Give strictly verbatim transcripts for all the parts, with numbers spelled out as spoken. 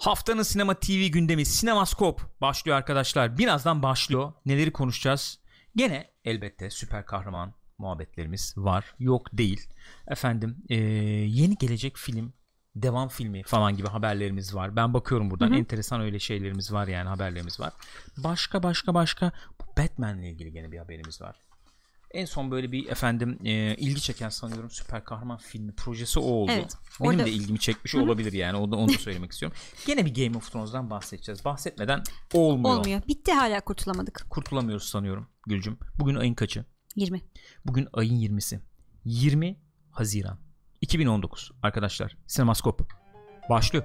Haftanın sinema T V gündemi Sinemaskop başlıyor arkadaşlar. Birazdan başlıyor. Neleri konuşacağız? Gene elbette süper kahraman muhabbetlerimiz var. Yok değil. Efendim ee, yeni gelecek film, devam filmi falan gibi haberlerimiz var. Ben bakıyorum buradan. Hı hı. Enteresan öyle şeylerimiz var yani, haberlerimiz var. Başka başka başka Batman'le ilgili gene bir haberimiz var. En son böyle bir efendim e, ilgi çeken sanıyorum süper kahraman filmi projesi o oldu. Evet, benim orada... de ilgimi çekmiş Hı-hı. olabilir yani. Onu da, onu da söylemek istiyorum. Gene bir Game of Thrones'dan bahsedeceğiz. Bahsetmeden olmuyor. Olmuyor. Bitti, hala kurtulamadık. Kurtulamıyoruz sanıyorum Gülcüm. Bugün ayın kaçı? yirmi. Bugün ayın yirmisi. yirmi Haziran iki bin on dokuz arkadaşlar. Sinemaskop başlıyor.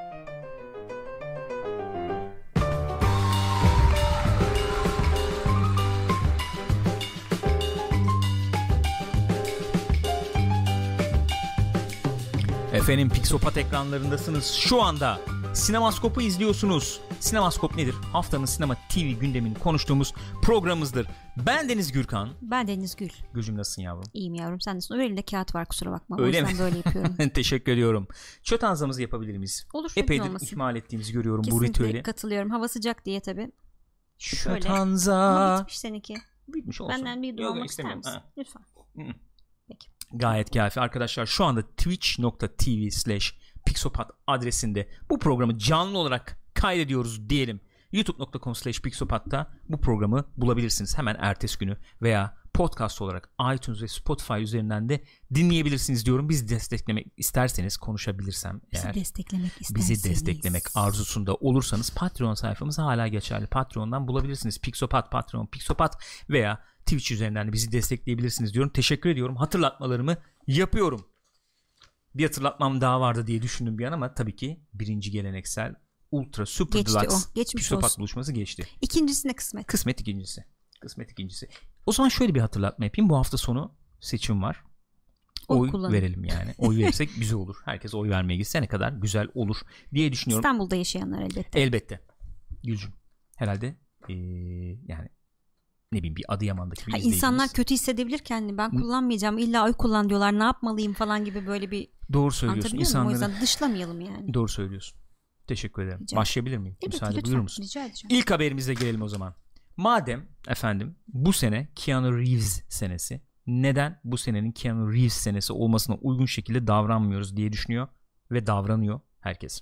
Efendim Pixopat ekranlarındasınız. Şu anda Sinemaskop'u izliyorsunuz. Sinemaskop nedir? Haftanın sinema T V gündemini konuştuğumuz programımızdır. Ben Deniz Gürkan. Ben Deniz Gül. Gülcüm nasılsın yavrum? İyiyim yavrum, sen nasılsın? Elimde kağıt var, kusura bakma. Öyle mi? Böyle yapıyorum. Teşekkür ediyorum. Çöt anzamızı yapabilir miyiz? Olur. Epeydir ihmal ettiğimizi görüyorum. Kesinlikle bu ritüeli. Katılıyorum. Hava sıcak diye tabii. Şöyle. Çöt anza. Ama bitmiş seninki. Bitmiş olsun. Benden bir yudum almak ister misin? Ha. Lütfen. Hı. Peki. Gayet kafi arkadaşlar. Şu anda twitch nokta tv slash pixopat adresinde bu programı canlı olarak kaydediyoruz diyelim. youtube nokta com slash pixopat'ta bu programı bulabilirsiniz hemen ertesi günü veya podcast olarak iTunes ve Spotify üzerinden de dinleyebilirsiniz diyorum. Bizi desteklemek isterseniz, konuşabilirsem eğer, bizi desteklemek isterseniz, bizi desteklemek arzusunda olursanız Patreon sayfamız hala geçerli. Patreon'dan bulabilirsiniz. Pixopat, Patreon, Pixopat veya Twitch üzerinden de bizi destekleyebilirsiniz diyorum. Teşekkür ediyorum. Hatırlatmalarımı yapıyorum. Bir hatırlatmam daha vardı diye düşündüm bir an ama tabii ki birinci geleneksel Ultra Super geçti Deluxe Pixopat buluşması geçti. İkincisine kısmet. Kısmet ikincisi. Kısmet ikincisi. O zaman şöyle bir hatırlatma yapayım. Bu hafta sonu seçim var. Oy, oy kullanın. Verelim yani. Oy verirsek güzel olur. Herkes oy vermeye gitse ne kadar güzel olur diye düşünüyorum. İstanbul'da yaşayanlar elbette. Elbette. Gülcüm. Herhalde ee, yani ne bileyim bir Adıyaman'daki bir izleyicimiz. İnsanlar kötü hissedebilir kendini. Ben kullanmayacağım. İlla oy kullan diyorlar. Ne yapmalıyım falan gibi böyle bir. Doğru söylüyorsun. İnsanları... O yüzden dışlamayalım yani. Doğru söylüyorsun. Teşekkür ederim. Rica Başlayabilir miyim? Evet, Müsaade lütfen. buyurur musun? Rica edeceğim. İlk haberimize gelelim o zaman. Madem efendim bu sene Keanu Reeves senesi, neden bu senenin Keanu Reeves senesi olmasına uygun şekilde davranmıyoruz diye düşünüyor ve davranıyor herkes.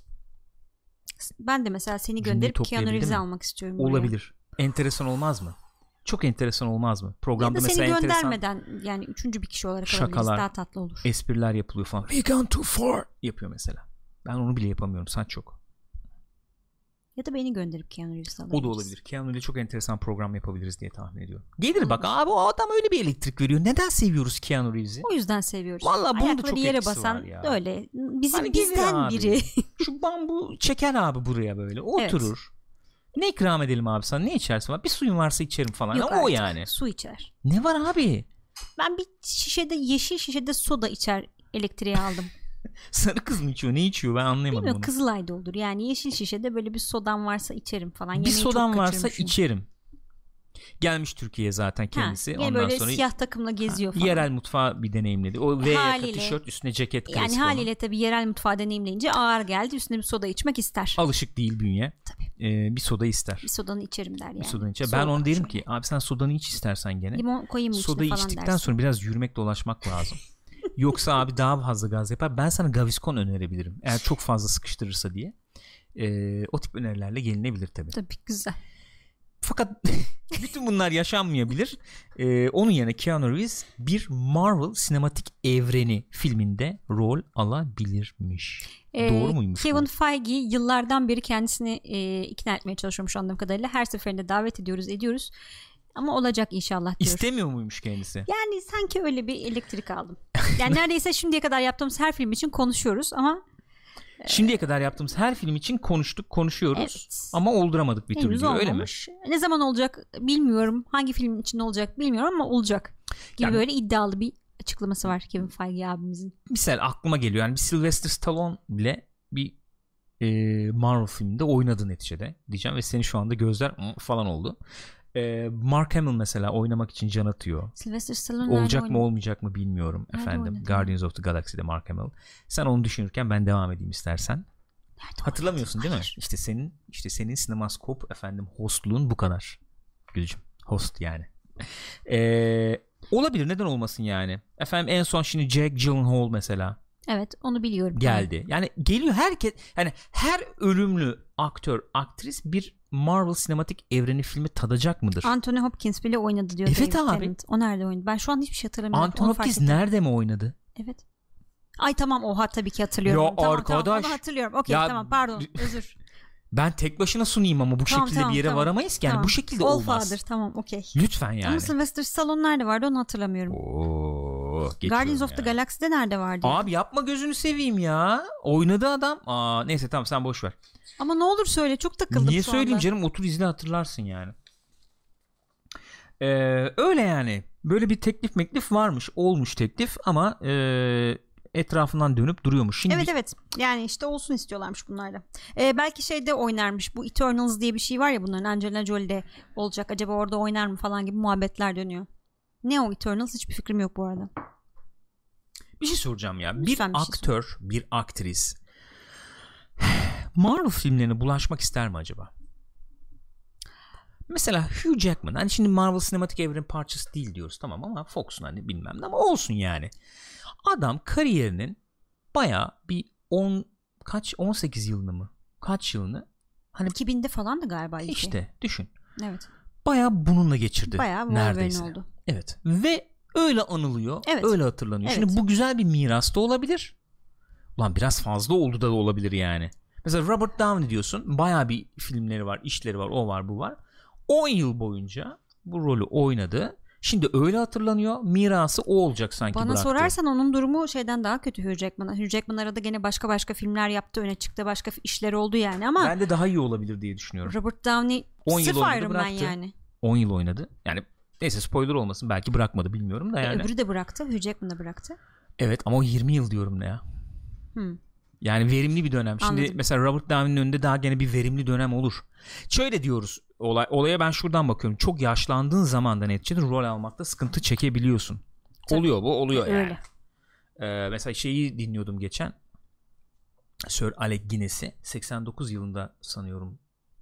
Ben de mesela seni gönderip Keanu Reeves'i almak istiyorum. Olabilir. Buraya. Enteresan olmaz mı? Çok enteresan olmaz mı? Programda ya da mesela seni göndermeden yani üçüncü bir kişi olarak şakalar, daha tatlı olur. Espriler yapılıyor falan. We gone too far yapıyor mesela. Ben onu bile yapamıyorum. Sen çok. Ya da beni gönderip Keanu Reeves'i alabiliriz. O da olabilir. Keanu ile çok enteresan program yapabiliriz diye tahmin ediyorum. Gelir olur. Bak abi o adam öyle bir elektrik veriyor. Neden seviyoruz Keanu Reeves'i? O yüzden seviyoruz. Vallahi bunun da çok yere etkisi basan var ya. Öyle. Bizim hani bizden biri. Şu bambu çeker abi buraya böyle. Oturur. Evet. Ne ikram edelim abi sana? Ne içersin? Bir suyun varsa içerim falan. Yok o artık. yani. Su içer. Ne var abi? Ben bir şişede, yeşil şişede soda içer elektriği aldım. Sarı kız mı içiyor? Ne içiyor? Ben anlayamadım Bilmiyorum, onu. Kızılay'da olur. Yani yeşil şişede böyle bir sodan varsa içerim falan. Bir Yemeği sodan varsa içerim. Gelmiş Türkiye'ye zaten kendisi. Ha, ondan böyle sonra siyah takımla geziyor ha, falan. Yerel mutfağı bir deneyimledi. O V yaka tişört, üstüne ceket klasik. Yani haliyle onun. Tabii yerel mutfağı deneyimleyince ağır geldi. Üstüne bir soda içmek ister. Alışık değil bünye. Tabii. Ee, bir soda ister. Bir sodanı içerim der yani. Bir sodanı içer. Ben onu derim ki abi sen sodanı iç istersen gene. Limon koyayım mı içine falan dersin. Sodayı içtikten sonra biraz yürümek dolaşmak lazım. Yoksa abi daha fazla gaz yapar. Ben sana Gaviscon önerebilirim. Eğer çok fazla sıkıştırırsa diye. Ee, o tip önerilerle gelinebilir tabii. Tabii, güzel. Fakat bütün bunlar yaşanmayabilir. Ee, onun yerine Keanu Reeves bir Marvel sinematik evreni filminde rol alabilirmiş. Ee, Doğru muymuş? Kevin bu? Feige yıllardan beri kendisini e, ikna etmeye çalışıyormuş anladığım kadarıyla. Her seferinde davet ediyoruz ediyoruz. Ama olacak inşallah diyor. İstemiyor muymuş kendisi? Yani sanki öyle bir elektrik aldım. Yani neredeyse şimdiye kadar yaptığımız her film için konuşuyoruz ama şimdiye kadar yaptığımız her film için konuştuk, konuşuyoruz. Evet. Ama olduramadık bir türlü diyor, öyle mi? Ne zaman olacak bilmiyorum. Hangi filmin için olacak bilmiyorum ama olacak gibi yani, böyle iddialı bir açıklaması var Kevin Feige abimizin. Misal aklıma geliyor. Yani bir Sylvester Stallone bile bir e, Marvel filminde oynadı neticede diyeceğim ve senin şu anda gözler falan oldu. E, Mark Hamill mesela oynamak için can atıyor. Sylvester Stallone olacak mı olmayacak mı bilmiyorum nerede efendim. oynadı? Guardians of the Galaxy'de Mark Hamill. Sen onu düşünürken ben devam edeyim istersen. Nerede Hatırlamıyorsun oynadı? değil mi? Hayır. İşte senin işte senin Sinemaskop efendim hostluğun bu kadar. Gülcüm. Host yani. Ee, olabilir, neden olmasın yani. Efendim en son şimdi Jake Gyllenhaal mesela. Evet, onu biliyorum. Geldi. Tamam. Yani geliyor herkes, yani her ölümlü aktör, aktris bir Marvel sinematik evreni filmi tadacak mıdır? Anthony Hopkins bile oynadı diyor. Evet David abi. Tennant. O nerede oynadı? Ben şu an hiçbir şey hatırlamıyorum. Anthony Hopkins nerede mi oynadı? Evet. Ay tamam, oha tabii ki hatırlıyorum. Ya tamam, arkadaş. Tamam, onu hatırlıyorum. Okey Ya- tamam, pardon, özür. Ben tek başına sunayım ama bu Tamam, şekilde tamam, bir yere tamam. varamayız ki. Yani Tamam. bu şekilde All olmaz. Father, tamam, okey. Lütfen yani. Ama Sylvester Stallone nerede vardı onu hatırlamıyorum. Oo, Guardians of ya. the Galaxy'de nerede vardı? Abi yapma gözünü seveyim ya. Oynadı adam. Aa, neyse tamam, sen boş ver. Ama ne olur söyle, çok takıldım Niye şu söyleyeyim anda. canım, otur izle hatırlarsın yani. Ee, öyle yani. Böyle bir teklif meklif varmış. Olmuş teklif ama e, etrafından dönüp duruyormuş. Şimdi Evet evet, yani işte olsun istiyorlarmış bunlar da. Ee, belki şeyde oynarmış, bu Eternals diye bir şey var ya bunların, Angelina Jolie'de olacak, acaba orada oynar mı falan gibi muhabbetler dönüyor. Ne o Eternals, hiçbir fikrim yok bu arada. bir şey soracağım ya. Bir Lütfen bir şey aktör, bir aktris Marvel filmlerine bulaşmak ister mi acaba? Mesela Hugh Jackman, hani şimdi Marvel sinematik evrenin parçası değil diyoruz tamam, ama Fox'un hani bilmem ne, ama olsun yani. Adam kariyerinin bayağı bir on kaç on sekiz yılını mı? Kaç yılını? Hani iki binde falan da galiba ilk. işte düşün. Evet. Bayağı bununla geçirdi. Bayağı Wolverine neredeyse. oldu. Evet. Ve öyle anılıyor. Evet. Öyle hatırlanıyor. Evet. Şimdi bu güzel bir miras da olabilir. Ulan biraz fazla oldu da, da olabilir yani. Mesela Robert Downey diyorsun. Bayağı bir filmleri var, işleri var, o var, bu var. on yıl boyunca bu rolü oynadı. Şimdi öyle hatırlanıyor. Mirası o olacak sanki. Bana bıraktı. sorarsan onun durumu şeyden daha kötü Hugh Jackman'a. Hugh Jackman arada gene başka başka filmler yaptı, öne çıktı, başka işleri oldu yani, ama Ben de daha iyi olabilir diye düşünüyorum. Robert Downey on yıl sırf oynadı, Iron Man bıraktı. yani. on yıl oynadı. Yani neyse, spoiler olmasın, belki bırakmadı, bilmiyorum da yani. E, öbürü de bıraktı. Hugh Jackman da bıraktı. Evet ama o yirmi yıl diyorum ne ya. Hmm. Yani verimli bir dönem. Şimdi Anladım. mesela Robert Downey'nin önünde daha gene bir verimli dönem olur. Şöyle diyoruz. Olay, olaya ben şuradan bakıyorum. Çok yaşlandığın zaman da neticede rol almakta sıkıntı çekebiliyorsun. Tabii. Oluyor bu, oluyor E, yani. öyle. Ee, mesela şeyi dinliyordum geçen. Sir Alec Guinness'i seksen dokuz yılında sanıyorum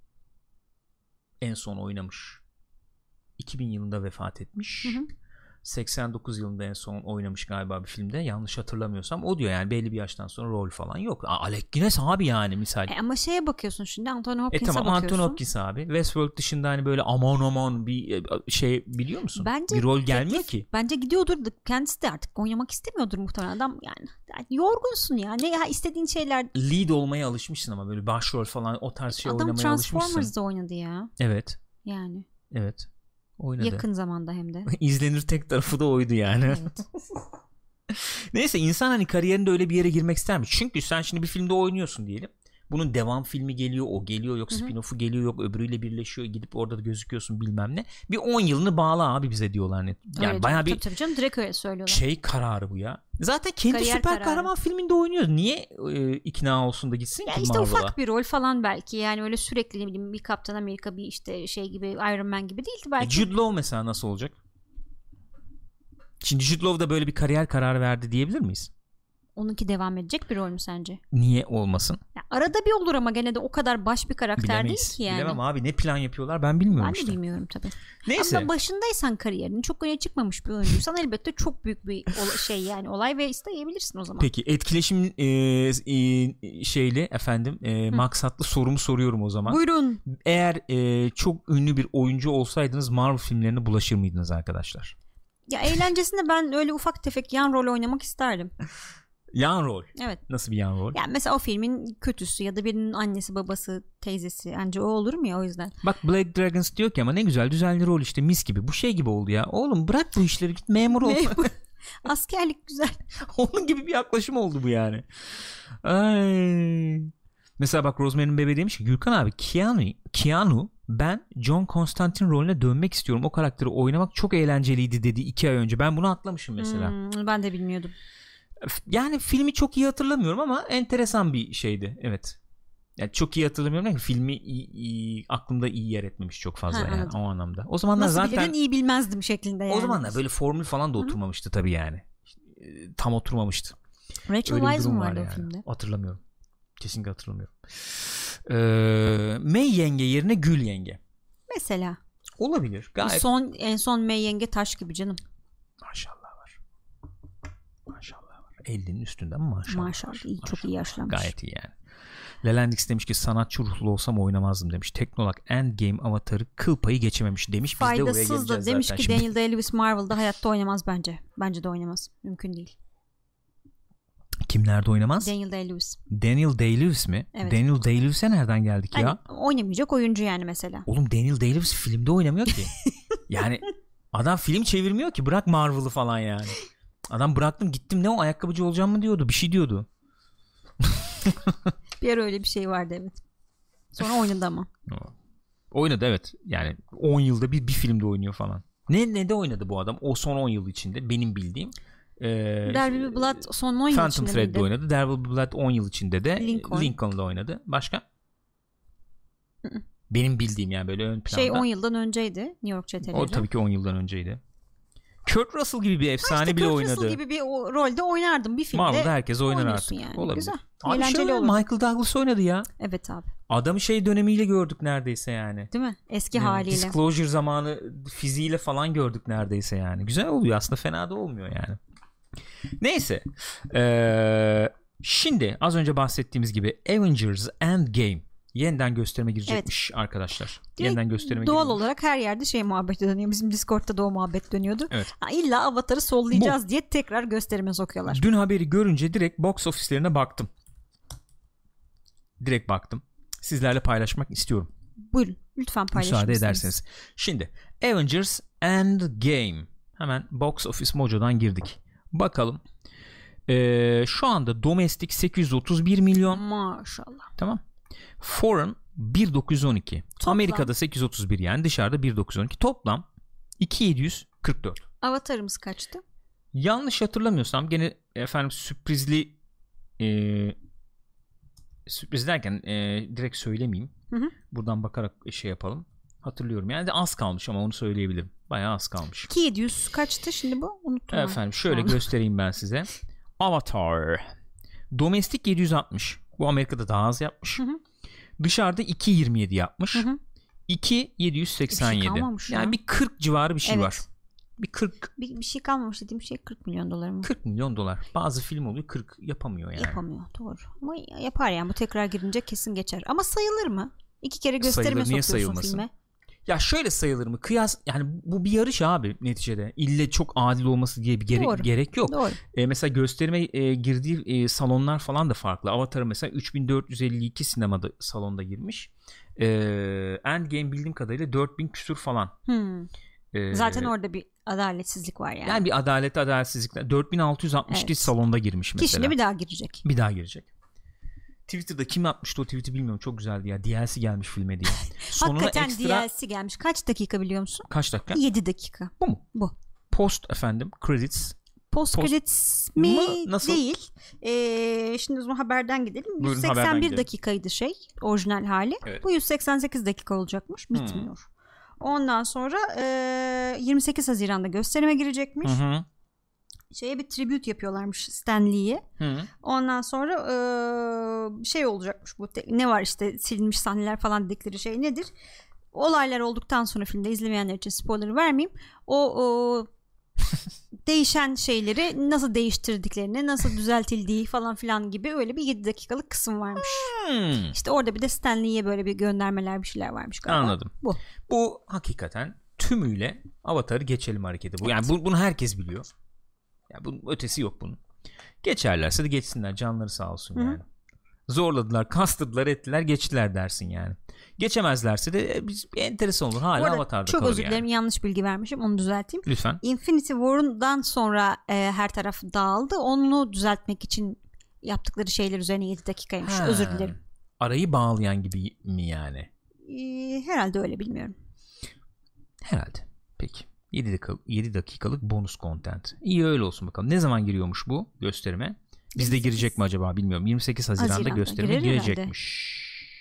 en son oynamış. iki bin yılında vefat etmiş. Hı hı. seksen dokuz yılında en son oynamış galiba bir filmde, yanlış hatırlamıyorsam. O diyor yani belli bir yaştan sonra rol falan yok. Aa, Alec Guinness abi yani misal. E, ama şeye bakıyorsun şimdi, Anthony E Hopkins'e tamam, bakıyorsun. Anthony Hopkins abi. Westworld dışında hani böyle aman aman bir şey biliyor musun? Bence bir rol gelmiyor teklif- ki. Bence gidiyordur da kendisi de artık oynamak istemiyordur muhtemelen adam yani. Yani yorgunsun yani. Ya istediğin şeyler. Lead olmaya alışmışsın ama böyle başrol falan o tarz şey Adam oynamaya alışmışsın. Transformers'da oynadı ya. Evet. Yani. Evet. Oynadı. Yakın zamanda hem de. İzlenir tek tarafı da oydu yani. Evet. Neyse, insan hani kariyerinde öyle bir yere girmek ister mi? Çünkü sen şimdi bir filmde oynuyorsun diyelim. Bunun devam filmi geliyor, o geliyor, yok spin-off'u geliyor, yok öbürüyle birleşiyor, gidip orada da gözüküyorsun bilmem ne. Bir on yılını bağla abi bize diyorlar. Yani Öyle bayağı canım, bir tabii, tabii canım, direkt öyle söylüyorlar. şey kararı bu ya. Zaten kendi Kariyer süper kararı. kahraman filminde oynuyor. Niye e, ikna olsun da gitsin Ya ki işte Marvel'a? ufak bir rol falan belki, yani öyle sürekli ne bileyim bir Kaptan Amerika, bir işte şey gibi, Iron Man gibi değildi E, belki. Jude Law mesela nasıl olacak? Şimdi Jude Law da böyle bir kariyer kararı verdi diyebilir miyiz? Onunki devam edecek bir rol mü sence? Niye olmasın? Ya arada bir olur ama gene de o kadar baş bir karakter Bilemeyiz. değil ki yani. Bilemem abi, ne plan yapıyorlar ben bilmiyorum Ben de işte. bilmiyorum tabii. Neyse. Ama başındaysan kariyerinin, çok öne çıkmamış bir oyuncuysan elbette çok büyük bir ola- şey yani olay ve isteyebilirsin o zaman. Peki etkileşim e, e, şeyli efendim e, maksatlı sorumu soruyorum o zaman. Buyurun. Eğer e, çok ünlü bir oyuncu olsaydınız Marvel filmlerine bulaşır mıydınız arkadaşlar? Ya eğlencesinde ben öyle ufak tefek yan rol oynamak isterdim. Yan rol. Evet. Nasıl bir yan rol? Yani mesela o filmin kötüsü ya da birinin annesi, babası, teyzesi, anca o olur mu ya, o yüzden. Bak Black Dragons diyor ki ama ne güzel düzenli rol işte, mis gibi. Bu şey gibi oldu ya. Oğlum bırak bu işleri, git memur ol. Askerlik güzel. Onun gibi bir yaklaşım oldu bu yani. Ay. Mesela bak Rosemary'nin Bebeği demiş ki Gürkan abi Keanu, Keanu ben John Constantine rolüne dönmek istiyorum. O karakteri oynamak çok eğlenceliydi dedi iki ay önce. Ben bunu atlamışım mesela. Hmm, ben de bilmiyordum. Yani filmi çok iyi hatırlamıyorum ama enteresan bir şeydi. Evet. Yani çok iyi hatırlamıyorum ama filmi iyi, iyi, aklımda iyi yer etmemiş çok fazla Ha, yani anladım. o anlamda. O zamanlar Nasıl zaten bilirdin, iyi bilmezdim şeklinde yani. o zamanlar böyle formül falan da oturmamıştı tabii yani. Tam oturmamıştı. Rachel Öyle bir Weisz durum mi var vardı yani. o filmde? Hatırlamıyorum. Kesinlikle hatırlamıyorum. Ee, May yenge yerine Gül yenge. Mesela. Olabilir. Gayet. Son, en son May yenge taş gibi canım. Maşallah var. Maşallah var. ellinin üstünde mi maşallah? Maşallah. İyi, maşallah. Çok iyi yaşlanmış. Gayet iyi yani. Lelendix demiş ki sanatçı ruhlu olsam oynamazdım demiş. Teknolog Endgame avatarı kıl payı geçememiş demiş. Biz Faydasız de oraya geleceğiz da demiş zaten ki şimdi. Daniel Day-Lewis Marvel'da hayatta oynamaz bence. Bence de oynamaz. Mümkün değil. Kimlerde oynamaz? Daniel Day-Lewis. Daniel Day-Lewis mi? Evet. Daniel Day-Lewis'e nereden geldik Yani ya? oynamayacak oyuncu yani mesela. Oğlum Daniel Day-Lewis filmde oynamıyor ki. Yani adam film çevirmiyor ki. Bırak Marvel'ı falan yani. Adam bıraktım gittim ne o ayakkabıcı olacağım mı diyordu. Bir şey diyordu. Bir ara öyle bir şey vardı evet. Sonra oynadı ama. Oynadı evet. Yani on yılda bir, bir filmde oynuyor falan. Ne ne de oynadı bu adam o son on yıl içinde benim bildiğim. Ee, There Will Be Blood son on yıl Phantom içinde Thread'de miydi? oynadı. There Will Be Blood on yıl içinde de Lincoln. Lincoln'da oynadı. Başka? Benim bildiğim yani böyle ön planda. Şey on yıldan önceydi New York Çeteleri. O tabii ki on yıldan önceydi. Kurt Russell gibi bir efsane işte bile Kurt oynadı. Russell gibi bir o, rolde oynardım bir filmde. Marvel'da herkes oynar artık. Yani. Olabilir. Güzel. Abi Eğlenceli şöyle olur. Michael Douglas oynadı ya. Evet abi. Adamı şey dönemiyle gördük neredeyse yani. Değil mi? Eski Yani haliyle. Disclosure zamanı fiziğiyle falan gördük neredeyse yani. Güzel oluyor aslında fena da olmuyor yani. Neyse. Ee, şimdi az önce bahsettiğimiz gibi Avengers Endgame yeniden gösterime girecekmiş evet. arkadaşlar. Direkt yeniden gösterime doğal girecekmiş. olarak her yerde şey muhabbeti dönüyor. Bizim Discord'da da o muhabbet dönüyordu. Evet. Ha, illa Avatar'ı sollayacağız Bu. diye tekrar gösterime sokuyorlar. Dün haberi görünce direkt box ofislerine baktım. Direkt baktım. Sizlerle paylaşmak istiyorum. Buyurun. Lütfen paylaşın. Müsaade ederseniz. Şimdi Avengers Endgame. Hemen Box Office Mojo'dan girdik. Bakalım. Ee, şu anda domestik sekiz yüz otuz bir milyon. Maşallah. Tamam. Foreign bin dokuz yüz on iki. Toplam. Amerika'da sekiz yüz otuz bir yani dışarıda bin dokuz yüz on iki. Toplam iki bin yedi yüz kırk dört. Avatar'ımız kaçtı? Yanlış hatırlamıyorsam gene efendim sürprizli e, sürpriz derken e, direkt söylemeyeyim. Hı hı. Buradan bakarak şey yapalım. Hatırlıyorum. Yani de az kalmış ama onu söyleyebilirim. Bayağı az kalmış. iki bin yedi yüz kaçtı şimdi bu? Unuttum. Efendim şöyle Tamam. göstereyim ben size. Avatar. Domestik yedi yüz altmış. Bu Amerika'da daha az yapmış. Hı hı. Dışarıda iki bin yirmi yedi yapmış. Hı hı. iki bin yedi yüz seksen yedi. Bir şey kalmamış yani ya. bir kırk civarı bir şey Evet. var. Bir kırk Bir, bir şey kalmamış dediğim şey kırk milyon dolar mı? kırk milyon dolar. Bazı film oluyor kırk yapamıyor yani. Yapamıyor doğru. Ama yapar yani bu tekrar girince kesin geçer. Ama sayılır mı? İki kere gösterime Sayılır, niye sokuyorsun sayılmasın? filme. Ya şöyle sayılır mı? Kıyas yani bu bir yarış abi neticede. İlle çok adil olması diye bir gere- Doğru. gerek yok. Doğru. E, mesela gösterime e, girdiği e, salonlar falan da farklı. Avatar'ı mesela üç bin dört yüz elli iki sinemada salonda girmiş. E, Endgame bildiğim kadarıyla dört bin küsur falan. Hmm. E, Zaten orada bir adaletsizlik var yani. yani bir adalet adaletsizlikler. dört bin altı yüz altmış Evet. salonda girmiş mesela. Kişi bir daha girecek. Bir daha girecek. Twitter'da kim atmıştı o tweet'i bilmiyorum. Çok güzeldi ya. D L C gelmiş filme diye. Sonuna Hakikaten ekstra... D L C gelmiş. Kaç dakika biliyor musun? Kaç dakika? yedi dakika. Bu mu? Bu. Post efendim. Credits. Post Post- credits mi? Mı? Nasıl? Değil. Ee, şimdi o zaman haberden gidelim. Buyurun, yüz seksen haberden bir gidelim. dakikaydı şey. Orijinal hali. Evet. Bu yüz seksen sekiz dakika olacakmış. Bitmiyor. Ondan sonra e, yirmi sekiz Haziran'da gösterime girecekmiş. Hı hı. Şeye bir tribute yapıyorlarmış Stan Lee'ye. Hı. Ondan sonra e, şey olacakmış bu. te- Ne var işte silinmiş sahneler falan dedikleri şey nedir? Olaylar olduktan sonra filmde izlemeyenler için spoiler vermeyeyim. O, o değişen şeyleri nasıl değiştirdiklerini, nasıl düzeltildiği falan filan gibi öyle bir yedi dakikalık kısım varmış. Hmm. İşte orada bir de Stan Lee'ye böyle bir göndermeler bir şeyler varmış galiba. Anladım. Bu. Bu hakikaten tümüyle Avatar'ı geçelim hareketi bu. Yani bu, bunu herkes biliyor. Yani bunun ötesi yok bunun. Geçerlerse de geçsinler. Canları sağ olsun Hı-hı. yani. Zorladılar, kastırdılar, ettiler, geçtiler dersin yani. Geçemezlerse de e, biz bir enteresan olur. Bu Hala arada Avatar'da çok kalır özür dilerim yani. yanlış bilgi vermişim onu düzelteyim. Lütfen. Infinity War'dan sonra e, her taraf dağıldı. Onu düzeltmek için yaptıkları şeyler üzerine yedi dakikaymış. Ha. Özür dilerim. Arayı bağlayan gibi mi yani? Ee, herhalde öyle bilmiyorum. Herhalde. Peki. yedi dakikalık, yedi dakikalık bonus content. İyi öyle olsun bakalım. Ne zaman giriyormuş bu gösterime? Bizde girecek mi acaba bilmiyorum. yirmi sekiz Haziran'da, Haziran'da gösterime girer girecekmiş.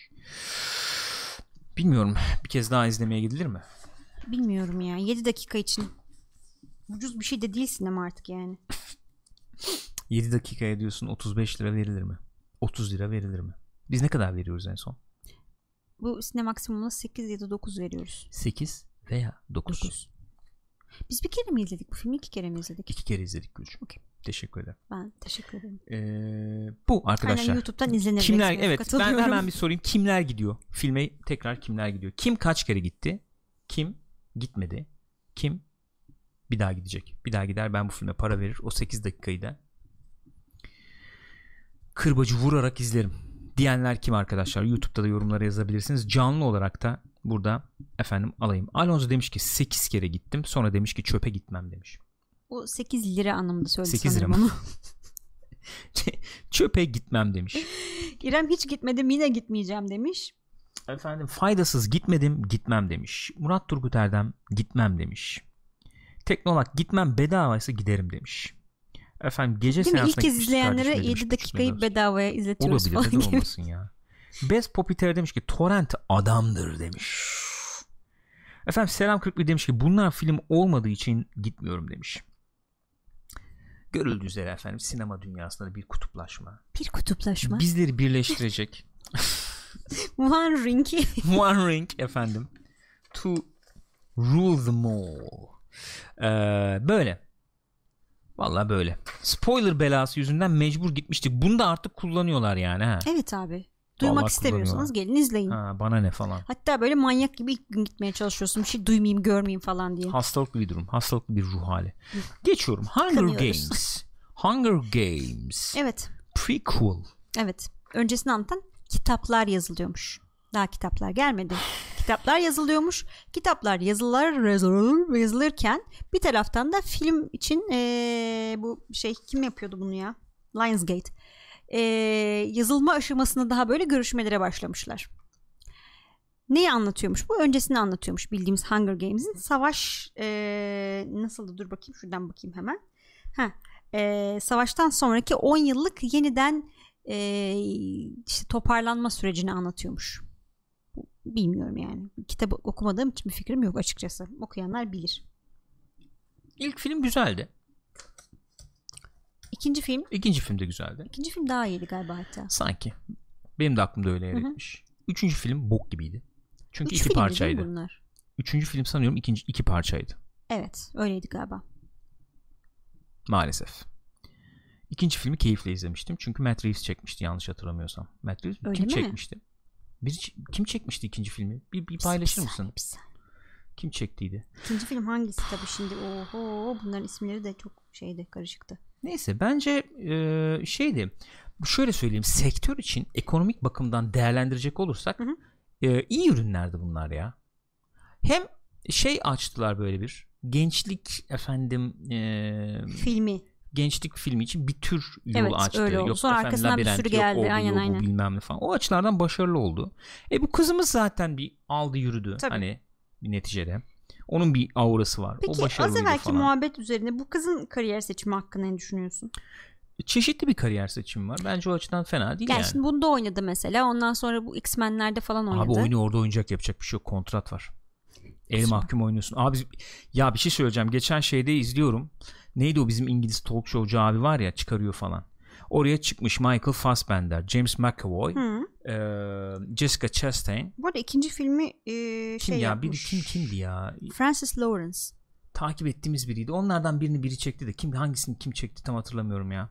Bilmiyorum. Bir kez daha izlemeye gidilir mi? Bilmiyorum ya. yedi dakika için ucuz bir şey de değil sinema artık yani. yedi dakikaya diyorsun otuz beş lira verilir mi? otuz lira verilir mi? Biz ne kadar veriyoruz en son? Bu Sinemaksimum'da sekiz ya da dokuz veriyoruz. sekiz veya dokuz. dokuz. Biz bir kere mi izledik bu filmi? İki kere mi izledik? İki kere izledik Gülcüm. Okay. Teşekkür ederim. Ben teşekkür ederim. Ee, bu arkadaşlar. Aynen, YouTube'dan izlenir. Kimler, evet, ben hemen bir sorayım. Kimler gidiyor? Filme tekrar kimler gidiyor? Kim kaç kere gitti? Kim gitmedi? Kim bir daha gidecek? Bir daha gider, ben bu filme para verir. O sekiz dakikayı da kırbacı vurarak izlerim diyenler kim arkadaşlar? YouTube'da da yorumlara yazabilirsiniz. Canlı olarak da burada efendim alayım. Alonso demiş ki sekiz kere gittim. Sonra demiş ki çöpe gitmem demiş. O sekiz lira anlamında söyledi sekiz lira mı? Çöpe gitmem demiş. İrem hiç gitmedim, yine gitmeyeceğim demiş. Efendim faydasız gitmedim, gitmem demiş. Murat Turgut Erdem gitmem demiş. Teknolak gitmem, bedavaysa giderim demiş. Efendim gece değil seansına İlk kez izleyenlere yedi dakikayı bedavaya izletiyoruz falan. Olabilir, neden olmasın ya. Best Popiter demiş ki torrent adamdır demiş. Efendim Selam kırk bir demiş ki bunlar film olmadığı için gitmiyorum demiş. Görüldüğü üzere efendim sinema dünyasında bir kutuplaşma. Bir kutuplaşma. Bizleri birleştirecek. One ring. One ring efendim. To rule them all. Ee, böyle. Vallahi böyle. Spoiler belası yüzünden mecbur gitmiştik. Bunu da artık kullanıyorlar yani. Ha. Evet abi. Duymak Vallahi istemiyorsanız gelin izleyin. Ha, bana ne falan. Hatta böyle manyak gibi ilk gün gitmeye çalışıyorsun. Bir şey duymayayım, görmeyeyim falan diye. Hastalıklı bir durum. Hastalıklı bir ruh hali. Geçiyorum. Hunger Kanıyoruz. Games. Hunger Games. Evet. Prequel. Evet. Öncesini anlatan kitaplar yazılıyormuş. Daha kitaplar gelmedi. Kitaplar yazılıyormuş. Kitaplar yazılar yazılır, yazılırken bir taraftan da film için ee, bu şey kim yapıyordu bunu ya? Lionsgate. Ee, yazılma aşamasında daha böyle görüşmelere başlamışlar. Neyi anlatıyormuş bu? Öncesini anlatıyormuş bildiğimiz Hunger Games'in. Savaş ee, nasıldı? Dur bakayım şuradan bakayım hemen. Heh, ee, savaştan sonraki on yıllık yeniden ee, işte toparlanma sürecini anlatıyormuş. Bilmiyorum yani. Kitabı okumadığım için bir fikrim yok açıkçası. Okuyanlar bilir. İlk film güzeldi. İkinci film? İkinci film de güzeldi. İkinci film daha iyiydi galiba hatta. Sanki. Benim de aklımda öyle yer etmiş. Üçüncü film bok gibiydi. Çünkü Üç iki filmdi parçaydı. değil mi bunlar? Üçüncü film sanıyorum ikinci, iki parçaydı. Evet öyleydi galiba. Maalesef. İkinci filmi keyifle izlemiştim. Çünkü Matt Reeves çekmişti yanlış hatırlamıyorsam. Matt Reeves Öyle kim mi? çekmişti? Bir, kim çekmişti ikinci filmi? Bir, bir paylaşır bir mısın? saniye, bir saniye. Kim çektiydi? İkinci film hangisi tabii şimdi? Oho, bunların isimleri de çok şeydi, karışıktı. Neyse bence e, şeydi. Şöyle söyleyeyim, sektör için ekonomik bakımdan değerlendirecek olursak hı hı. E, iyi ürünlerdi bunlar ya. Hem şey açtılar böyle bir gençlik efendim e, filmi. Gençlik filmi için bir tür yol evet, açtı. Öyle oldu. Yok sonra efendim, arkasından bir labirent, sürü yok, geldi. oldu, aynen yok, aynen. bilmem ne falan. O açılardan başarılı oldu. E bu kızımız zaten bir aldı yürüdü. Tabii. Hani bir neticede. Onun bir aurası var. Peki, o az başarılıydı evvelki falan. muhabbet üzerine bu kızın kariyer seçimi hakkında ne düşünüyorsun? Çeşitli bir kariyer seçimi var. Bence o açıdan fena değil yani. yani. Şimdi bunda oynadı mesela. Ondan sonra bu X-Men'lerde falan oynadı. Abi oyunu orada oynayacak, yapacak bir şey yok. Kontrat var. El mahkum oynuyorsun. Abi ya bir şey söyleyeceğim. Geçen şeyde izliyorum. Neydi o bizim İngiliz talk showcu abi var ya, çıkarıyor falan. Oraya çıkmış Michael Fassbender, James McAvoy, e, Jessica Chastain. Bu arada ikinci filmi e, kim şey ya? yapmış. Biri kim kimdi ya? Francis Lawrence. Takip ettiğimiz biriydi. Onlardan birini biri çekti de kim hangisini kim çekti tam hatırlamıyorum ya.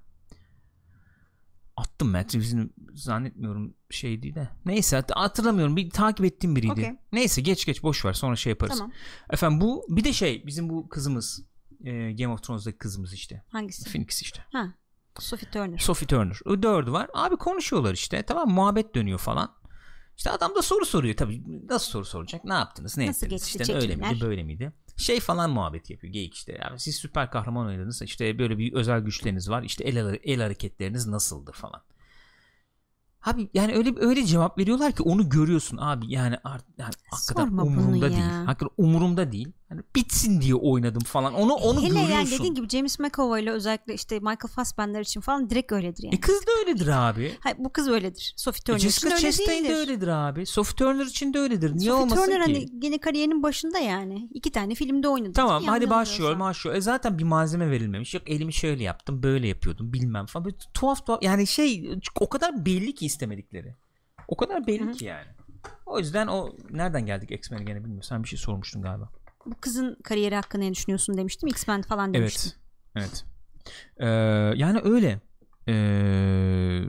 Attım Matt Reeves'in zannetmiyorum şeydi de. Neyse hatırlamıyorum. Bir takip ettiğim biriydi. Okay. Neyse geç geç boş ver, sonra şey yaparız. Tamam. Efendim bu bir de şey bizim bu kızımız e, Game of Thrones'daki kızımız işte. Hangisi? Phoenix işte. Ha. Sophie Turner. Sophie Turner. O dördü var. Abi konuşuyorlar işte. Tamam, muhabbet dönüyor falan. İşte adam da soru soruyor tabii. Nasıl soru soracak? Ne yaptınız? Ne Nasıl ettiniz? geçti İşte öyle çekimler? miydi? Böyle miydi? Şey falan muhabbet yapıyor. Geyik işte. Yani siz süper kahraman oynadınız. İşte böyle bir özel güçleriniz var. İşte el, el hareketleriniz nasıldı falan. Abi yani öyle öyle cevap veriyorlar ki onu görüyorsun abi. Yani, art, yani hakikaten Sorma umurumda bunu ya. değil. Hakikaten umurumda değil. Yani bitsin diye oynadım falan. Onu onu Hele görüyorsun. yani dediğin gibi James McAvoy ile özellikle işte Michael Fassbender için falan direkt öyledir yani. E kız da öyledir abi. Hayır, bu kız öyledir. Sophie Turner E Jessica için öyle Chastain de değildir. öyledir abi. Sophie Turner için de öyledir. Niye Sophie olmasın Turner ki? hani yine kariyerinin başında yani. İki tane filmde oynadı. Tamam hadi başlıyor başlıyor. başlıyor. E zaten bir malzeme verilmemiş. Yok elimi şöyle yaptım, böyle yapıyordum bilmem falan. Böyle tuhaf tuhaf yani şey o kadar belli ki istemedikleri. O kadar belli Hı-hı. ki yani. O yüzden o nereden geldik X-Men'e gene bilmiyorum. Sen bir şey sormuştun galiba. Bu kızın kariyeri hakkında ne düşünüyorsun demiştim. X-Men falan demiştim. Evet. Evet. Ee, yani öyle. Ee,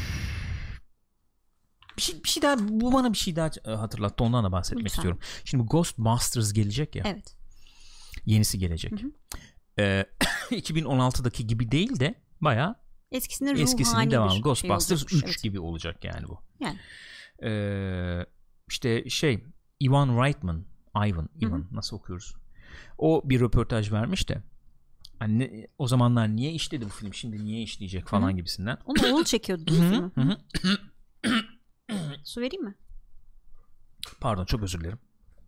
bir şey bir şey daha bu bana bir şey daha hatırlattı. Ondan da bahsetmek Lütfen. istiyorum. Şimdi bu Ghostbusters gelecek ya. Evet. Yenisi gelecek. Ee, iki bin on altıdaki gibi değil de bayağı eskisinin, eskisinin devamı. Şey Ghostbusters üç evet. gibi olacak yani bu. Yani. Ee, işte şey Ivan Reitman Ivan, Ivan Hı-hı. nasıl okuyoruz? O bir röportaj vermiş de hani o zamanlar niye işledi bu film, şimdi niye işleyecek falan Hı-hı. gibisinden. Onu oğul çekiyordu değil mi? Su vereyim mi? Pardon, çok özür dilerim.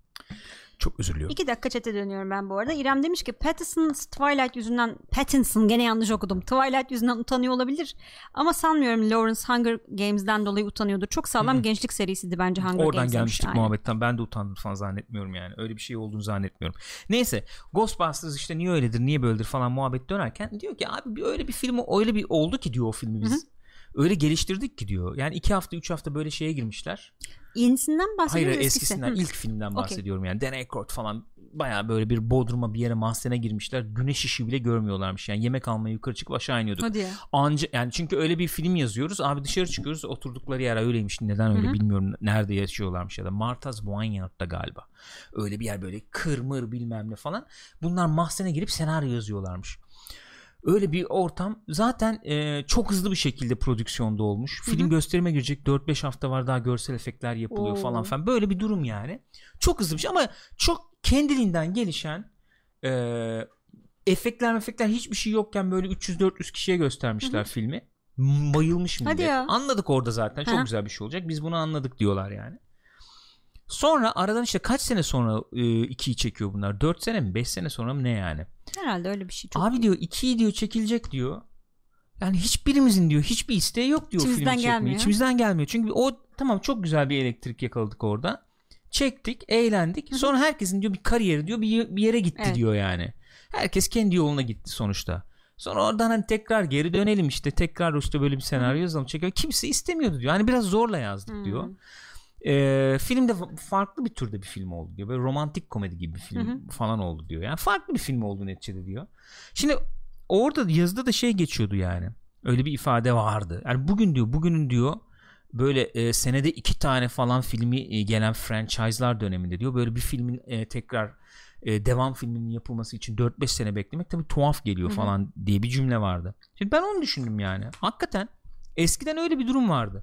Çok özür diliyorum. İki dakika chat'e dönüyorum ben bu arada. İrem demiş ki Pattinson Twilight yüzünden Pattinson gene yanlış okudum. Twilight yüzünden utanıyor olabilir. Ama sanmıyorum Lawrence Hunger Games'den dolayı utanıyordur. Çok sağlam Hı-hı. gençlik serisiydi bence Hunger Games. Oradan gelmiştik yani. Muhabbetten. Ben de utandım falan zannetmiyorum yani. Öyle bir şey olduğunu zannetmiyorum. Neyse, Ghostbusters işte niye öyledir, niye böyledir falan muhabbet dönerken diyor ki abi öyle bir film öyle bir oldu ki diyor o filmi biz. Hı-hı. Öyle geliştirdik ki diyor. Yani iki hafta üç hafta böyle şeye girmişler. Yenisinden bahsediyorum. Hayır eskisinden. Hı. ilk filmden bahsediyorum okay. yani. Dan Aykroyd falan bayağı böyle bir Bodrum'a bir yere mahzene girmişler. Güneş ışığı bile görmüyorlarmış. Yani yemek almaya yukarı çıkıp aşağı iniyorduk. Hadi ya. Anca, yani çünkü öyle bir film yazıyoruz. Abi dışarı çıkıyoruz. Oturdukları yer öyleymiş. Neden öyle Hı-hı. bilmiyorum. Nerede yaşıyorlarmış ya da. Martha's Vineyard'da galiba. Öyle bir yer böyle kırmır bilmem ne falan. Bunlar mahzene girip senaryo yazıyorlarmış. Öyle bir ortam zaten e, çok hızlı bir şekilde prodüksiyonda olmuş. Film Hı-hı. gösterime girecek dört beş hafta var, daha görsel efektler yapılıyor Oo. falan falan. Böyle bir durum yani. Çok hızlı bir şey ama çok kendiliğinden gelişen e, efektler efektler hiçbir şey yokken böyle üç yüz dört yüz kişiye göstermişler Hı-hı. filmi. Bayılmış millet. Anladık orada zaten. Çok ha. güzel bir şey olacak. Biz bunu anladık diyorlar yani. Sonra aradan işte kaç sene sonra e, ikiyi çekiyor bunlar? dört sene mi? beş sene sonra mı ne yani? Herhalde öyle bir şey. Çok Abi iyi. diyor ikiyi diyor çekilecek diyor. Yani hiçbirimizin diyor hiçbir isteği yok diyor İçimizden filmi çekmeye. İçimizden gelmiyor. Çünkü o tamam çok güzel bir elektrik yakaladık orada. Çektik, eğlendik. Hı-hı. Sonra herkesin diyor bir kariyeri diyor bir, bir yere gitti evet. diyor yani. Herkes kendi yoluna gitti sonuçta. Sonra oradan hani tekrar geri dönelim işte tekrar işte böyle bir senaryo yazalım çekelim. Kimse istemiyordu diyor. Hani biraz zorla yazdık Hı-hı. diyor. Ee, filmde farklı bir türde bir film oldu diyor. Böyle romantik komedi gibi bir film hı hı. falan oldu diyor. Yani farklı bir film oldu neticede diyor. Şimdi orada yazıda da şey geçiyordu yani. Öyle bir ifade vardı. Yani bugün diyor, bugünün diyor böyle e, senede iki tane falan filmi e, gelen franchise'lar döneminde diyor. Böyle bir filmin e, tekrar e, devam filminin yapılması için dört beş sene beklemek tabii tuhaf geliyor hı hı. falan diye bir cümle vardı. Şimdi ben onu düşündüm yani. Hakikaten eskiden öyle bir durum vardı.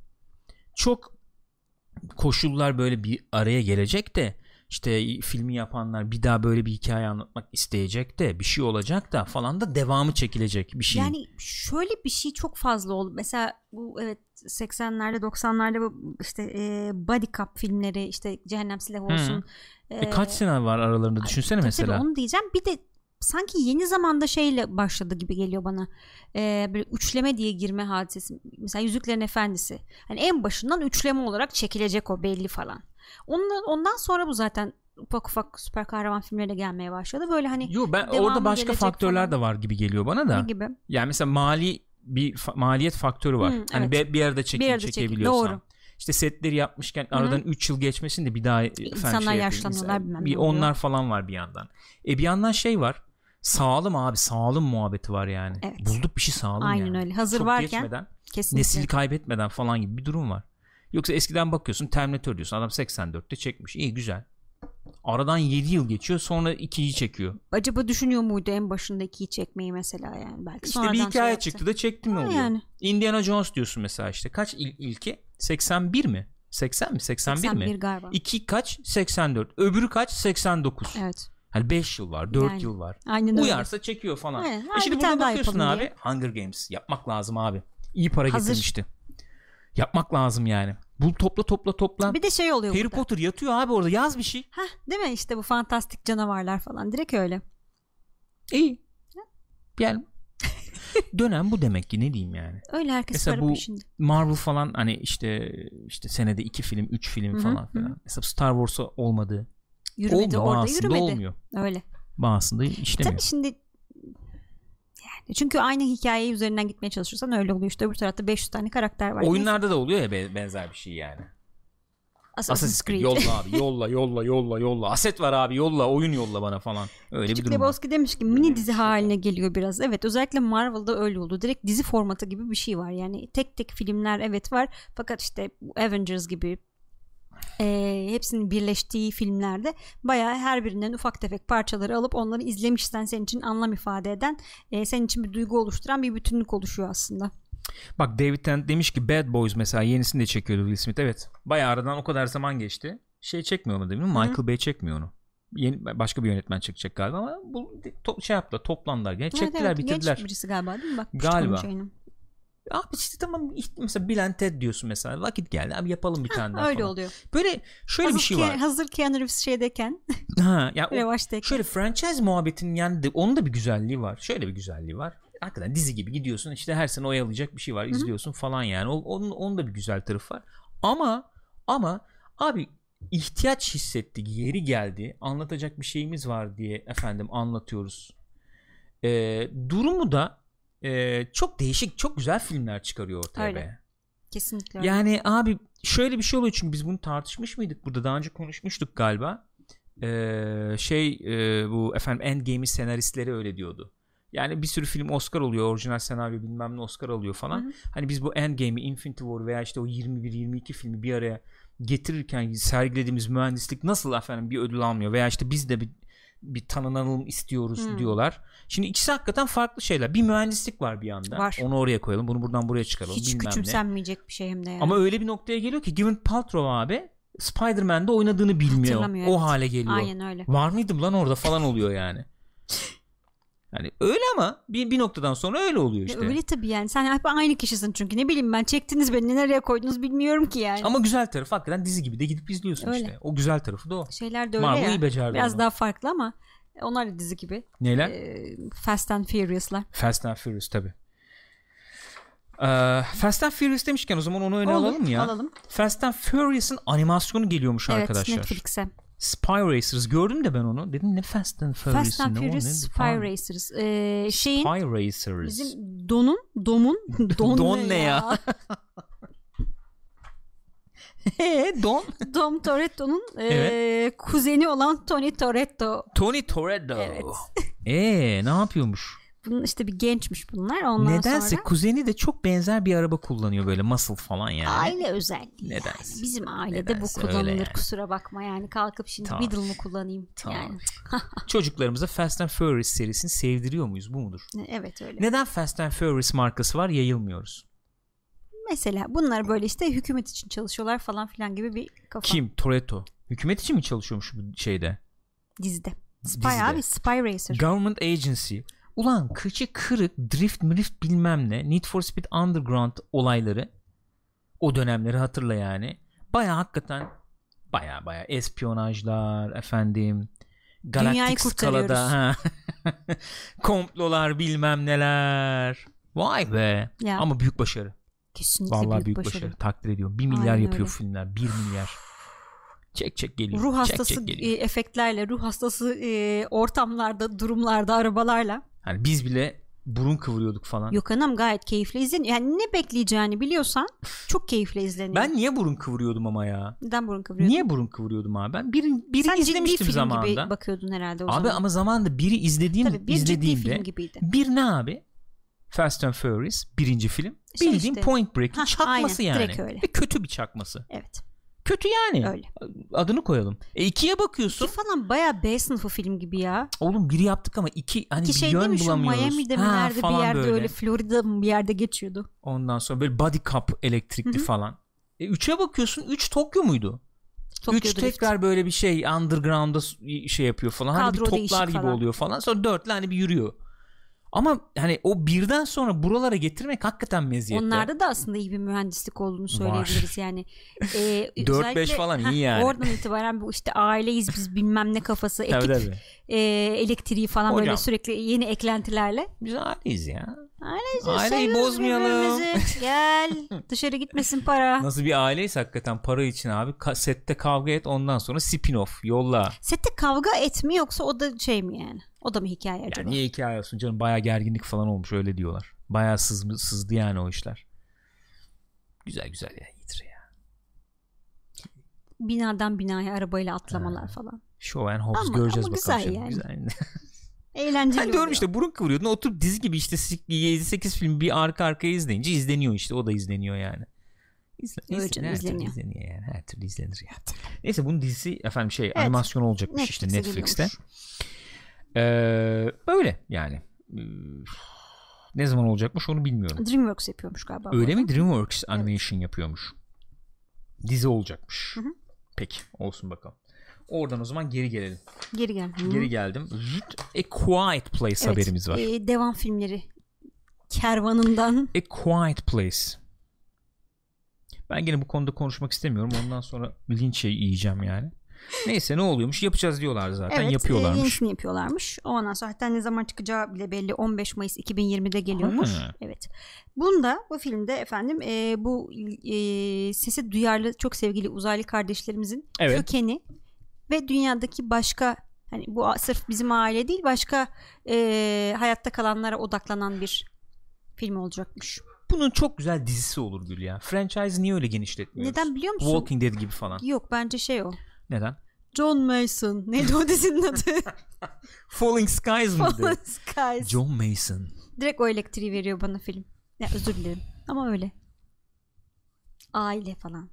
Çok koşullar böyle bir araya gelecek de işte filmi yapanlar bir daha böyle bir hikaye anlatmak isteyecek de bir şey olacak da falan da devamı çekilecek bir şey. Yani şöyle bir şey çok fazla oldu. Mesela bu evet seksenlerde doksanlarda bu işte e, body cop filmleri işte Cehennem Silahı olsun. E, e, kaç sene var aralarında düşünsene tabii mesela. Tabii onu diyeceğim. Bir de sanki yeni zamanda şeyle başladı gibi geliyor bana. Ee, böyle üçleme diye girme hadisesi. Mesela Yüzüklerin Efendisi. Hani en başından üçleme olarak çekilecek o belli falan. Ondan, ondan sonra bu zaten ufak ufak süper kahraman filmlerine gelmeye başladı. Böyle hani Yo, ben orada başka faktörler falan da var gibi geliyor bana da. Ne gibi? Yani mesela mali bir fa- maliyet faktörü var. Hmm, hani evet. bir yerde çekim bir çekebiliyorsan. Doğru. İşte setleri yapmışken Hı-hı. aradan üç yıl geçmesin de bir daha İnsanlar şey yaşlanıyorlar bilmem bir onlar falan var bir yandan. E bir yandan şey var. Sağlam abi sağlam muhabbeti var yani. Evet. Bulduk bir şey sağlam Aynen yani. öyle. Hazır Çok varken geçmeden, kesinlikle. Nesil kaybetmeden falan gibi bir durum var. Yoksa eskiden bakıyorsun Terminator diyorsun adam seksen dörtte çekmiş. İyi güzel. Aradan yedi yıl geçiyor sonra ikiyi çekiyor. Acaba düşünüyor muydu en başında ikiyi çekmeyi mesela yani belki İşte bir hikaye şey çıktı da çektim mi oluyor. Yani. Indiana Jones diyorsun mesela işte. Kaç il, ilki? seksen bir mi? seksen mi? seksen bir seksen bir mi? Galiba. İki kaç? seksen dört. Öbürü kaç? seksen dokuz. Evet. Hani beş yıl var, dört yani, yıl var. Uyarsa öyle. Çekiyor falan. Evet, e şimdi burada bakıyorsun abi diye. Hunger Games yapmak lazım abi. İyi para Hazır. getirmişti. Yapmak lazım yani. Bul topla topla topla. Bir de şey oluyor Harry burada. Potter yatıyor abi orada yaz bir şey. Heh, değil mi işte bu fantastik canavarlar falan direkt öyle. İyi. Yani dönem bu demek ki ne diyeyim yani. Öyle herkes mesela para bu peşinde. Marvel falan hani işte işte senede iki film, üç film Hı-hı. falan filan. Mesela Star Wars'a olmadı. Yürümedi olmuyor, orada yürümedi. Olmuyor. Öyle. Bazısında işlemiyor. Tabii şimdi yani Çünkü aynı hikayeyi üzerinden gitmeye çalışırsan öyle oluyor. İşte öbür tarafta beş yüz tane karakter var. Oyunlarda da oluyor ya benzer bir şey yani. Assassin's Creed. Yolla abi yolla yolla yolla yolla. Aset var abi yolla, oyun yolla bana falan. Öyle Küçük bir durum. Lebowski demiş ki mini dizi haline geliyor biraz. Evet, özellikle Marvel'da öyle oldu. Direkt dizi formatı gibi bir şey var. Yani tek tek filmler evet var. Fakat işte Avengers gibi e, hepsinin birleştiği filmlerde bayağı her birinden ufak tefek parçaları alıp onları izlemişsen senin için anlam ifade eden, e, senin için bir duygu oluşturan bir bütünlük oluşuyor aslında. Bak David Tennant demiş ki Bad Boys mesela yenisini de çekiyordu Will Smith. Evet. Bayağı aradan o kadar zaman geçti. Şey çekmiyor mu değil mi? Michael Hı-hı. Bay çekmiyor onu. Yeni, başka bir yönetmen çekecek galiba ama bu to, şey yaptılar, toplandılar. Yani çektiler, evet, evet, bitirdiler. Genç birisi galiba değil mi? Bak, galiba. Abi işte tamam işte mesela Bill and Ted diyorsun mesela. Vakit geldi abi yapalım bir ha, tane daha öyle falan. oluyor. Böyle şöyle hazır bir şey var. Ke- hazır Keanu Reeves şeydeyken. Ha, yani o, şöyle franchise muhabbetinin yani de, onun da bir güzelliği var. Şöyle bir güzelliği var. Hakikaten dizi gibi gidiyorsun işte her sene oyalayacak bir şey var, izliyorsun Hı-hı. falan yani. O, onun, onun da bir güzel tarafı var. Ama ama abi ihtiyaç hissettik, yeri geldi, anlatacak bir şeyimiz var diye efendim anlatıyoruz. Ee, durumu da e, çok değişik, çok güzel filmler çıkarıyor ortaya öyle. Be. Kesinlikle öyle. Yani abi şöyle bir şey oluyor çünkü biz bunu tartışmış mıydık burada, daha önce konuşmuştuk galiba. Ee, şey e, bu efendim Endgame'in senaristleri öyle diyordu. Yani bir sürü film Oscar oluyor, orijinal senaryo bilmem ne Oscar alıyor falan. Hı-hı. Hani biz bu Endgame'i, Infinity War veya işte o yirmi bir yirmi iki filmi bir araya getirirken sergilediğimiz mühendislik nasıl efendim bir ödül almıyor veya işte biz de bir bir tanınalım istiyoruz hmm. diyorlar. Şimdi ikisi hakikaten farklı şeyler. Bir mühendislik var bir yanda. Var. Onu oraya koyalım, bunu buradan buraya çıkaralım. Hiç küçümsenmeyecek ne. bir şey hem de yani. Ama öyle bir noktaya geliyor ki Gwyneth Paltrow abi Spider-Man'de oynadığını bilmiyor. O evet. hale geliyor. Aynen öyle. Var mıydım lan orada falan oluyor yani. Yani öyle ama bir, bir noktadan sonra öyle oluyor işte. Ya öyle tabii yani. Sen hep aynı kişisin çünkü. Ne bileyim ben, çektiniz beni nereye koydunuz bilmiyorum ki yani. Ama güzel tarafı hakikaten dizi gibi de gidip izliyorsun öyle. işte. O güzel tarafı da o. Şeyler de öyle Marvel ya. Becerdi biraz onu. Daha farklı ama onlar da dizi gibi. Neler? Ee, Fast and Furious'lar. Fast and Furious tabii. Ee, Fast and Furious demişken o zaman onu öne Olur, alalım ya. Alalım. Fast and Furious'ın animasyonu geliyormuş evet, arkadaşlar. Evet, Netflix'e. Spy Racers gördüm de ben onu. Dedim ne Fast and Furious? Fast and Furious Spy Racers. Ee, şeyin, Spy Racers. Bizim Don'un, Dom'un, Don, Don ne ya? ya? Eee Don? Dom Toretto'nun evet. e, kuzeni olan Tony Toretto. Tony Toretto. Evet. Eee ne yapıyormuş? Bunun işte bir gençmiş bunlar. Ondan nedense sonra... kuzeni de çok benzer bir araba kullanıyor böyle muscle falan yani. Aile özelliği. Nedense. Yani. Bizim ailede nedense bu kullanılır yani. Kusura bakma yani kalkıp şimdi tamam. Beetle mı kullanayım tamam. yani. Çocuklarımıza Fast and Furious serisini sevdiriyor muyuz, bu mudur? Evet öyle. Neden Fast and Furious markası var, yayılmıyoruz? Mesela bunlar böyle işte hükümet için çalışıyorlar falan filan gibi bir kafa. Kim? Toretto. Hükümet için mi çalışıyormuş bu şeyde? Dizide. Spy Dizide. Abi Spy Racer. Government Agency. Ulan kıçı kırık drift drift bilmem ne Need for Speed Underground olayları, o dönemleri hatırla yani. Baya hakikaten baya baya espiyonajlar efendim, galaktik skalada komplolar bilmem neler. Vay be ya. Ama büyük başarı. Kesinlikle vallahi büyük, büyük başarı. başarı takdir ediyorum. Bir milyar aynen yapıyor öyle. Filmler bir milyar. Çek çek geliyor. Ruh hastası çek, çek geliyor. efektlerle, ruh hastası e, ortamlarda, durumlarda, arabalarla. Hani biz bile burun kıvırıyorduk falan. Yok anam, gayet keyifli izleniyor. Yani ne bekleyeceğini biliyorsan çok keyifli izleniyor. Ben niye burun kıvırıyordum ama ya? Neden burun kıvırıyordun? Niye burun kıvırıyordum abi? Ben biri, biri sen izlemiştim zamanında. Sen ciddi film gibi bakıyordun herhalde o abi zaman. Abi ama zamanında biri izlediğim, tabii, bir izlediğimde bir ne abi? Fast and Furious birinci film. Şey bildiğim işte. Point Break'in çakması aynen, yani. Ve kötü bir çakması. Evet. Kötü yani. Öyle. Adını koyalım. E ikiye bakıyorsun. İki falan bayağı B sınıfı film gibi ya. Oğlum biri yaptık ama iki hani iki bir şey yön bulamıyoruz. Miami'de mi nerede bir yerde böyle. öyle Florida bir yerde geçiyordu. Ondan sonra böyle body cup elektrikli Hı-hı. falan. E üçe bakıyorsun. Üç Tokyo muydu? Tokyo üç Drift. Tekrar böyle bir şey underground'da şey yapıyor falan. Kadro hani bir toplar gibi falan. Oluyor falan. Sonra dörtle hani bir yürüyor. Ama hani o birden sonra buralara getirmek hakikaten meziyetli. Onlarda da aslında iyi bir mühendislik olduğunu söyleyebiliriz var. Yani. E, dört beş falan iyi yani. Oradan itibaren bu işte aileyiz biz bilmem ne kafası, ekip tabii, tabii. E, elektriği falan Hocam, böyle sürekli yeni eklentilerle. Biz aileyiz ya. Aileyi bozmayalım. Gel dışarı gitmesin para. Nasıl bir aileyse hakikaten para için abi. Ka- sette kavga et, ondan sonra spin-off yolla. Sette kavga et mi yoksa o da şey mi yani? O da mı hikaye acaba? Yani niye hikaye olsun canım, bayağı gerginlik falan olmuş öyle diyorlar. Bayağı sız, sızdı yani o işler. Güzel güzel ya, iyidir ya. Binadan binaya arabayla atlamalar ha. falan. Show and Hobbs göreceğiz ama bakalım. Güzel yani. Güzel. Eğlenceli ben diyorum oluyor. işte, burun kıvırıyordun, oturup dizi gibi işte yedi sekiz film bir arka arkaya izleyince izleniyor işte, o da izleniyor yani. İzle, evet, izle, canım, her izleniyor. türlü izleniyor yani, her türlü izlenir yani. Neyse bunun dizisi efendim şey evet. animasyon olacakmış Netflix'e işte Netflix'te. Ee, böyle yani. Ne zaman olacakmış onu bilmiyorum. DreamWorks yapıyormuş galiba. Öyle mi? DreamWorks evet. Animation yapıyormuş. Dizi olacakmış. Hı hı. Peki olsun bakalım. Oradan o zaman geri gelelim. Geri gel. Geri geldim. A Quiet Place evet, haberimiz var. E, devam filmleri kervanından. A Quiet Place. Ben yine bu konuda konuşmak istemiyorum. Ondan sonra linç yiyeceğim yani. Neyse, ne oluyormuş? Yapacağız diyorlar zaten. Evet, yapıyorlarmış. Evet, yenisini yapıyorlarmış. Ondan sonra hatta ne zaman çıkacağı bile belli. on beş Mayıs iki bin yirmide geliyormuş. Ha. Evet. Bunda, bu filmde efendim e, bu e, sesi duyarlı çok sevgili uzaylı kardeşlerimizin evet. kökeni ve dünyadaki başka, hani bu sırf bizim aile değil, başka e, hayatta kalanlara odaklanan bir film olacakmış. Bunun çok güzel dizisi olur Gül ya. Franchise niye öyle genişletmiyoruz? Neden biliyor musun? Walking Dead gibi falan. Yok, bence şey o. Neden? John Mason. Neydi o dizinin adı? Falling Skies mıydı? Falling Skies. John Mason. Direkt o elektriği veriyor bana film. Ya özür dilerim. Ama öyle. Aile falan.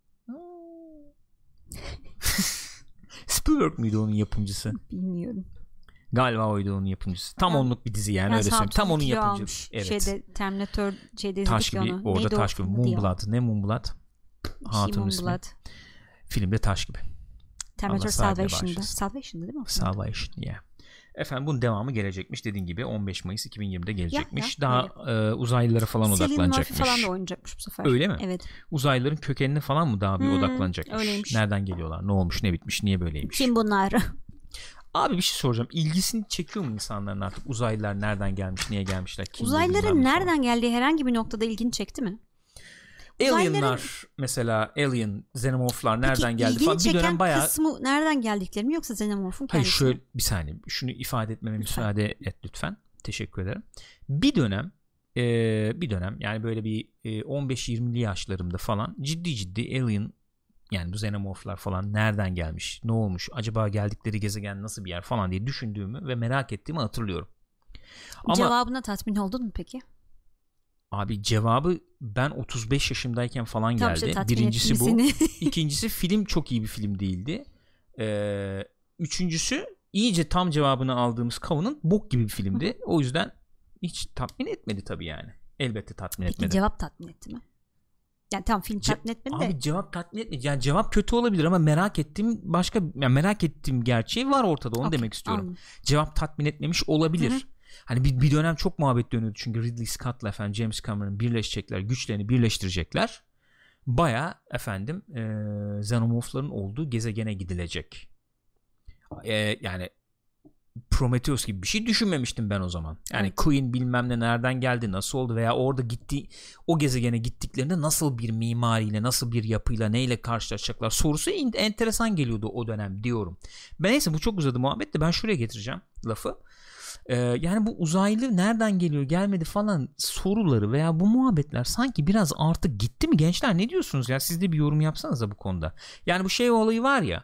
Spielberg miydi onun yapımcısı? Bilmiyorum. Galiba oydu onun yapımcısı. Tam yani, onluk bir dizi yani, yani öyle söyleyeyim. Tam onun yapımcısı. Evet. Şeyde Terminator şeyde taş gibi onu. Orada neydi taş gibi. Moonblood. Ne Moonblood? Hatun'un ismi. Filmde taş gibi. Terminator Salvation'da. Salvation'da değil mi? Salvation ya. Yeah. Efendim bunun devamı gelecekmiş. Dediğin gibi on beş Mayıs iki bin yirmide gelecekmiş. Ya, ya, daha e, uzaylılara falan Selin odaklanacakmış. Selin Murphy falan da oynayacakmış bu sefer. Öyle mi? Evet. Uzaylıların kökenine falan mı daha bir hmm, odaklanacakmış? Öyleymiş. Nereden geliyorlar? Ne olmuş? Ne bitmiş? Niye böyleymiş? Kim bunlar? Abi bir şey soracağım. İlgisini çekiyor mu insanların artık? Uzaylılar nereden gelmiş? Niye gelmişler? Kim Uzaylıların nereden falan geldiği herhangi bir noktada ilgini çekti mi? Alien'lar Uzaylıların... mesela Alien, Xenomorph'lar nereden Peki, geldi falan bir dönem bayağı. Kısmı nereden geldikleri mi yoksa Xenomorph'un kendisi? Hayır şöyle bir saniye şunu ifade etmeme lütfen. müsaade et lütfen. Teşekkür ederim. Bir dönem e, bir dönem yani böyle bir e, on beş yirmili yaşlarımda falan ciddi ciddi Alien, yani bu Xenomorph'lar falan nereden gelmiş? Ne olmuş? Acaba geldikleri gezegen nasıl bir yer falan diye düşündüğümü ve merak ettiğimi hatırlıyorum. Ama cevabına tatmin oldun mu peki? Abi cevabı ben otuz beş yaşımdayken falan geldi. Işte, birincisi bu. İkincisi film çok iyi bir film değildi. Ee, üçüncüsü iyice tam cevabını aldığımız Kavun'un bok gibi bir filmdi. Hı. O yüzden hiç tatmin etmedi tabii yani. Elbette tatmin Peki, etmedi. Peki cevap tatmin etti mi? Yani tam film Ce- tatmin etmedi abi de. Abi cevap tatmin etmedi. Yani cevap kötü olabilir ama merak ettiğim başka, yani merak ettiğim gerçeği var ortada. Onu okay, demek istiyorum. Anladım. Cevap tatmin etmemiş olabilir. Hı-hı. Hani bir, bir dönem çok muhabbet dönüyordu çünkü Ridley Scott'la efendim James Cameron birleşecekler, güçlerini birleştirecekler. Baya efendim e, Xenomorph'ların olduğu gezegene gidilecek. E, yani Prometheus gibi bir şey düşünmemiştim ben o zaman. Yani evet. Queen bilmem ne nereden geldi, nasıl oldu veya orada gitti, o gezegene gittiklerinde nasıl bir mimariyle, nasıl bir yapıyla, neyle karşılaşacaklar sorusu enteresan geliyordu o dönem diyorum. Ben neyse bu çok uzadı muhabbet de ben şuraya getireceğim lafı. Ee, yani bu uzaylı nereden geliyor gelmedi falan soruları veya bu muhabbetler sanki biraz artık gitti mi gençler, ne diyorsunuz ya, siz de bir yorum yapsanıza bu konuda. Yani bu şey olayı var ya,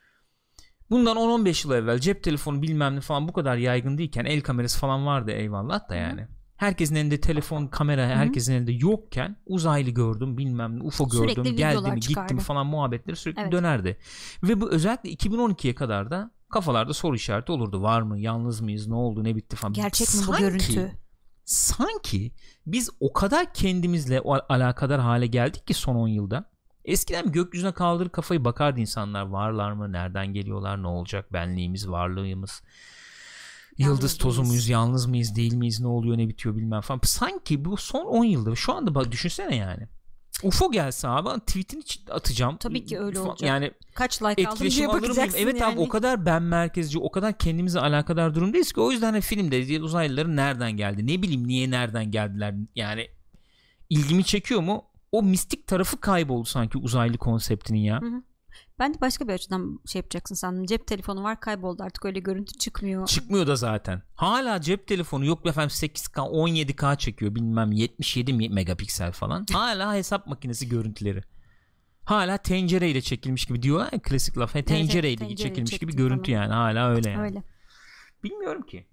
bundan on on beş yıl evvel cep telefonu bilmem ne falan bu kadar yaygın değilken, el kamerası falan vardı eyvallah da yani. Hı-hı. Herkesin elinde telefon, kamera, Hı-hı. herkesin elinde yokken uzaylı gördüm bilmem ne, U F O gördüm, sürekli geldi mi gitti mi falan muhabbetleri sürekli evet. dönerdi. Ve bu özellikle iki bin on ikiye kadar da kafalarda soru işareti olurdu. Var mı? Yalnız mıyız? Ne oldu? Ne bitti falan. Gerçek sanki, mi bu görüntü? Sanki biz o kadar kendimizle alakadar hale geldik ki son on yılda. Eskiden gökyüzüne kaldırır kafayı bakardı insanlar. Varlar mı? Nereden geliyorlar? Ne olacak? Benliğimiz, varlığımız. Yıldız tozu muyuz? Yalnız mıyız? Değil miyiz? Ne oluyor? Ne bitiyor bilmem falan. Sanki bu son on yılda. Şu anda bak düşünsene yani. U F O gelse abi tweetini atacağım. Tabii ki öyle olacak. Yani kaç like aldım diye bakacaksın evet yani. abi o kadar ben merkezci, o kadar kendimize alakadar durumdayız ki o yüzden de filmde uzaylıların nereden geldi, ne bileyim niye nereden geldiler, yani ilgimi çekiyor mu? O mistik tarafı kayboldu sanki uzaylı konseptinin ya. Hı hı. Ben de başka bir açıdan şey yapacaksın sandım. Cep telefonu var, kayboldu artık, öyle görüntü çıkmıyor. Çıkmıyor da zaten. Hala cep telefonu yok efendim, sekiz K on yedi K çekiyor bilmem yetmiş yedi megapiksel falan. Hala hesap makinesi görüntüleri. Hala tencereyle çekilmiş gibi diyorlar ya, klasik laf. He, tencereyle evet, çekilmiş gibi görüntü falan. Yani hala öyle yani. Öyle. Bilmiyorum ki.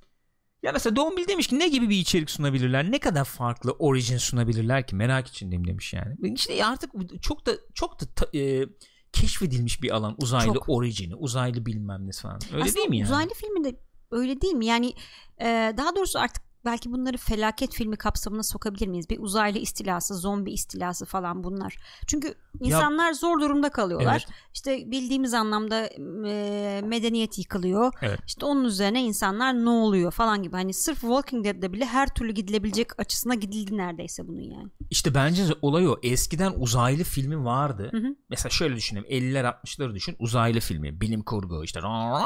Ya mesela Dombil demiş ki ne gibi bir içerik sunabilirler? Ne kadar farklı origin sunabilirler ki? Merak içindeyim demiş yani. İşte artık çok da çok da ta, e, keşfedilmiş bir alan uzaylı çok. Orijini, uzaylı bilmem ne falan. Öyle aslında değil mi yani? Uzaylı filmi de öyle değil mi? Yani e, daha doğrusu artık belki bunları felaket filmi kapsamına sokabilir miyiz? Bir uzaylı istilası, zombi istilası falan bunlar. Çünkü insanlar ya, zor durumda kalıyorlar. Evet. İşte bildiğimiz anlamda e, medeniyet yıkılıyor. Evet. İşte onun üzerine insanlar ne oluyor falan gibi. Hani sırf Walking Dead'de bile her türlü gidilebilecek açısına gidildi neredeyse bunun yani. İşte bence olay o. Eskiden uzaylı filmi vardı. Hı hı. Mesela şöyle düşünelim. elliler altmışları düşün. Uzaylı filmi, bilim kurgu işte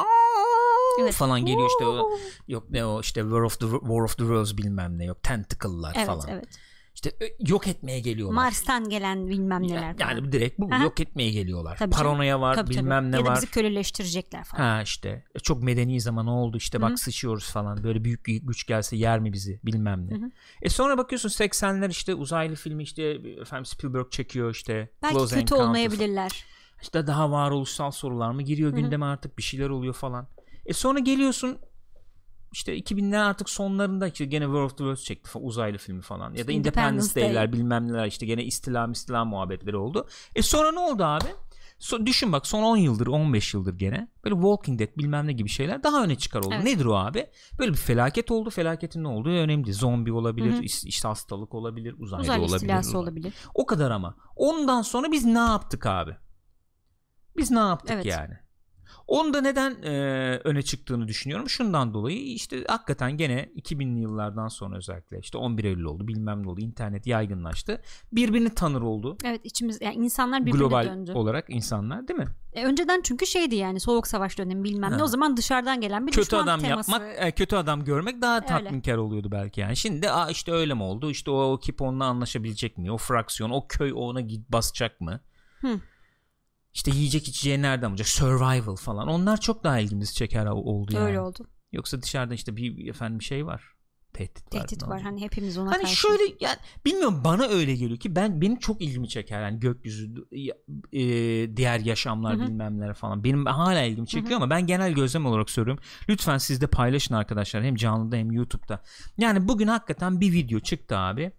evet. falan geliyor işte o, yok ne o işte War of the War of the Worlds bilmem ne, yok tentacle'lar evet, falan. Evet. İşte yok etmeye geliyorlar. Mars'tan gelen bilmem neler yani, falan. Yani direkt bu Aha. yok etmeye geliyorlar. Tabii Paranoya canım. var, tabii, bilmem tabii. ne ya var. Ya da bizi köleleştirecekler falan. Ha işte çok medeni zaman oldu işte Hı-hı. bak sıçıyoruz falan. Böyle büyük bir güç gelse yer mi bizi bilmem ne. Hı-hı. E sonra bakıyorsun seksenler işte uzaylı filmi işte efendim Spielberg çekiyor işte. Belki Close kötü Encounter olmayabilirler. Falan. İşte daha varoluşsal sorular mı giriyor Hı-hı. gündeme, artık bir şeyler oluyor falan. E sonra geliyorsun işte iki binler artık sonlarında işte gene War of the Worlds çekti falan, uzaylı filmi falan ya da Independence Day'ler Day. bilmem neler işte gene istila istila muhabbetleri oldu. E sonra ne oldu abi? So, düşün bak son on yıldır on beş yıldır gene böyle Walking Dead bilmem ne gibi şeyler daha öne çıkar oldu. Evet. Nedir o abi? Böyle bir felaket oldu. Felaketin ne olduğu önemli. Zombi olabilir, Hı-hı. işte hastalık olabilir, uzaylı, uzaylı olabilir. Uzaylı istilası olabilir. O kadar ama. Ondan sonra biz ne yaptık abi? Biz ne yaptık evet. yani? Onun da neden e, öne çıktığını düşünüyorum. Şundan dolayı işte hakikaten gene iki binli yıllardan sonra özellikle işte on bir Eylül oldu bilmem ne oldu. İnternet yaygınlaştı. Birbirini tanır oldu. Evet içimiz yani insanlar birbirine global döndü. Global olarak insanlar değil mi? E, önceden çünkü şeydi yani soğuk savaş dönemi bilmem ha. ne. O zaman dışarıdan gelen bir kötü düşman adam teması. yapmak, e, kötü adam görmek daha tatminkar oluyordu belki yani. Şimdi aa işte öyle mi oldu? İşte o ekip onunla anlaşabilecek mi? O fraksiyon, o köy ona basacak mı? Hı. İşte yiyecek içeceği nereden bulacak? Survival falan. Onlar çok daha ilgimizi çeker oldu yani. Öyle oldu. Yoksa dışarıda işte bir efendim bir şey var. Tehdit var. Tehdit var. Hani hepimiz ona hani karşı. şöyle yani bilmiyorum bana öyle geliyor ki ben benim çok ilgimi çeker yani gökyüzü e, diğer yaşamlar Hı-hı. bilmem neler falan. Benim hala ilgimi çekiyor Hı-hı. ama ben genel gözlem olarak söylüyorum. Lütfen siz de paylaşın arkadaşlar hem canlıda hem YouTube'da. Yani bugün hakikaten bir video çıktı abi.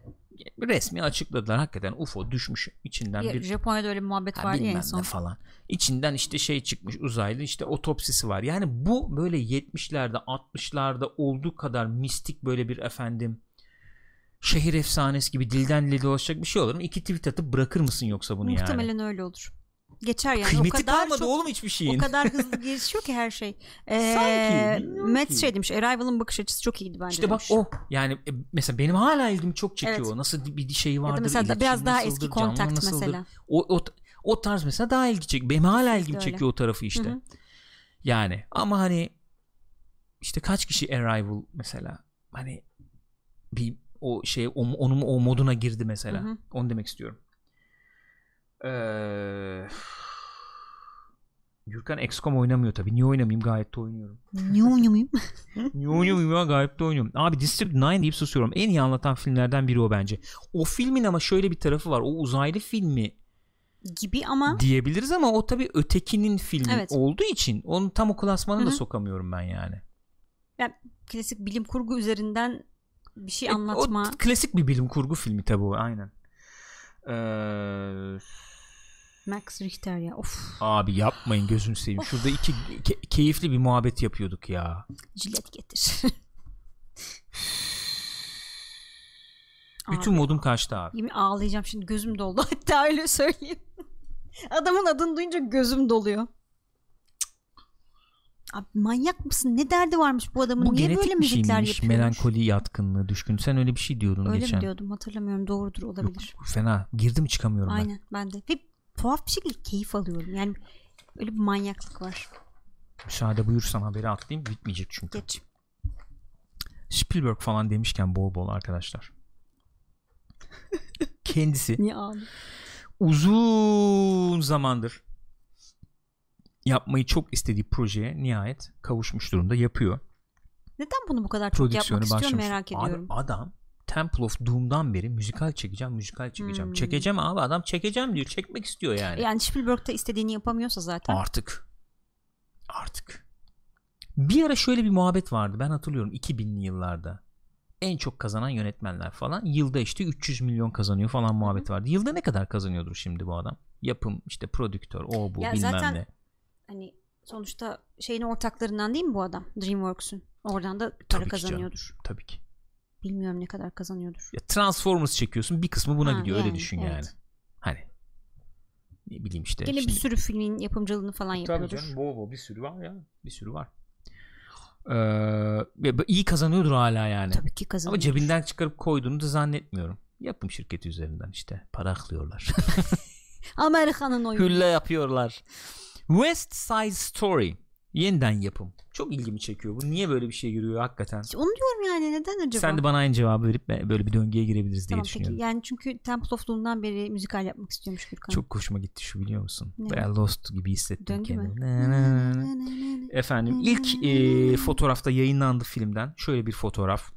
Resmi açıkladılar hakikaten U F O düşmüş içinden ya, bir Japonya'da öyle bir muhabbet var ya en son falan. İçinden işte şey çıkmış uzaylı işte otopsisi var. Yani bu böyle yetmişlerde altmışlarda olduğu kadar mistik böyle bir efendim şehir efsanesi gibi dilden dile dolaşacak bir şey olur mu? İki tweet atıp bırakır mısın yoksa bunu Muhtemelen yani? Muhtemelen öyle olur. Geçer yani. Kıymeti o kadar kalmadı çok, oğlum hiçbir şeyin. O kadar hızlı gelişiyor ki her şey. Ee, Sanki. Matt şey demiş. Arrival'ın bakış açısı çok iyiydi bence. İşte demiş. bak o. Yani e, mesela benim hala ilgimi çok çekiyor. Evet. Nasıl bir şey vardır. Ya da mesela biraz daha eski Contact mesela. O, o, o tarz mesela daha ilgi çekiyor. Benim hala ilgimi Öyle. çekiyor o tarafı işte. Hı-hı. Yani ama hani işte kaç kişi Arrival mesela hani bir o şey o, onun o moduna girdi mesela. Hı-hı. Onu demek istiyorum. Eee Gürkan X COM oynamıyor tabii. Niye oynamayayım? Gayet de oynuyorum. Niye oynamayayım? Niye oynamayayım ya? Gayet de oynuyorum. Abi District dokuz deyip susuyorum. En iyi anlatan filmlerden biri o bence. O filmin ama şöyle bir tarafı var. O uzaylı filmi gibi ama diyebiliriz ama o tabii ötekinin filmi evet. olduğu için onun tam o klasmanı da sokamıyorum ben yani. Yani klasik bilim kurgu üzerinden bir şey anlatma. E, o klasik bir bilim kurgu filmi tabii o. Aynen. Eee Max Richter ya of. Abi yapmayın gözünü seveyim. Şurada iki ke- keyifli bir muhabbet yapıyorduk ya. Jilet getir. Bütün abi, modum kaçtı abi. Yemin ağlayacağım şimdi gözüm doldu. Hatta öyle söyleyeyim. Adamın adını duyunca gözüm doluyor. Abi manyak mısın? Ne derdi varmış bu adamın? Bu Niye böyle müzikler şeymiş, yapıyormuş? melankoli yatkınlığı, düşkün. Sen öyle bir şey diyordun öyle geçen. Öyle mi diyordum? Hatırlamıyorum. Doğrudur, olabilir. Yok, fena. Girdi mi çıkamıyorum Aynen, ben. ben de. Ve tuhaf bir şekilde keyif alıyorum. Yani öyle bir manyaklık var. Müsaade buyursan haberi atlayayım. Bitmeyecek çünkü. Geç. Spielberg falan demişken bol bol arkadaşlar. Kendisi Niye abi? uzun zamandır yapmayı çok istediği projeye nihayet kavuşmuş durumda, yapıyor. Neden bunu bu kadar çok yapmak istiyor başlamış. merak ediyorum. Abi adam Temple of Doom'dan beri müzikal çekeceğim, müzikal çekeceğim. Hmm. Çekeceğim abi, adam çekeceğim diyor. Çekmek istiyor yani. Yani Spielberg de istediğini yapamıyorsa zaten. Artık. Artık. Bir ara şöyle bir muhabbet vardı. Ben hatırlıyorum iki binli yıllarda. En çok kazanan yönetmenler falan. Yılda işte üç yüz milyon kazanıyor falan muhabbet vardı. Yılda ne kadar kazanıyordur şimdi bu adam? Yapım, işte prodüktör, o bu ya bilmem zaten, ne. Hani sonuçta şeyin ortaklarından değil mi bu adam? DreamWorks'un. Oradan da para Tabii kazanıyordur. Canım, tabii ki. Bilmiyorum ne kadar kazanıyordur. Ya Transformers çekiyorsun, bir kısmı buna ha, gidiyor, yani, öyle düşün evet. yani. Hani ne bileyim işte. Gene şimdi... bir sürü filmin yapımcılığını falan yapıyordur. Tabii canım, bol bol bir sürü var ya. Bir sürü var. Ee, iyi kazanıyordur hala yani. Tabii ki kazanıyordur. Ama cebinden çıkarıp koyduğunu da zannetmiyorum. Yapım şirketi üzerinden işte para aklıyorlar. Amerika'nın oyunu. Hülle yapıyorlar. West Side Story yeniden yapım. Çok ilgimi çekiyor. Bu niye böyle bir şey giriyor hakikaten? İşte onu diyorum yani, neden acaba? Sen de bana aynı cevabı verip böyle bir döngüye girebiliriz diye tamam, düşünüyorum. Peki. Yani çünkü Temple of Doom'dan beri müzikal yapmak istiyormuş Gürkan. Çok hoşuma gitti şu, biliyor musun? Ne? Bayağı Lost gibi hissettim Döngü kendimi. mü? Efendim ilk e, fotoğrafta yayınlandı filmden. Şöyle bir fotoğraf.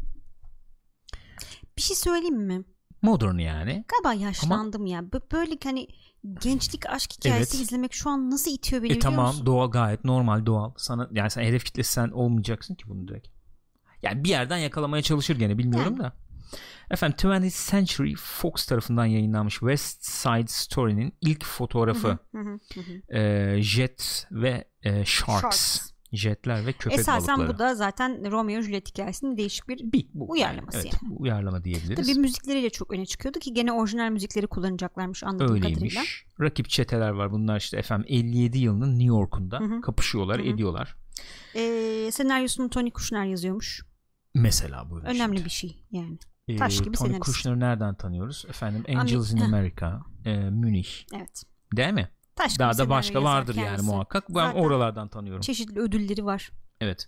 Bir şey söyleyeyim mi? Modern yani. Galiba yaşlandım Ama... ya. Böyle hani gençlik aşk hikayesi evet. izlemek şu an nasıl itiyor beni, e, biliyor tamam, musun? Doğal, gayet normal, doğal. Sana yani sen hedef kitlesi sen olmayacaksın ki bunu direkt. Yani bir yerden yakalamaya çalışır gene, bilmiyorum yani. da. Efendim twentieth Century Fox tarafından yayınlanmış West Side Story'nin ilk fotoğrafı. Hı hı, hı hı. E, Jet ve e, Sharks. Sharks. Jetler ve köpek Esasen balıkları. Esasen bu da zaten Romeo Juliet hikayesinin değişik bir, bir bu, uyarlaması yani. Evet, yani. Uyarlama diyebiliriz. Tabii müzikleriyle çok öne çıkıyordu ki gene orijinal müzikleri kullanacaklarmış anladığım Öyleymiş. kadarıyla. Rakip çeteler var. Bunlar işte efendim elli yedi yılının New York'unda hı hı. kapışıyorlar, hı hı. ediyorlar. Ee, senaryosunu Tony Kushner yazıyormuş. Mesela bu. Önemli şimdi. bir şey yani. Ee, Taş gibi Tony senarist. Kushner'ı nereden tanıyoruz? Efendim Angels Am- in America, e, Münih. Evet. Değil mi? Taş Daha da başka vardır kendisi. Yani muhakkak. Ben zaten oralardan tanıyorum. Çeşitli ödülleri var. Evet.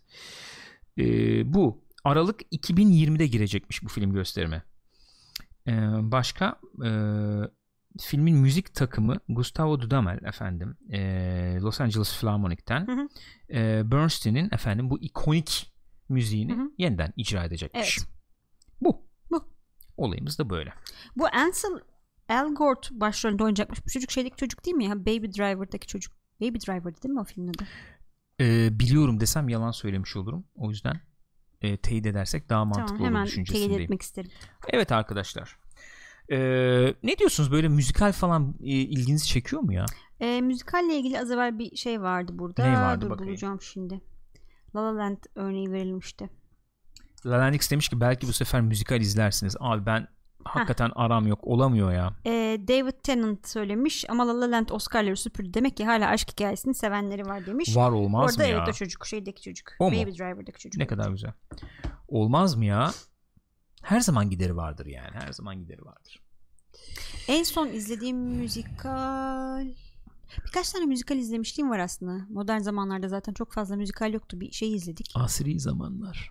Ee, bu Aralık iki bin yirmide girecekmiş bu film gösterime. Ee, başka e, filmin müzik takımı Gustavo Dudamel efendim e, Los Angeles Philharmonic'ten hı hı. E, Bernstein'in efendim bu ikonik müziğini hı hı. yeniden icra edecekmiş. Evet. Bu. Bu. Olayımız da böyle. Bu Ansel Elgort başrolünde oynayacakmış. Bu çocuk şeydeki çocuk değil mi ya? Baby Driver'daki çocuk. Baby Driver'dı değil mi o filmin adı? Ee, biliyorum desem yalan söylemiş olurum. O yüzden e, teyit edersek daha mantıklı tamam, olur düşüncesindeyim. Hemen teyit etmek isterim. Evet arkadaşlar. Ee, ne diyorsunuz, böyle müzikal falan e, ilginizi çekiyor mu ya? E, müzikalle ilgili az evvel bir şey vardı burada. Ne vardı Dur, bakayım. Bulacağım şimdi. La La Land örneği verilmişti. La La Land demiş ki belki bu sefer müzikal izlersiniz. Abi ben hakikaten Heh. aram yok, olamıyor ya. E, David Tennant söylemiş ama La La Land Oscar'ları süpürdü. Demek ki hala aşk hikayesini sevenleri var demiş. Var olmaz Orada mı ya? Orada evet o çocuk, şeydeki çocuk. O Baby mu? Driver'daki çocuk. Ne kadar güzel. Olmaz mı ya? Her zaman gideri vardır yani. Her zaman gideri vardır. En son izlediğim müzikal... Birkaç tane müzikal izlemişliğim var aslında. Modern zamanlarda zaten çok fazla müzikal yoktu. Bir şey izledik. Asri zamanlar.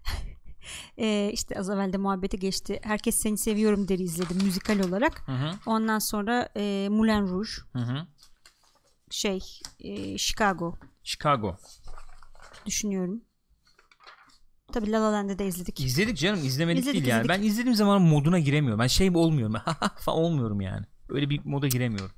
Ee, işte az evvel de muhabbete geçti. Herkes Seni Seviyorum deri izledim müzikal olarak. Hı hı. Ondan sonra e, Moulin Rouge. Hı hı. Şey e, Chicago. Chicago. Düşünüyorum. Tabii La La Land'ı da izledik. İzledik canım, izlemedik izledik, değil yani. izledik. Ben izlediğim zaman moduna giremiyorum. Ben şey olmuyorum. falan olmuyorum yani. Öyle bir moda giremiyorum.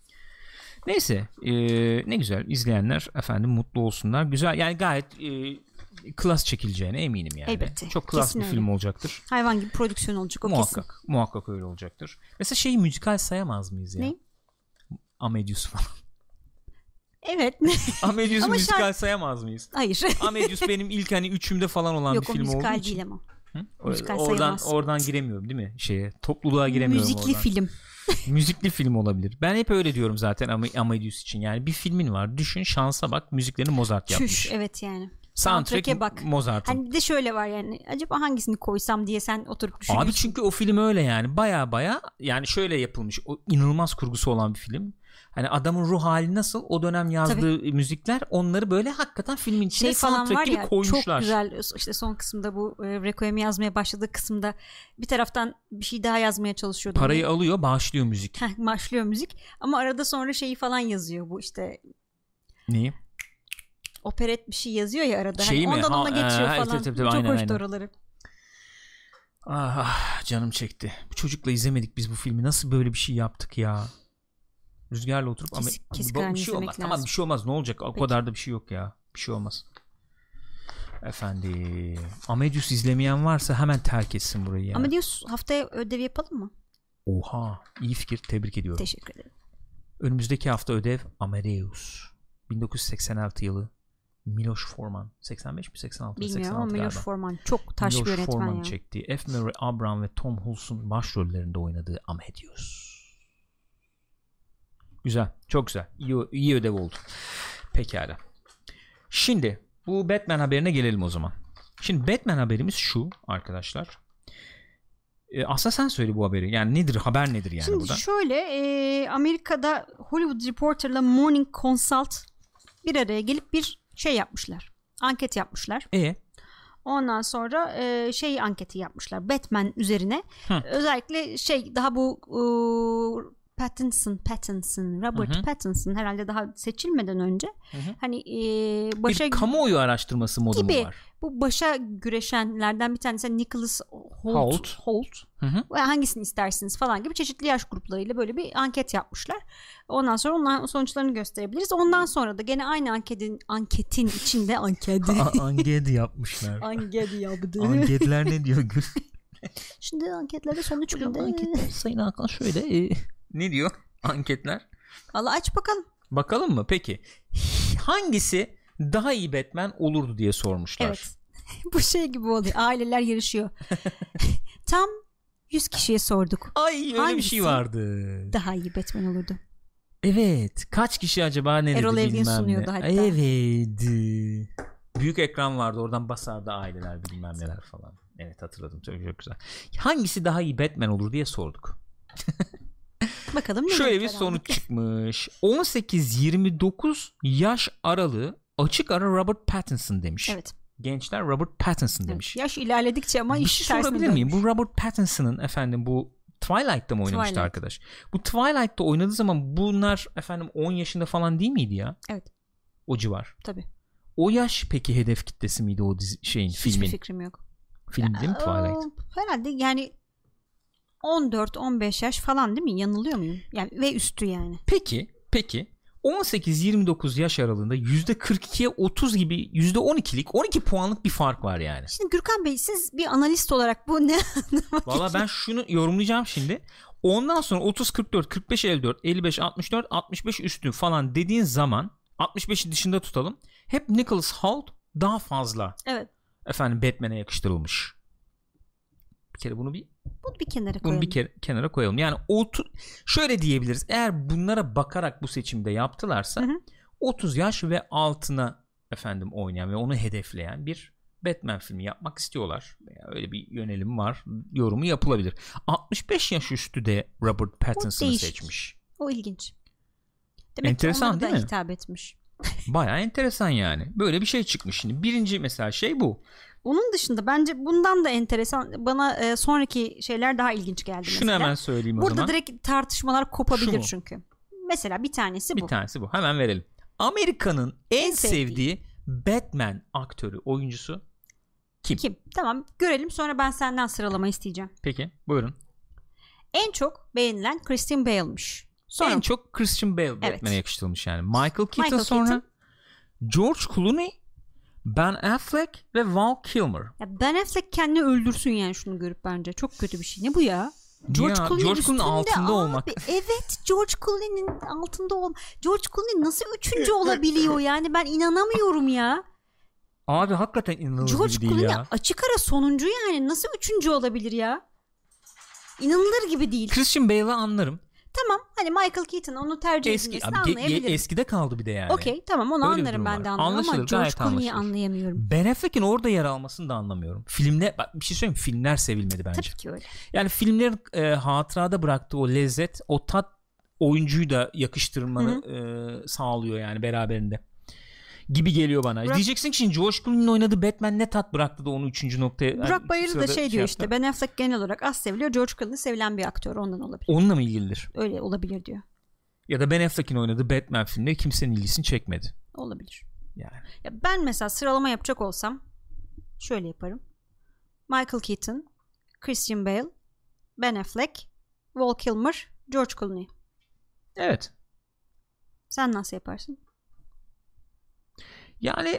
Neyse e, ne güzel, izleyenler efendim mutlu olsunlar. Güzel yani, gayet e, klas çekileceğine eminim yani. Elbette. Çok klas Kesin bir öyle. film olacaktır. Hayvan gibi prodüksiyon olacak o muhakkak, kesin. Muhakkak öyle olacaktır. Mesela şeyi müzikal sayamaz mıyız ya? Ne? Amadeus falan. Evet. Amadeus'u müzikal şart... sayamaz mıyız? Hayır. Amadeus benim ilk hani üçümde falan olan Yok, bir film olduğu için. Yok o müzikal değil ama. Hı? Müzikal oradan, sayamaz. Oradan giremiyorum değil mi? Şeye, topluluğa giremiyorum Müzikli oradan. film. Müzikli film olabilir. Ben hep öyle diyorum zaten Am- Amadeus için. Yani bir filmin var. Düşün, şansa bak, müziklerini Mozart yapmış. Çüş, evet yani. Soundtrack'e bak. Mozart'ın. Hani bir de şöyle var yani. Acaba hangisini koysam diye sen oturup düşünüyorsun. Abi çünkü o film öyle yani. Baya baya yani şöyle yapılmış. O inanılmaz kurgusu olan bir film. Hani adamın ruh hali nasıl, o dönem yazdığı Tabii. müzikler, onları böyle hakikaten filmin içine şey soundtrack gibi ya, koymuşlar. Çok güzel işte son kısımda bu e, Requiem'i yazmaya başladığı kısımda bir taraftan bir şey daha yazmaya çalışıyordu. Parayı yani. alıyor, bağışlıyor müzik. Heh, başlıyor müzik ama arada sonra şeyi falan yazıyor bu işte. Neyi? Operet bir şey yazıyor ya arada. Şey hani mi? Ondan ha, ona geçiyor e, falan. Tabii, tabii, çok aynen, hoştu aynen. oraları. Ah, ah canım çekti. Bu çocukla izlemedik biz bu filmi. Nasıl böyle bir şey yaptık ya? Rüzgarla oturup Kesik, ama kesik bir şey olmaz. Lazım. Tamam bir şey olmaz. Ne olacak? O Peki. kadar da bir şey yok ya. Bir şey olmaz. Efendim. Amadeus izlemeyen varsa hemen terk etsin burayı ya. Amadeus haftaya ödev yapalım mı? Oha, iyi fikir. Tebrik ediyorum. Teşekkür ederim. Önümüzdeki hafta ödev Amadeus. bin dokuz yüz seksen altı yılı. Miloš Forman. seksen beş mi seksen altı? Bilmiyorum seksen altı ama Miloš Forman çok taş bir yönetmen Forman ya. çektiği F. Murray Abraham ve Tom Hulce'un başrollerinde oynadığı Amadeus. Güzel. Çok güzel. İyi, iyi ödev oldu. Pekala. Şimdi bu Batman haberine gelelim o zaman. Şimdi Batman haberimiz şu arkadaşlar. Ee, aslında sen söyle bu haberi. Yani nedir? Haber nedir yani Şimdi burada? Şimdi şöyle e, Amerika'da Hollywood Reporter'la Morning Consult bir araya gelip bir şey yapmışlar. Anket yapmışlar. E Ondan sonra e, şey anketi yapmışlar. Batman üzerine. Hı. Özellikle şey daha bu e, Pattinson, Pattinson, Robert hı hı. Pattinson herhalde daha seçilmeden önce hı hı. hani e, başa bir kamuoyu araştırması modu gibi, mu var? Bu başa güreşenlerden bir tanesi Nicholas Hoult, Hoult. Hoult. Hı hı. Hangisini istersiniz falan gibi çeşitli yaş gruplarıyla böyle bir anket yapmışlar. Ondan sonra onların sonuçlarını gösterebiliriz. Ondan sonra da gene aynı anketin anketin içinde anket anket yapmışlar. Anket yaptı. Anketler ne diyor Gül? Şimdi anketlerde sonuç günde. Anketler Sayın Hakan şöyle. E, ne diyor anketler? Valla aç bakalım. Bakalım mı? Peki. Hangisi daha iyi Batman olurdu diye sormuşlar. Evet. Bu şey gibi oluyor. Aileler yarışıyor. Tam yüz kişiye sorduk. Ay öyle Hangisi bir şey vardı. Daha iyi Batman olurdu. Evet. Kaç kişi acaba ne dedi Erol bilmem Evgin ne. sunuyordu hatta. Evet. Büyük ekran vardı. Oradan basardı aileler bilmem neler falan. Evet hatırladım. Çok, çok güzel. Hangisi daha iyi Batman olur diye sorduk. Bakalım ne Şöyle bir sonuç çıkmış. on sekiz yirmi dokuz yaş aralığı açık ara Robert Pattinson demiş. Evet. Gençler Robert Pattinson demiş. Evet, yaş ilerledikçe ama bir iş şey sorabilir miyim? Bu Robert Pattinson'ın efendim bu Twilight'ta mı oynamıştı Twilight. arkadaş? Bu Twilight'ta oynadığı zaman bunlar efendim on yaşında falan değil miydi ya? Evet. O civar. Tabii. O yaş peki hedef kitlesi miydi o dizi, şeyin Hiçbir filmin? Hiçbir fikrim yok. Film değil mi Twilight? Herhalde yani on dört on beş yaş falan değil mi? Yanılıyor muyum? Yani ve üstü yani. Peki, peki. on sekiz yirmi dokuz yaş aralığında yüzde kırk ikiye otuz gibi yüzde on ikilik on iki puanlık bir fark var yani. Şimdi Gürkan Bey siz bir analist olarak bu ne anlamak? Valla ben şunu yorumlayacağım şimdi. Ondan sonra otuz kırk dört kırk beş elli dört elli beş altmış dört altmış beş üstü falan dediğin zaman altmış beşi dışında tutalım. Hep Nicholas Hoult daha fazla. Evet. Efendim Batman'e yakıştırılmış. Bir kere bunu bir bunu bir kenara koyalım. Bunu bir kere, kenara koyalım. Yani otu, şöyle diyebiliriz. Eğer bunlara bakarak bu seçimde yaptılarsa hı hı. otuz yaş ve altına efendim oynayan ve onu hedefleyen bir Batman filmi yapmak istiyorlar. Veya öyle bir yönelim var. Yorumu yapılabilir. altmış beş yaş üstü de Robert Pattinson'ı seçmiş. O ilginç. Demek enteresan ki değil mi? hitap etmiş. Bayağı enteresan yani. Böyle bir şey çıkmış şimdi. Birinci mesela şey bu. Onun dışında bence bundan da enteresan bana e, sonraki şeyler daha ilginç geldi. Şunu mesela. hemen söyleyeyim o Burada zaman. Burada direkt tartışmalar kopabilir çünkü. Mesela bir tanesi bu. Bir tanesi bu. Hemen verelim. Amerika'nın en, en sevdiği, sevdiği Batman aktörü, oyuncusu kim? Kim? Tamam görelim sonra ben senden sıralama isteyeceğim. Peki buyurun. En çok beğenilen Christian Bale'miş. Sonra... En çok Christian Bale Batman'e evet. yakıştırılmış yani. Michael Keaton Michael sonra Keaton. George Clooney, Ben Affleck ve Val Kilmer. Ya Ben Affleck kendini öldürsün yani şunu görüp bence. Çok kötü bir şey. Ne bu ya? George Clooney'nin altında abi. olmak. Evet, George Clooney'nin altında olmak. George Clooney nasıl üçüncü olabiliyor yani? Ben inanamıyorum ya. Abi hakikaten inanılır George gibi değil Clooney ya. Açık ara sonuncu yani. Nasıl üçüncü olabilir ya? İnanılır gibi değil. Christian Bale'ı anlarım. Tamam hani Michael Keaton onu tercih Eski, edilmesini abi, ge- anlayabilirim. ge- eskide kaldı bir de yani. Okey tamam onu Öyle bir anlarım durum ben var. de anlıyorum Anlaşılır, ama George gayet Clooney'i anlaşılır. anlayamıyorum. Ben Affleck'in orada yer almasını da anlamıyorum. Filmde bak bir şey söyleyeyim mi? Filmler sevilmedi bence. Tabii ki öyle. Yani filmlerin e, hatırada bıraktığı o lezzet, o tat oyuncuyu da yakıştırmanı e, sağlıyor yani beraberinde. Gibi geliyor bana. Burak, Diyeceksin ki şimdi George Clooney'nin oynadığı Batman ne tat bıraktı da onu üçüncü noktaya. Burak yani Bayırlı da şey diyor şey işte Ben Affleck genel olarak az seviliyor. George Clooney sevilen bir aktör ondan olabilir. Onunla mı ilgilidir? Öyle olabilir diyor. Ya da Ben Affleck'in oynadığı Batman filminde kimsenin ilgisini çekmedi. Olabilir. Yani. Ya ben mesela sıralama yapacak olsam şöyle yaparım. Michael Keaton, Christian Bale, Ben Affleck, Val Kilmer, George Clooney. Evet. Sen nasıl yaparsın? Yani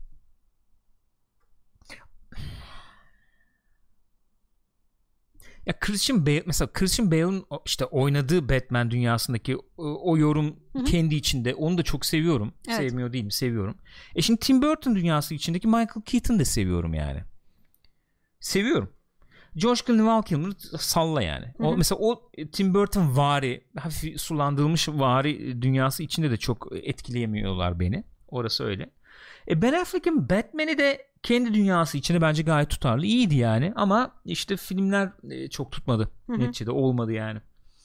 ya Christian Bale mesela Christian Bale'ın işte oynadığı Batman dünyasındaki o, o yorum Hı-hı. kendi içinde onu da çok seviyorum. Evet. Sevmiyor değilim, seviyorum. E şimdi Tim Burton dünyası içindeki Michael Keaton'ı da seviyorum yani. Seviyorum. George Clooney, Val Kilmer salla yani. O Hı-hı. mesela o Tim Burton vari, hafif sulandırılmış vari dünyası içinde de çok etkileyemiyorlar beni. Orası öyle. E Ben Affleck'in Batman'i de kendi dünyası içine bence gayet tutarlı. İyiydi yani ama işte filmler çok tutmadı. Hı hı. Neticede olmadı yani.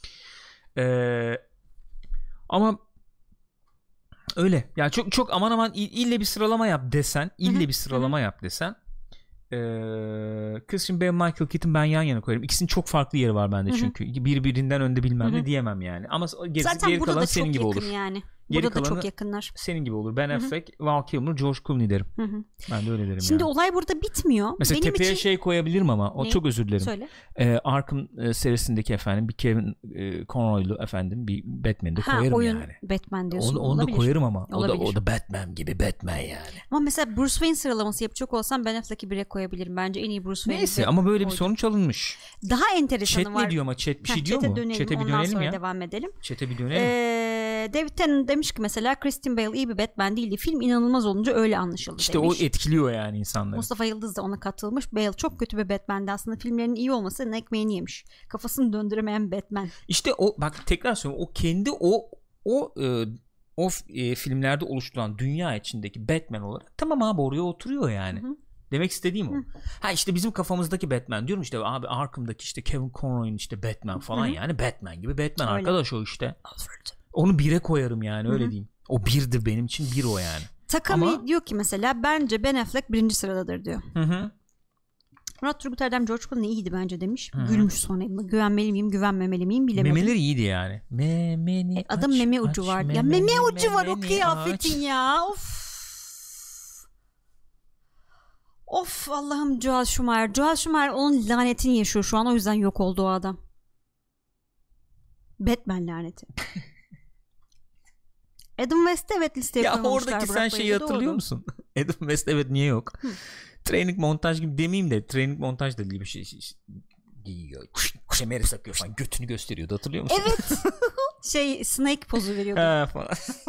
Ee, ama öyle. Yani çok çok aman aman ille bir sıralama yap desen, ille hı hı. bir sıralama hı hı. yap desen Ee, Christian Bale, Michael Keaton ben yan yana koyarım. İkisinin çok farklı yeri var bende çünkü. Hı-hı. Birbirinden önde bilmem Hı-hı. ne diyemem yani. Ama gerisi, zaten geri burada kalan da senin çok gibi yakın olur. Yani. Geri burada da çok yakınlar. Senin gibi olur. Ben Affleck, Val Kilmer, George Clooney derim. Hı-hı. Ben de öyle derim. Şimdi yani. olay burada bitmiyor. Mesela Benim tepeye için... şey koyabilirim ama o ne? Çok özür dilerim. Söyle. Ee, Arkham e, serisindeki efendim bir Kevin e, Conroy'lu efendim bir Batman'i de ha, koyarım oyun yani. Batman diyorsun. Onu, onu da koyarım ama. O da, Olabilir. o da Batman gibi Batman yani. Ama mesela Bruce Wayne sıralaması yapacak olsam Ben Affleck'i bire koyabilirim. Bence en iyi Bruce Wayne. Neyse ama böyle bir sonuç alınmış. Daha enteresanı chat var. Chat ne diyor ama chat bir ha, şey diyor mu? Dönelim, Chat'e bir ondan dönelim sonra ya. devam edelim. Chat'e bir dönelim. Ee, David Tennant demiş ki mesela Christian Bale iyi bir Batman değildi. Film inanılmaz olunca öyle anlaşıldı İşte demiş. o etkiliyor yani insanları. Mustafa Yıldız da ona katılmış. Bale çok kötü bir Batman'di. Aslında filmlerin iyi olması ekmeğini yemiş. Kafasını döndüremeyen Batman. İşte o bak tekrar söylüyorum. O kendi o o e, o e, filmlerde oluşturulan dünya içindeki Batman olarak tamam abi oraya oturuyor yani. Hı hı. Demek istediğim o. Hı. Ha işte bizim kafamızdaki Batman diyorum işte abi Arkham'daki işte Kevin Conroy'un işte Batman falan Hı-hı. yani Batman gibi Batman öyle. Arkadaş o işte. Alfred. Onu bire koyarım yani Hı-hı. öyle diyeyim. O birdir benim için bir o yani. Takami Ama... diyor ki mesela bence Ben Affleck birinci sıradadır diyor. Hı-hı. Murat Turgut Erdem George Clooney iyiydi bence demiş. Hı-hı. Gülmüş sonra. Güvenmeli miyim güvenmemeli miyim bilemedim. Memeleri iyiydi yani. Memeni e, adam aç, meme ucu var. Ya meme, meme ucu var o kıyafetin aç. Ya. Of. Of Allah'ım Joel Schumacher. Joel Schumacher onun lanetini yaşıyor şu an. O yüzden yok oldu o adam. Batman laneti. Adam West evet listeye koymamışlar. Ya oradaki sen şeyi hatırlıyor doğru. musun? Adam West evet niye yok? Hı. Training montaj gibi demeyeyim de training montaj da değil bir şey. Giyiyor. Kemeri sakıyor falan. Götünü gösteriyordu hatırlıyor musun? Evet. şey Snake pozu veriyordu. Ha, falan.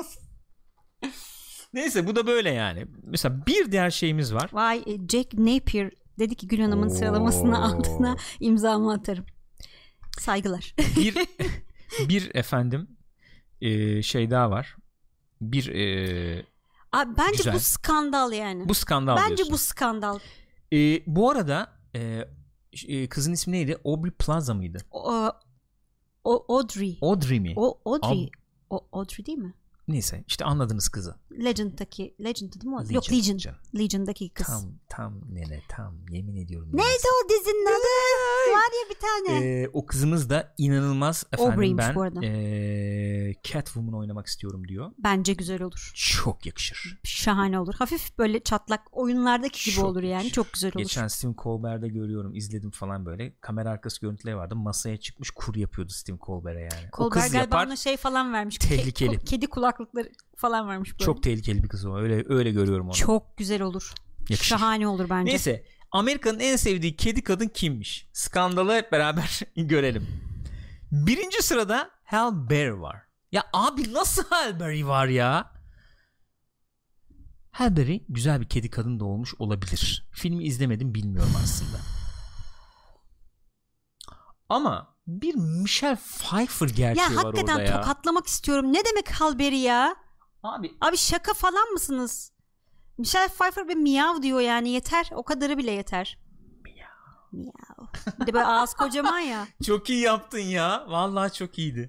Neyse bu da böyle yani. Mesela bir diğer şeyimiz var. Vay Jack Napier dedi ki Gül Hanım'ın Oo. sıralamasını altına imzamı atarım. Saygılar. Bir bir efendim e, şey daha var. Bir e, Abi bence güzel. bu skandal yani. Bu skandal Bence diyorsun. bu skandal. E, bu arada e, kızın ismi neydi? Aubrey Plaza mıydı? O, o Audrey. Audrey mi? O Audrey. Ab- o Audrey değil mi? Neyse işte anladınız kızı. Legend'daki Legend değil mi o? Legion, Yok Legion. Legion. Legion'daki kız. Tam tam nene tam yemin ediyorum. Neydi neyse. O dizinin adı? Var ya bir tane. Ee, o kızımız da inanılmaz efendim Aubrey'miş ben e, Catwoman oynamak istiyorum diyor. Bence güzel olur. Çok yakışır. Şahane olur. Hafif böyle çatlak oyunlardaki gibi çok olur yani. Yakışır. Çok güzel olur. Geçen Stephen Colbert'de görüyorum izledim falan böyle. Kamera arkası görüntüleri vardı. Masaya çıkmış kur yapıyordu Stephen Colbert'e yani. Colbert o kız galiba yapar. Ona şey falan vermiş. Tehlikeli. Ke- kedi kulaklıkları falan varmış böyle. Çok tehlikeli bir kız o. Öyle öyle görüyorum onu. Çok güzel olur. Yakışır. Şahane olur bence. Neyse Amerika'nın en sevdiği kedi kadın kimmiş? Skandalı hep beraber görelim. Birinci sırada Halle Berry var. Ya abi nasıl Halle Berry var ya? Halle Berry güzel bir kedi kadın da olmuş olabilir. Filmi izlemedim bilmiyorum aslında. Ama bir Michelle Pfeiffer gerçeği ya var orada ya. Ya hakikaten tokatlamak istiyorum. Ne demek Halberry ya? Abi. Abi şaka falan mısınız? Michelle Pfeiffer bir miyav diyor yani, yeter. O kadarı bile yeter. Miyav. Miyav. Bir de böyle ağız kocaman ya. Çok iyi yaptın ya. Vallahi çok iyiydi.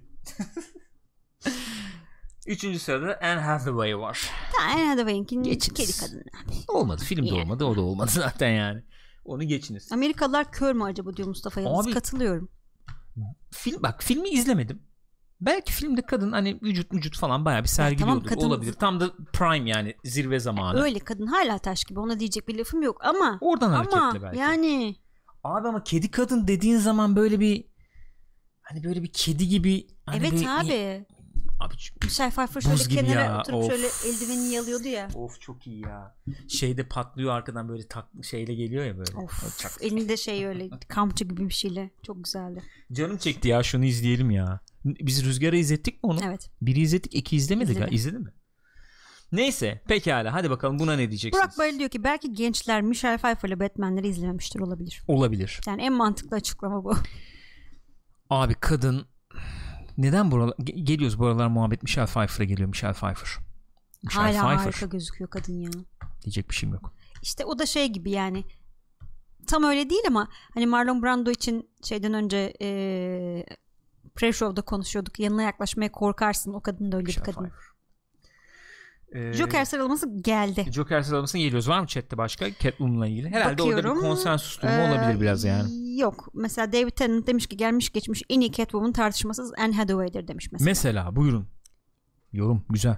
Üçüncü sırada Anne Hathaway var. Anne Hathaway'in kedi kadın. Olmadı. Filmde yani. olmadı. O da olmadı zaten yani. Onu geçiniz. Amerikalılar kör mü acaba diyor Mustafa Yıldız. Abi, katılıyorum. Film, bak filmi izlemedim. Belki filmde kadın hani vücut vücut falan bayağı bir sergiliyordur. Tamam, kadın... Olabilir. Tam da prime yani zirve zamanı. Öyle, kadın hala taş gibi. Ona diyecek bir lafım yok ama. Oradan ama, hareketle belki. Yani. Abi ama kedi kadın dediğin zaman böyle bir hani böyle bir kedi gibi. Hani evet böyle, abi. Abi Michelle Pfeiffer şöyle kenara ya. Oturup of. Şöyle eldivenini yalıyordu ya. Of çok iyi ya. Şeyde patlıyor arkadan böyle tak, şeyle geliyor ya böyle. Of. Çak. Elinde şey öyle kamçı gibi bir şeyle. Çok güzeldi. Canım çekti ya, şunu izleyelim ya. Biz Rüzgar'ı izlettik mi onu? Evet. Biri izlettik, iki izlemedik. İzledim. Ha. İzledin mi? Neyse pekala, hadi bakalım buna ne diyeceksiniz? Burak Bayıl diyor ki belki gençler Michelle Pfeiffer'la Batman'leri izlememiştir, olabilir. Olabilir. Yani en mantıklı açıklama bu. Abi kadın neden buralar geliyoruz, bu aralar muhabbet Michelle Pfeiffer'a geliyor. Michelle Pfeiffer. Michelle Hala Pfeiffer. Harika gözüküyor kadın ya. Diyecek bir şeyim yok. İşte o da şey gibi yani. Tam öyle değil ama hani Marlon Brando için şeyden önce ee, pre-show'da konuşuyorduk. Yanına yaklaşmaya korkarsın. O kadın da öyle Michelle bir kadın. Ee, Joker sıralaması geldi. Joker sıralamasına geliyoruz. Var mı chatte başka Catwoman'la ilgili? Herhalde bakıyorum, orada bir konsensus durumu ee, olabilir biraz yani. Yok. Mesela David Tennant demiş ki gelmiş geçmiş en iyi Catwoman tartışmasız Anne Hathaway'dir demiş mesela. Mesela buyurun. Yorum güzel.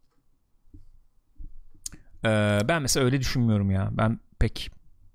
Ee, ben mesela öyle düşünmüyorum ya. Ben pek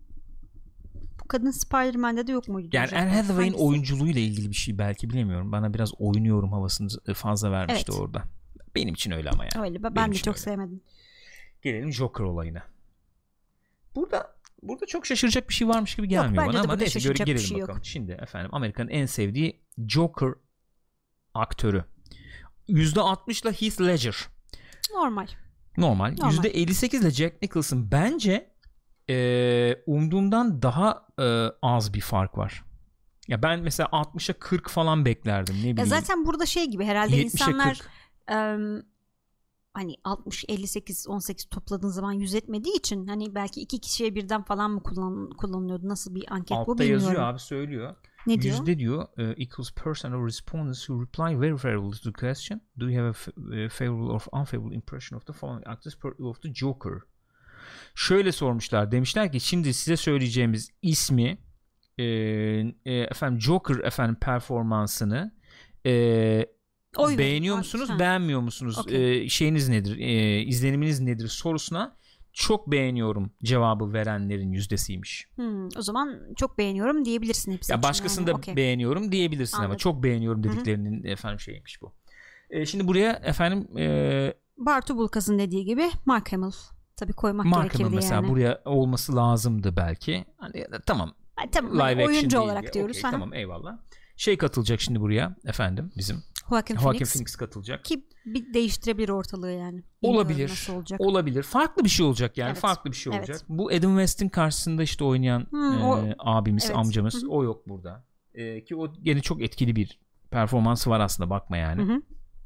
bu kadın Spider-Man'de de yok muydu? Yani Anne Hathaway'in oyunculuğuyla ilgili bir şey belki, bilemiyorum. Bana biraz oynuyorum havasını fazla vermişti evet. orada. Benim için öyle ama yani. Öyle. Ben Benim de çok öyle. sevmedim. Gelelim Joker olayına. Burada burada çok şaşıracak bir şey varmış gibi gelmiyor Yok, bana ama neyse göre gelelim şey bakalım. Yok. Şimdi efendim Amerika'nın en sevdiği Joker aktörü. yüzde altmış ile Heath Ledger. Normal. Normal. Normal. yüzde elli sekiz ile Jack Nicholson. Bence e, umduğumdan daha e, az bir fark var. Ya ben mesela altmışa kırk falan beklerdim. Ne bileyim. Ya zaten burada şey gibi herhalde insanlar Um, hani altmış elli sekiz on sekiz topladığın zaman yüz etmediği için hani belki iki kişiye birden falan mı kullan, kullanılıyordu, nasıl bir anket altta bu bilmiyorum. Altta yazıyor abi, söylüyor. Ne diyor? Yüzde diyor uh, equals percent of respondents who reply very favorably to the question. Do you have a f- favorable or unfavorable impression of the following actors of the Joker? Şöyle sormuşlar, demişler ki şimdi size söyleyeceğimiz ismi e, e, efendim Joker efendim performansını e, Oy beğeniyor verin. musunuz, ha. beğenmiyor musunuz? Okay. Ee, şeyiniz nedir? Ee, izleniminiz nedir sorusuna çok beğeniyorum cevabı verenlerin yüzdesiymiş. Hmm, o zaman çok beğeniyorum diyebilirsin hepsi. Ya başkasını yani. da okay. beğeniyorum diyebilirsin. Anladım. Ama çok beğeniyorum dediklerinin Hı-hı. efendim şeymiş bu. Ee, şimdi buraya efendim e... Bartu Bulkas'ın dediği gibi Mark Hamill tabii koymak Mark gerekirdi Hamill mesela yani. Buraya olması lazımdı belki. Hani tamam. Ay, tamam. Live oyuncu olarak diye. diyoruz. Okay, tamam eyvallah. Şey katılacak şimdi buraya efendim bizim Joaquin Joaquin Phoenix. Phoenix katılacak. Ki bir değiştirebilir ortalığı yani. Olabilir. Nasıl olacak? Olabilir. Farklı bir şey olacak yani. Evet. Farklı bir şey evet. olacak. Bu Adam West'in karşısında işte oynayan hmm, e, o... abimiz, evet. amcamız Hı-hı. o yok burada. E, ki o gene çok etkili bir performansı var aslında, bakma yani. Hı-hı.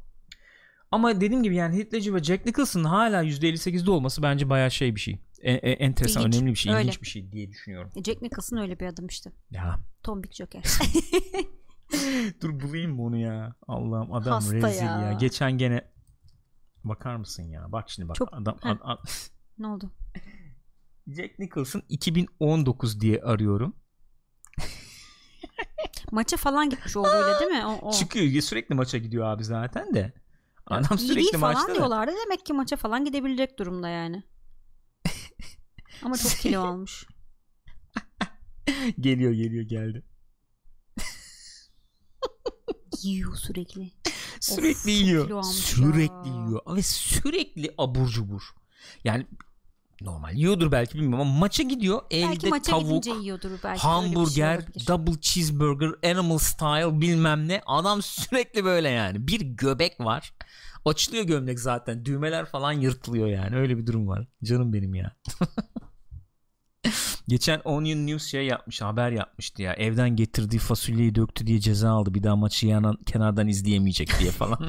Ama dediğim gibi yani Heath Ledger ve Jack Nicholson'ın hala yüzde elli sekizde olması bence bayağı şey bir şey. E, e, enteresan, İlginç. önemli bir şey, öyle. ilginç bir şey diye düşünüyorum. Jack Nicholson öyle bir adam işte. Ya. Tombik Joker. Dur bulayım mı onu ya? Allah'ım adam Hasta rezil ya. ya. Geçen gene bakar mısın ya? Bak şimdi bak. Çok... adam ad, ad... Ne oldu? Jack Nicholson iki bin on dokuz diye arıyorum. Maça falan gitmiş oldu öyle değil mi? O, o. Çıkıyor sürekli maça gidiyor abi zaten de. Adam ya, sürekli falan maçta diyorlardı. Da. Demek ki maça falan gidebilecek durumda yani. Ama çok kilo almış. Geliyor geliyor geldi. Yiyor sürekli. Sürekli of, yiyor. Sürekli ya. yiyor. Ve sürekli abur cubur. Yani normal yiyordur belki, bilmiyorum ama maça gidiyor. Belki elde tavuk, belki hamburger, şey double cheeseburger, animal style bilmem ne. Adam sürekli böyle yani. Bir göbek var. Açılıyor gömlek zaten. Düğmeler falan yırtılıyor yani. Öyle bir durum var. Canım benim ya. Geçen Onion News şey yapmış, haber yapmıştı ya. Evden getirdiği fasulyeyi döktü diye ceza aldı. Bir daha maçı yanan kenardan izleyemeyecek diye falan.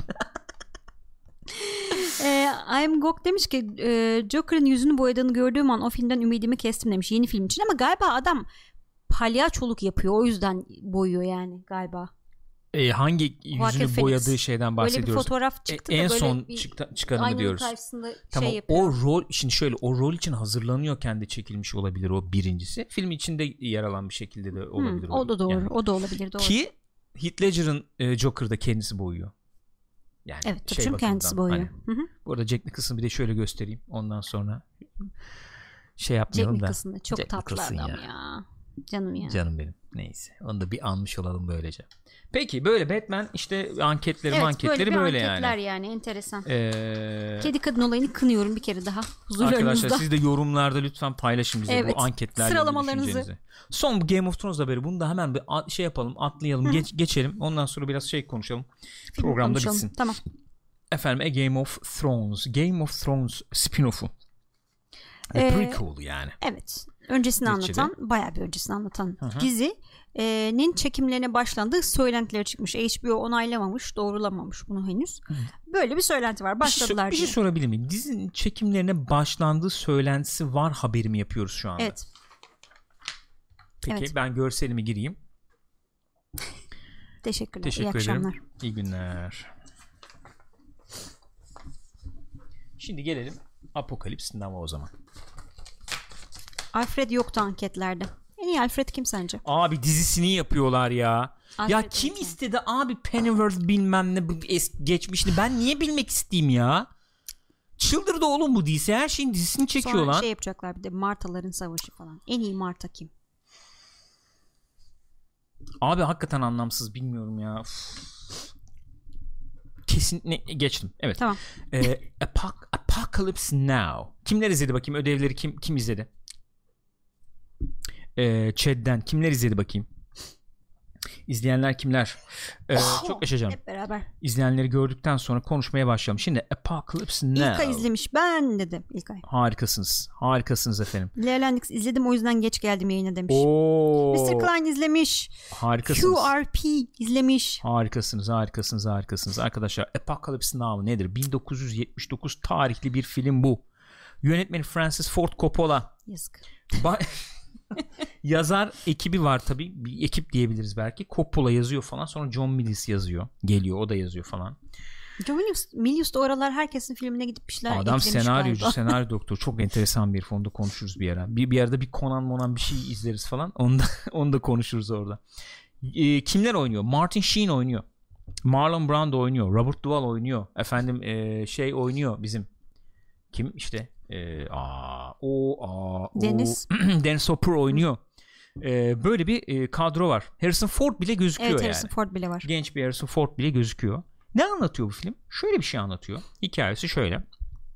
e, I Am Gok demiş ki e, Joker'ın yüzünü boyadığını gördüğüm an o filmden ümidimi kestim demiş yeni film için, ama galiba adam palyaçoluk yapıyor, o yüzden boyuyor yani galiba. E, hangi yüzünü boyadığı şeyden bahsediyoruz? Böyle bir fotoğraf çıktı e, da en böyle son bir çıktı, çıkarını diyoruz. Tamam, şey o rol şimdi şöyle, o rol için hazırlanıyorken de çekilmiş olabilir o birincisi. Film içinde yer alan bir şekilde de olabilir. Hmm, o da doğru. Yani. O da olabilir, doğru. Ki Heath Ledger'ın e, Joker'da kendisi boyuyor. Yani evet, şey bakımdan, kendisi boyuyor. Hani, hı hı. Bu arada Jack Nicholson'ı bir de şöyle göstereyim. Ondan sonra şey yapmayalım Jack da. Nicholson çok Jack tatlı Nicholson adam ya. ya. Canım ya. Canım benim. Neyse. Onu da bir anmış olalım böylece. Peki böyle Batman işte anketleri evet, anketleri böyle, böyle yani. anketler yani enteresan. Ee, Kedi kadın olayını kınıyorum bir kere daha. Arkadaşlar siz de yorumlarda lütfen paylaşın bize evet, bu anketlerle sıralamalarınızı. Son Game of Thrones haberi. Bunu da hemen bir şey yapalım, atlayalım, geç, geçelim. Ondan sonra biraz şey konuşalım. Film Programda konuşalım. Bitsin. Tamam. Efendim, A Game of Thrones. Game of Thrones spin-off'u. Ee, prequel yani. Evet. Öncesini Türkçe'de. anlatan, bayağı bir öncesini anlatan Hı-hı. dizinin çekimlerine başlandığı söylentileri çıkmış. H B O onaylamamış, doğrulamamış bunu henüz. Hı. Böyle bir söylenti var. Başladılar. Bir şey, bir şey sorabilir miyim? Dizinin çekimlerine başlandığı söylentisi var haberi mi yapıyoruz şu anda? Evet. Peki evet. Ben görselimi gireyim. Teşekkürler. Teşekkür İyi ederim. akşamlar. İyi günler. Şimdi gelelim Apokalips Now o zaman. Alfred yoktu anketlerde. En iyi Alfred kim sence? Abi dizisini yapıyorlar ya. Alfred ya kim mi? istedi abi Pennyworth bilmem ne geçmişini, ben niye bilmek isteyeyim ya? Çıldırdı oğlum bu dizisi, her şeyin dizisini çekiyor Sonra lan. Sonra şey yapacaklar bir de, Martaların Savaşı falan. En iyi Marta kim? Abi hakikaten anlamsız, bilmiyorum ya. Uf. Kesin ne, geçtim. Evet. Tamam. Ee, Apok- Apocalypse Now. Kimler izledi bakayım? Ödevleri kim kim izledi? Ee, Chat'ten kimler izledi bakayım? İzleyenler kimler? Ee, oh, çok yaşayacağım. Hep beraber. İzleyenleri gördükten sonra konuşmaya başlayalım. Şimdi Apocalypse Now. İlkay izlemiş. Ben dedim İlkay. Harikasınız. Harikasınız efendim. Leolandix izledim, o yüzden geç geldim yayına demiş. Oo. mister Klein izlemiş. Harikasınız. Q R P izlemiş. Harikasınız, harikasınız, harikasınız. Arkadaşlar Apocalypse Now nedir? bin dokuz yüz yetmiş dokuz tarihli bir film bu. Yönetmeni Francis Ford Coppola. Yazık. Ba- Yazar ekibi var tabii. Bir ekip diyebiliriz belki. Coppola yazıyor falan. Sonra John Milius yazıyor. Geliyor, o da yazıyor falan. John Milius, Milius da oralar herkesin filmine gidip bir şeyler Adam senaryocu, galiba. senaryo doktor. Çok enteresan bir herif. Onu da konuşuruz bir ara. Bir, bir yerde bir Conan Monan bir şey izleriz falan. Onu da, onu da konuşuruz orada. E, kimler oynuyor? Martin Sheen oynuyor. Marlon Brando oynuyor. Robert Duvall oynuyor. Efendim e, şey oynuyor bizim. Kim işte? E, aa, o, aa, o. Deniz. Dennis Hopper oynuyor. E, böyle bir e, kadro var. Harrison Ford bile gözüküyor evet, yani. Harrison Ford bile var. Genç bir Harrison Ford bile gözüküyor. Ne anlatıyor bu film? Şöyle bir şey anlatıyor. Hikayesi şöyle.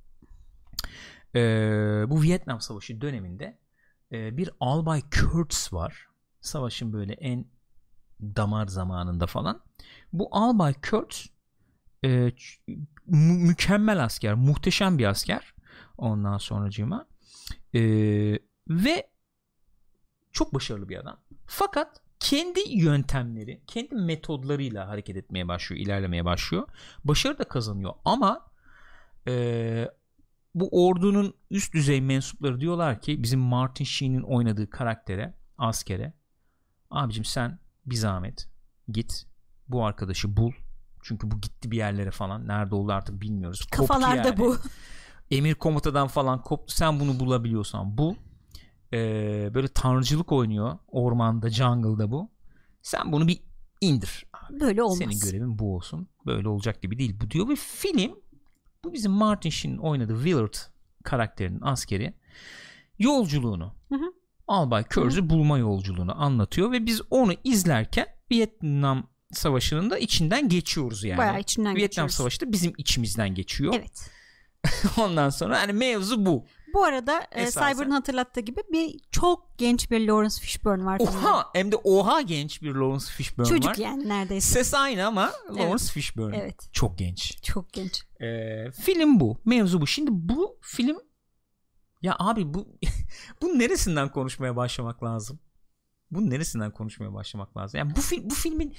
Ee, bu Vietnam Savaşı döneminde e, bir Albay Kurtz var. Savaşın böyle en damar zamanında falan. Bu Albay Kurtz e, mü- mükemmel asker, muhteşem bir asker. Ondan sonracığıma e, ve çok başarılı bir adam. Fakat kendi yöntemleri, kendi metodlarıyla hareket etmeye başlıyor, ilerlemeye başlıyor. Başarı da kazanıyor ama e, bu ordunun üst düzey mensupları diyorlar ki bizim Martin Sheen'in oynadığı karaktere, askere, abicim sen bir zahmet git bu arkadaşı bul. Çünkü bu gitti bir yerlere falan. Nerede oldu artık bilmiyoruz. Kafalarda yani. Bu. Emir komutadan falan koptu. Sen bunu bulabiliyorsan bul. Ee, böyle tanrıcılık oynuyor ormanda, jungle'da bu. Sen bunu bir indir abi. Böyle olmaz. Senin görevin bu olsun. Böyle olacak gibi değil bu diyor ve film, bu bizim Martin Sheen'in oynadığı Willard karakterinin askeri yolculuğunu, hı hı. Albay Kurtz'ü bulma yolculuğunu anlatıyor ve biz onu izlerken Vietnam Savaşı'nın da içinden geçiyoruz yani. Bayağı içinden Vietnam geçiyoruz. Savaşı da bizim içimizden geçiyor. Evet. Ondan sonra hani mevzu bu. Bu arada e, Cyber'ın hatırlattığı gibi bir çok genç bir Lawrence Fishburne var. Oha filmde. Hem de oha genç bir Lawrence Fishburne Çocuk var. Çocuk yani neredeyse. Ses aynı ama Lawrence evet. Fishburne. Evet. Çok genç. Çok genç. Ee, film bu. Mevzu bu. Şimdi bu film, ya abi bu bunun neresinden konuşmaya başlamak lazım? Bunun neresinden konuşmaya başlamak lazım? Yani bu film, bu filmin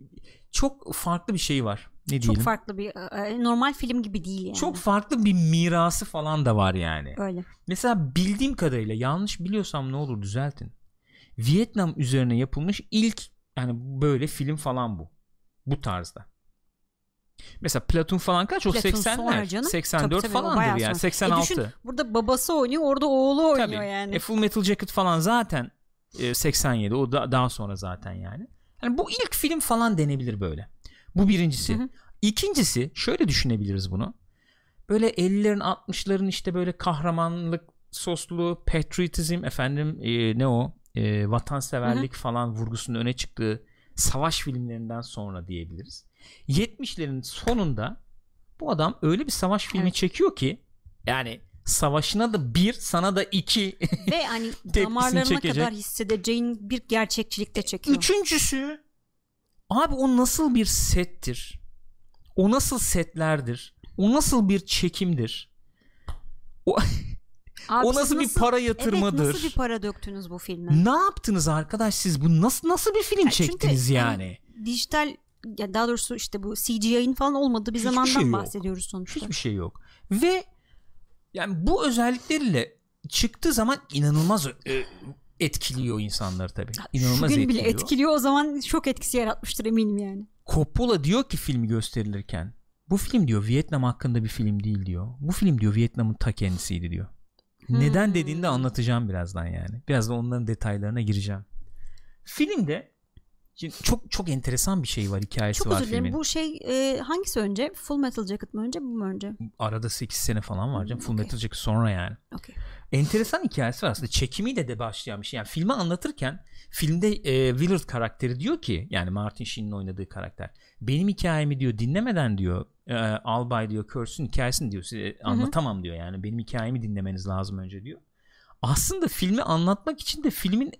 çok farklı bir şeyi var. Ne diyelim? Çok farklı bir normal film gibi değil yani. Çok farklı bir mirası falan da var yani. Öyle. Mesela bildiğim kadarıyla, yanlış biliyorsam ne olur düzeltin. Vietnam üzerine yapılmış ilk yani böyle film falan bu. Bu tarzda. Mesela Platoon falan kaç? O Platoon seksenler. seksen dört tabii, tabii, falandır yani. seksen altı. E düşün, burada babası oynuyor, orada oğlu oynuyor tabii. yani. E Full Metal Jacket falan zaten e, seksen yedi. O da daha sonra zaten yani. Yani bu ilk film falan denebilir böyle. Bu birincisi. Hı hı. İkincisi şöyle düşünebiliriz bunu. Böyle ellilerin altmışların işte böyle kahramanlık soslu patriotizm efendim e, ne o e, vatanseverlik hı hı. falan vurgusunun öne çıktığı savaş filmlerinden sonra diyebiliriz. yetmişlerin sonunda bu adam öyle bir savaş filmi evet. çekiyor ki yani savaşına da bir, sana da iki ve hani damarlarına çekecek. Kadar hissedeceğin bir gerçekçilikte çekiyor. Üçüncüsü abi o nasıl bir settir? O nasıl setlerdir? O nasıl bir çekimdir? O Abi o nasıl, nasıl bir para yatırmadır? Evet, nasıl bir para döktünüz bu filme? Ne yaptınız arkadaş siz? Bu nasıl nasıl bir film ya çektiniz çünkü, yani? yani? Dijital ya daha doğrusu işte bu C G I'nin falan olmadığı bir Hiçbir zamandan şey bahsediyoruz sonuçta. Hiçbir şey yok. Ve yani bu özellikleriyle çıktığı zaman inanılmaz e, etkiliyor insanları tabii. İnanılmaz Şu gün etkiliyor. bile etkiliyor, o zaman şok etkisi yaratmıştır eminim yani. Coppola diyor ki filmi gösterilirken bu film diyor Vietnam hakkında bir film değil diyor. Bu film diyor Vietnam'ın ta kendisiydi diyor. Hmm. Neden dediğini de anlatacağım birazdan yani. Biraz da onların detaylarına gireceğim. Filmde çok çok enteresan bir şey var, hikayesi çok var filmin. filmin. Bu şey e, hangisi önce? Full Metal Jacket mı önce, bu mu önce? Arada sekiz sene falan var canım. Full okay. Metal Jacket sonra yani. Okay. Enteresan hikayesi var aslında. Çekimiyle de başlayan bir şey. Yani filmi anlatırken filmde e, Willard karakteri diyor ki, yani Martin Sheen'in oynadığı karakter, benim hikayemi diyor dinlemeden diyor e, Albay diyor Kurtz'un hikayesini diyor size anlatamam diyor, yani benim hikayemi dinlemeniz lazım önce diyor. Aslında filmi anlatmak için de filmin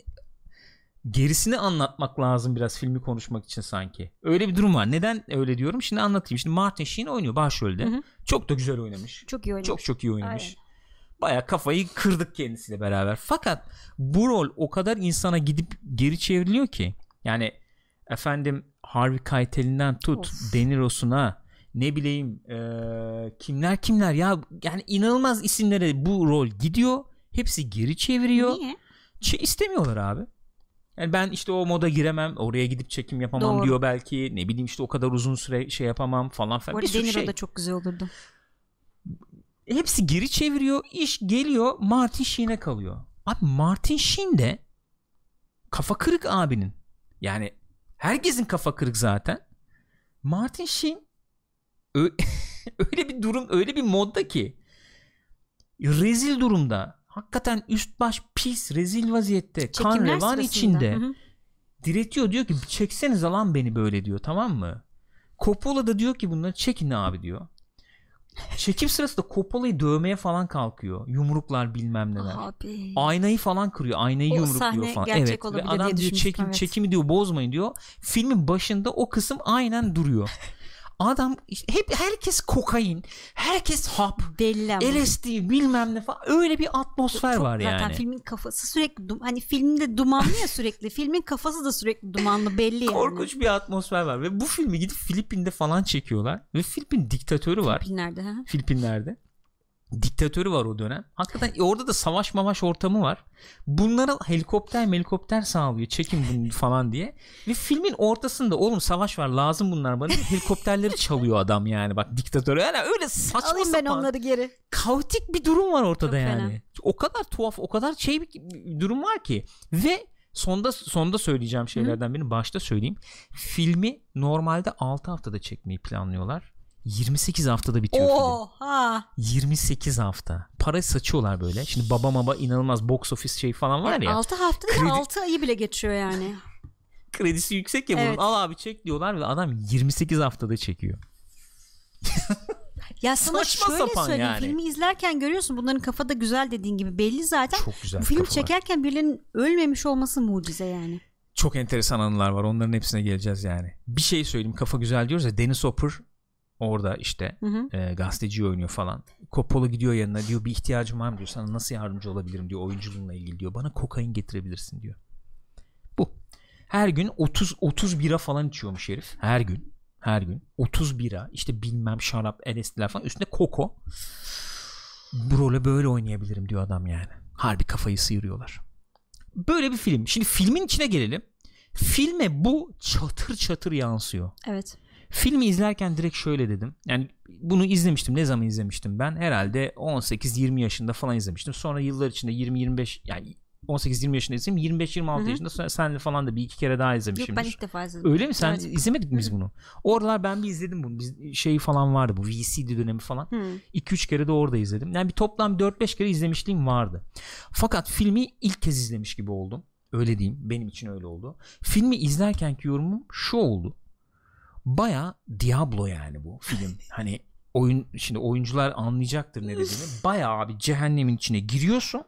gerisini anlatmak lazım biraz, filmi konuşmak için sanki. Öyle bir durum var. Neden öyle diyorum? Şimdi anlatayım. Şimdi Martin Sheen oynuyor başrolde. Hı hı. Çok da güzel oynamış. Çok iyi oynamış. Çok çok iyi oynamış. Aynen. Bayağı kafayı kırdık kendisiyle beraber. Fakat bu rol o kadar insana gidip geri çevriliyor ki. Yani efendim Harvey Keitel'inden tut, of. De Niro'suna, ne bileyim ee, kimler kimler ya, yani inanılmaz isimlere bu rol gidiyor. Hepsi geri çeviriyor. Niye? Şey istemiyorlar abi. Yani ben işte o moda giremem, oraya gidip çekim yapamam Doğru. diyor belki. Ne bileyim işte o kadar uzun süre şey yapamam falan filan. Bir sürü şey. Da çok güzel olurdu. Hepsi geri çeviriyor. İş geliyor Martin Sheen'e kalıyor. Abi Martin Sheen de kafa kırık abinin. Yani herkesin kafa kırık zaten. Martin Sheen öyle bir durum, öyle bir modda ki rezil durumda. Hakikaten üst baş pis, rezil vaziyette. Çekimler kan revan içinde. Hı hı. Diretiyor, diyor ki çekseniz lan beni böyle diyor, tamam mı? Coppola da diyor ki bunları çekin abi diyor. Çekim sırasında Coppola'yı dövmeye falan kalkıyor. Yumruklar bilmem neler. Abi. Aynayı falan kırıyor. Aynayı o yumrukluyor falan. Evet. Ve adam diyor çekim, evet. çekimi diyor bozmayın diyor. Filmin başında o kısım aynen duruyor. Adam hep herkes kokain, herkes hap, L S D bilmem ne falan, öyle bir atmosfer çok, var yani. Zaten filmin kafası sürekli hani filmde dumanlı ya sürekli. Filmin kafası da sürekli dumanlı, belli yani. Korkunç bir atmosfer var ve bu filmi gidip Filipin'de falan çekiyorlar ve Filipin diktatörü var. Filipinler'de ha. Filipinler'de. Diktatörü var o dönem. Hakikaten orada da savaş mavaş ortamı var. Bunlara helikopter helikopter sağlıyor. Çekin bunu falan diye. Ve filmin ortasında oğlum savaş var lazım bunlar bana. Helikopterleri çalıyor adam yani. Bak diktatörü. Yani öyle saçma Alayım sapan. ben onları geri. Kaotik bir durum var ortada Çok yani. Fena. O kadar tuhaf, o kadar şey bir durum var ki. Ve sonda sonda söyleyeceğim şeylerden birini başta söyleyeyim. Filmi normalde altı haftada çekmeyi planlıyorlar. yirmi sekiz haftada bitiyor Oha. film. yirmi sekiz hafta. Para saçıyorlar böyle. Şimdi baba maba inanılmaz box office şey falan var yani ya. altı haftada Kredi... altı ayı bile geçiyor yani. Kredisi yüksek ya bunun. Evet. Al abi çek diyorlar ve adam yirmi sekiz haftada çekiyor. Ya sana Saçma şöyle söyleyeyim. Yani. Filmi izlerken görüyorsun bunların kafada güzel dediğin gibi belli zaten. Çok güzel. Bu film çekerken var. Birilerinin ölmemiş olması mucize yani. Çok enteresan anılar var. Onların hepsine geleceğiz yani. Bir şey söyleyeyim, kafa güzel diyoruz ya, Dennis Hopper orada işte hı hı. E, gazeteci oynuyor falan. Coppola gidiyor yanına, diyor bir ihtiyacım var mı diyor, sana nasıl yardımcı olabilirim diyor oyunculuğunla ilgili diyor, bana kokain getirebilirsin diyor. Bu. Her gün otuz otuz bira falan içiyormuş herif. Her gün. Her gün. otuz bira. İşte bilmem şarap, L S D'ler falan. Üstüne koko. Bu role böyle oynayabilirim diyor adam yani. Harbi kafayı sıyırıyorlar. Böyle bir film. Şimdi filmin içine gelelim. Filme bu çatır çatır yansıyor. Evet. Filmi izlerken direkt şöyle dedim. Yani bunu izlemiştim. Ne zaman izlemiştim ben? Herhalde on sekiz yirmi yaşında falan izlemiştim. Sonra yıllar içinde yirmi yirmi beş yani on sekiz yirmi yaşında izledim. yirmi beş yirmi altı Hı-hı. yaşında sonra senle falan da bir iki kere daha izlemişimdir. Yok, ben ilk defa izledim. Öyle mi? Sen evet. izlemedik mi biz bunu? Oralar ben bir izledim bunu. Biz şeyi falan vardı bu V C D dönemi falan. iki üç kere de orada izledim. Yani bir toplam dört beş kere izlemişliğim vardı. Fakat filmi ilk kez izlemiş gibi oldum. Öyle diyeyim. Benim için öyle oldu. Filmi izlerkenki yorumum şu oldu. Baya Diablo yani bu film. Hani oyun, şimdi oyuncular anlayacaktır ne dediğimi. Baya abi cehennemin içine giriyorsun.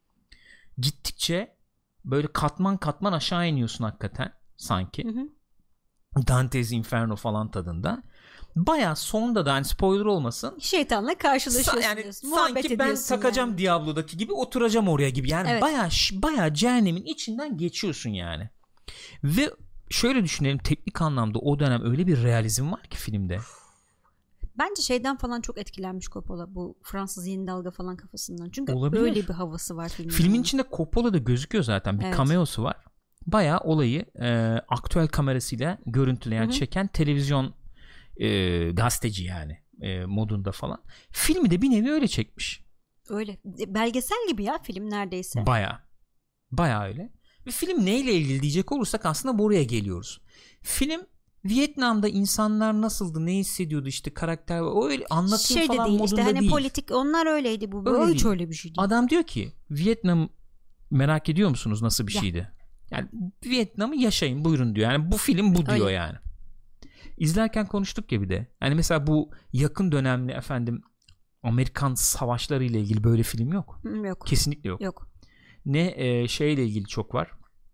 Gittikçe böyle katman katman aşağı iniyorsun hakikaten sanki. Hı hı. Dante's Inferno falan tadında. Baya sonda da hani spoiler olmasın. Şeytanla karşılaşıyorsun. Sa- yani diyorsun. sanki ben takacağım yani. Diablo'daki gibi oturacağım oraya gibi. Yani evet. baya baya cehennemin içinden geçiyorsun yani. Ve şöyle düşünelim, teknik anlamda o dönem öyle bir realizm var ki filmde. Bence şeyden falan çok etkilenmiş Coppola, bu Fransız yeni dalga falan kafasından. Çünkü olabilir. Öyle bir havası var filmin. Filmin yani. içinde Coppola da gözüküyor zaten. Bir evet. cameo'su var. Bayağı olayı e, aktüel kamerasıyla görüntüleyen, Hı-hı. çeken televizyon e, gazeteci yani e, modunda falan. Filmi de bir nevi öyle çekmiş. Öyle. Belgesel gibi ya film neredeyse. Bayağı. Bayağı öyle. Ve film neyle ilgili diyecek olursak aslında buraya geliyoruz. Film Vietnam'da insanlar nasıldı, ne hissediyordu, işte karakter o öyle anlatayım şey falan değil, modunda işte hani değil. Politik onlar öyleydi, bu öyle hiç öyle bir şey değil. Adam diyor ki Vietnam merak ediyor musunuz nasıl bir ya. şeydi? Yani Vietnam'ı yaşayın buyurun diyor. Yani bu film bu diyor öyle. Yani. İzlerken konuştuk ya bir de. Yani mesela bu yakın dönemli efendim Amerikan savaşları ile ilgili böyle film yok. Yok. Kesinlikle yok. Yok. Ne e, şeyle ilgili çok var.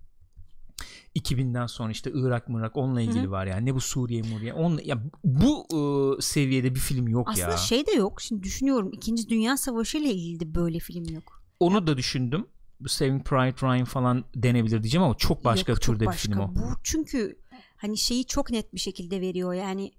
iki binden sonra işte Irak mırak onunla ilgili Hı-hı. var yani. Ne bu Suriye Muriye onunla, ya bu e, seviyede bir film yok aslında ya. Aslında şey de yok. Şimdi düşünüyorum, İkinci Dünya Savaşı ile ilgili de böyle film yok. Onu ya. da düşündüm. Saving Private Ryan falan denebilir diyeceğim ama çok başka yok, türde çok başka. bir film o. Bu çünkü hani şeyi çok net bir şekilde veriyor. Yani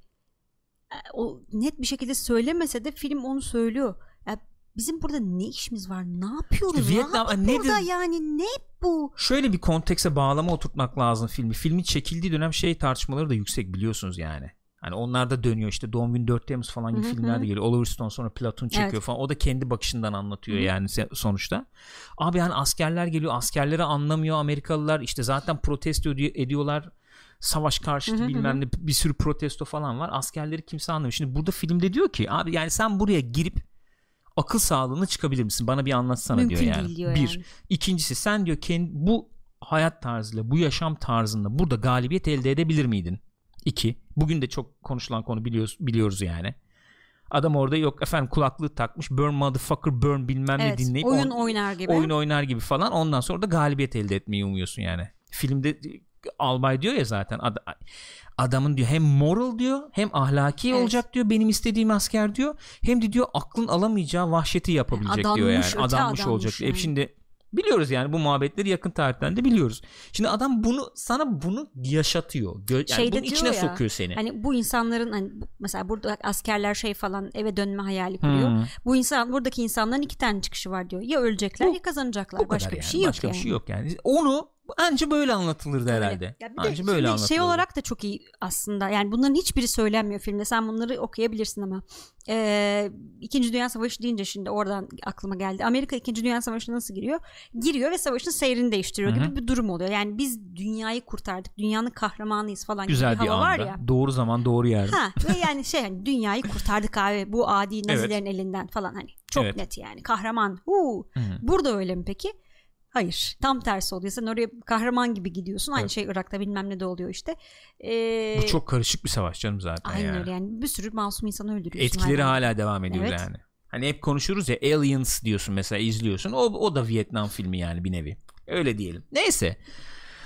o net bir şekilde söylemese de film onu söylüyor. Yani bizim burada ne işimiz var? Ne yapıyoruz? İşte Vietnam, ne nedir? Burada yani ne bu? Şöyle bir kontekste bağlama oturtmak lazım filmi. Filmin çekildiği dönem şey tartışmaları da yüksek biliyorsunuz yani. Hani onlar da dönüyor işte Doğum Günü dört Temmuz falan gibi filmler de geliyor. Oliver Stone sonra Platoon çekiyor evet. falan. O da kendi bakışından anlatıyor Hı-hı. yani sonuçta. Abi yani askerler geliyor. Askerleri anlamıyor Amerikalılar. İşte zaten protesto ediyorlar. Savaş karşıtı Hı-hı. bilmem ne bir sürü protesto falan var. Askerleri kimse anlamıyor. Şimdi burada filmde diyor ki abi yani sen buraya girip akıl sağlığına çıkabilir misin? Bana bir anlatsana Mümkün diyor yani. Diyor bir. Yani. İkincisi sen diyor kendi bu hayat tarzıyla, bu yaşam tarzında burada galibiyet elde edebilir miydin? İki. Bugün de çok konuşulan konu biliyoruz, biliyoruz yani. Adam orada yok efendim kulaklığı takmış, burn motherfucker burn bilmem evet, ne dinleyip oyun on, oynar gibi. Oyun oynar gibi falan. Ondan sonra da galibiyet elde etmeyi umuyorsun yani. Filmde albay diyor ya zaten ad, adamın diyor hem moral diyor hem ahlaki evet. olacak diyor benim istediğim asker diyor, hem de diyor aklın alamayacağı vahşeti yapabilecek adammış, diyor yani adammış, adammış olacak. Yani. Hep şimdi biliyoruz yani bu muhabbetleri yakın tarihten de biliyoruz. Şimdi adam bunu sana bunu yaşatıyor. Gö- yani bunun içine ya, sokuyor seni. Hani bu insanların hani mesela burada askerler şey falan eve dönme hayali kuruyor. Hmm. Bu insan buradaki insanların iki tane çıkışı var diyor. Ya ölecekler bu, ya kazanacaklar. Başka bir yani. şey yok Başka yani. bir şey yok yani. Onu anca böyle anlatılırdı Öyle. herhalde. Ya anca böyle anlatılırdı. Şey olarak da çok iyi aslında. Yani bunların hiçbiri söylenmiyor filmde. Sen bunları okuyabilirsin ama. Ee, İkinci Dünya Savaşı deyince şimdi oradan aklıma geldi. Amerika İkinci Dünya Savaşı'na nasıl giriyor? Giriyor ve savaşın seyrini değiştiriyor Hı-hı. gibi bir durum oluyor. Yani biz dünyayı kurtardık. Dünyanın kahramanıyız falan Güzel gibi bir hava anda. var ya. Doğru zaman doğru yer. Ha ve yani şey hani dünyayı kurtardık abi bu adi Nazilerin evet. elinden falan hani. Çok evet. net yani. Kahraman. Huu. Burada öyle mi peki? Hayır. Tam tersi oluyor. Sen oraya kahraman gibi gidiyorsun. Aynı evet. şey Irak'ta bilmem ne de oluyor işte. Ee, Bu çok karışık bir savaş canım zaten. Aynen yani. öyle yani. Bir sürü masum insanı öldürüyorsun. Etkileri hala, hala devam ediyor evet. yani. Hani hep konuşuruz ya Aliens diyorsun mesela izliyorsun. O, o da Vietnam filmi yani bir nevi. Öyle diyelim. Neyse.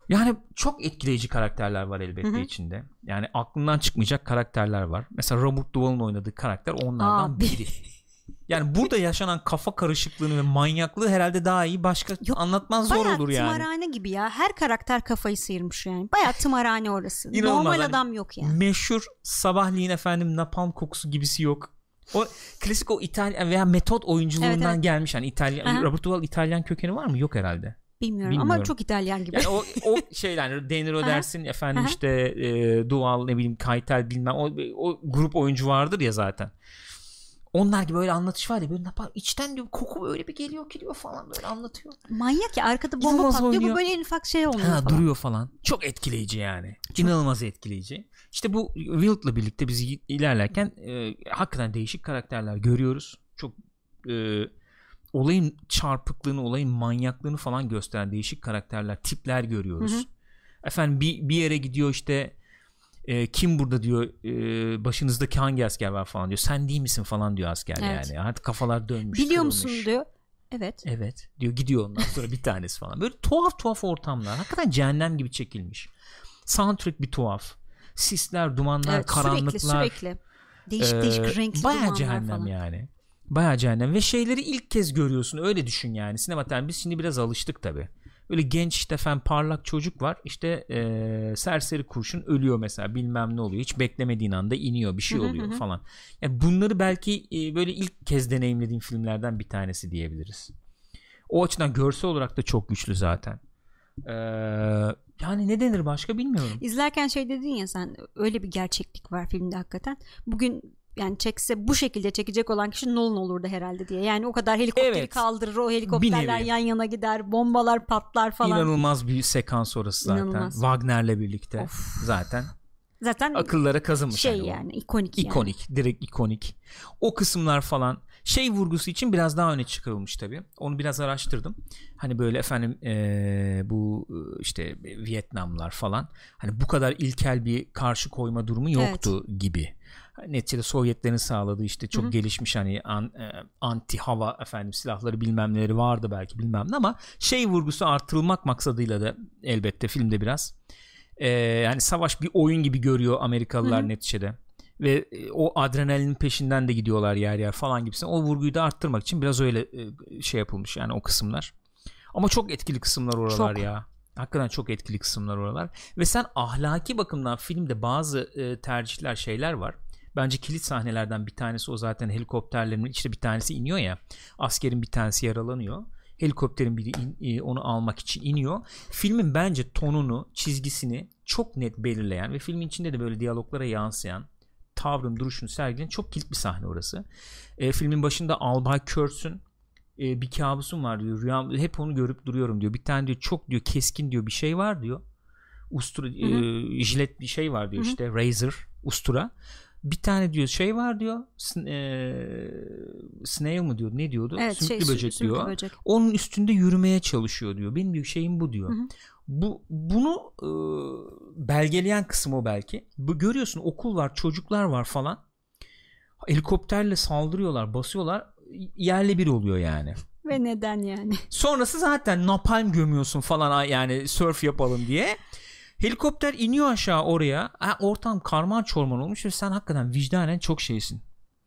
Yani çok etkileyici karakterler var elbette hı hı. içinde. Yani aklından çıkmayacak karakterler var. Mesela Robert Duvall'ın oynadığı karakter onlardan Abi. biri. Yani burada yaşanan kafa karışıklığını ve manyaklığı herhalde daha iyi başka Yok, anlatman zor olur yani. Bayağı tımarhane gibi ya. Her karakter kafayı sıyırmış yani. Bayağı tımarhane orası. İnanılmaz. Normal adam yok yani. Meşhur sabahleyin efendim napalm kokusu gibisi yok. O klasik o İtalyan veya metot oyunculuğundan evet, evet. gelmiş. Yani İtalyan, Aha. Robert Duvall İtalyan kökeni var mı? Yok herhalde. Bilmiyorum, Bilmiyorum ama çok İtalyan gibi. Yani o o şeyler De Niro dersin efendim Aha. işte e, Duvall ne bileyim Keitel bilmem o, o grup oyuncu vardır ya zaten. Onlar gibi böyle anlatış var ya böyle içten diyor koku öyle bir geliyor geliyor falan böyle anlatıyor. Manyak ya arkada bomba İnanılmaz patlıyor oynuyor. Bu böyle en ufak şey olmuyor ha, falan. Duruyor falan. Çok etkileyici yani. Çok. İnanılmaz etkileyici. İşte bu Wilt'la birlikte biz ilerlerken e, hakikaten değişik karakterler görüyoruz. Çok e, olayın çarpıklığını, olayın manyaklığını falan gösteren değişik karakterler, tipler görüyoruz. Hı hı. Efendim bir, bir yere gidiyor işte e, kim burada diyor e, başınızdaki hangi asker var falan diyor. Sen değil misin falan diyor asker evet. yani. Artık kafalar dönmüş. Biliyor kırılmış. musun diyor. Evet. Evet diyor gidiyor ondan sonra bir tanesi falan. Böyle tuhaf tuhaf ortamlar. Hakikaten cehennem gibi çekilmiş. Soundtrack bir tuhaf. Sisler, dumanlar, evet, karanlıklar. Sürekli sürekli. Değişik e, değişik renkli dumanlar bayağı cehennem falan. yani. Bayağı cehennem ve şeyleri ilk kez görüyorsun öyle düşün yani sinematen biz şimdi biraz alıştık tabi öyle genç işte efendim parlak çocuk var işte ee, serseri kurşun ölüyor mesela bilmem ne oluyor hiç beklemediğin anda iniyor bir şey oluyor falan yani bunları belki e, böyle ilk kez deneyimlediğim filmlerden bir tanesi diyebiliriz o açıdan görsel olarak da çok güçlü zaten ee, yani ne denir başka bilmiyorum. İzlerken şey dedin ya sen öyle bir gerçeklik var filmde hakikaten bugün yani çekse bu şekilde çekecek olan kişi Nolan olurdu herhalde diye. Yani o kadar helikopteri evet. kaldırır, o helikopterler yan yana gider, bombalar patlar falan. İnanılmaz bir sekans orası zaten. İnanılmaz. Wagner'le birlikte of. zaten. Zaten akıllara kazınmış. Şey yani, yani ikonik yani. İkonik, direkt ikonik. O kısımlar falan şey vurgusu için biraz daha öne çıkarılmış tabii. Onu biraz araştırdım. Hani böyle efendim ee, bu işte Vietnamlar falan. Hani bu kadar ilkel bir karşı koyma durumu yoktu evet. gibi. Neticede Sovyetlerin sağladığı işte çok Hı-hı. gelişmiş hani an, e, anti hava efendim silahları bilmem neleri vardı belki bilmem ne ama şey vurgusu artırılmak maksadıyla da elbette filmde biraz e, yani savaş bir oyun gibi görüyor Amerikalılar Hı-hı. neticede ve e, o adrenalinin peşinden de gidiyorlar yer yer falan gibisinden o vurguyu da arttırmak için biraz öyle e, şey yapılmış yani o kısımlar ama çok etkili kısımlar oralar çok. ya hakikaten çok etkili kısımlar oralar ve sen ahlaki bakımdan filmde bazı e, tercihler şeyler var. Bence kilit sahnelerden bir tanesi o zaten helikopterlerin işte bir tanesi iniyor ya askerin bir tanesi yaralanıyor helikopterin biri in, onu almak için iniyor filmin bence tonunu çizgisini çok net belirleyen ve filmin içinde de böyle diyaloglara yansıyan tavrın duruşunu sergileyen çok kilit bir sahne orası e, filmin başında Albay Kurtz'ün e, bir kabusum var diyor rüyam, hep onu görüp duruyorum diyor bir tane diyor çok diyor keskin diyor bir şey var diyor ustura e, jilet bir şey var diyor Hı-hı. işte razor ustura bir tane diyor şey var diyor e, snail mı diyor ne diyordu evet, sümüklü şey, böcek sümüklü diyor böcek. Onun üstünde yürümeye çalışıyor diyor benim diyor şeyim bu diyor. Hı hı. Bu bunu e, belgeleyen kısmı o belki bu görüyorsun okul var çocuklar var falan helikopterle saldırıyorlar basıyorlar yerle bir oluyor yani ve neden yani sonrası zaten napalm gömüyorsun falan yani surf yapalım diye. Helikopter iniyor aşağı oraya. Ha, ortam karman çorman olmuş ve sen hakikaten vicdanen çok şeysin.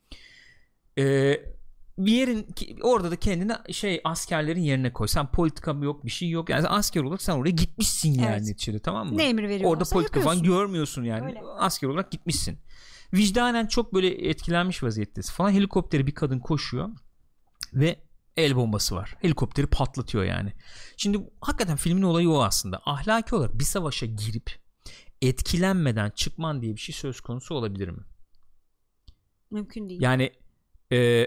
Ee, bir yerin orada da kendini şey askerlerin yerine koy. Sen politika yok bir şey yok. Yani asker olarak sen oraya gitmişsin yani evet. neticede tamam mı? Ne emir veriyorlar? Orada politika falan görmüyorsun yani. Öyle. Asker olarak gitmişsin. Vicdanen çok böyle etkilenmiş vaziyettesin falan. Helikoptere bir kadın koşuyor ve el bombası var. Helikopteri patlatıyor yani. Şimdi hakikaten filmin olayı o aslında. Ahlaki olarak bir savaşa girip etkilenmeden çıkman diye bir şey söz konusu olabilir mi? Mümkün değil. Yani e,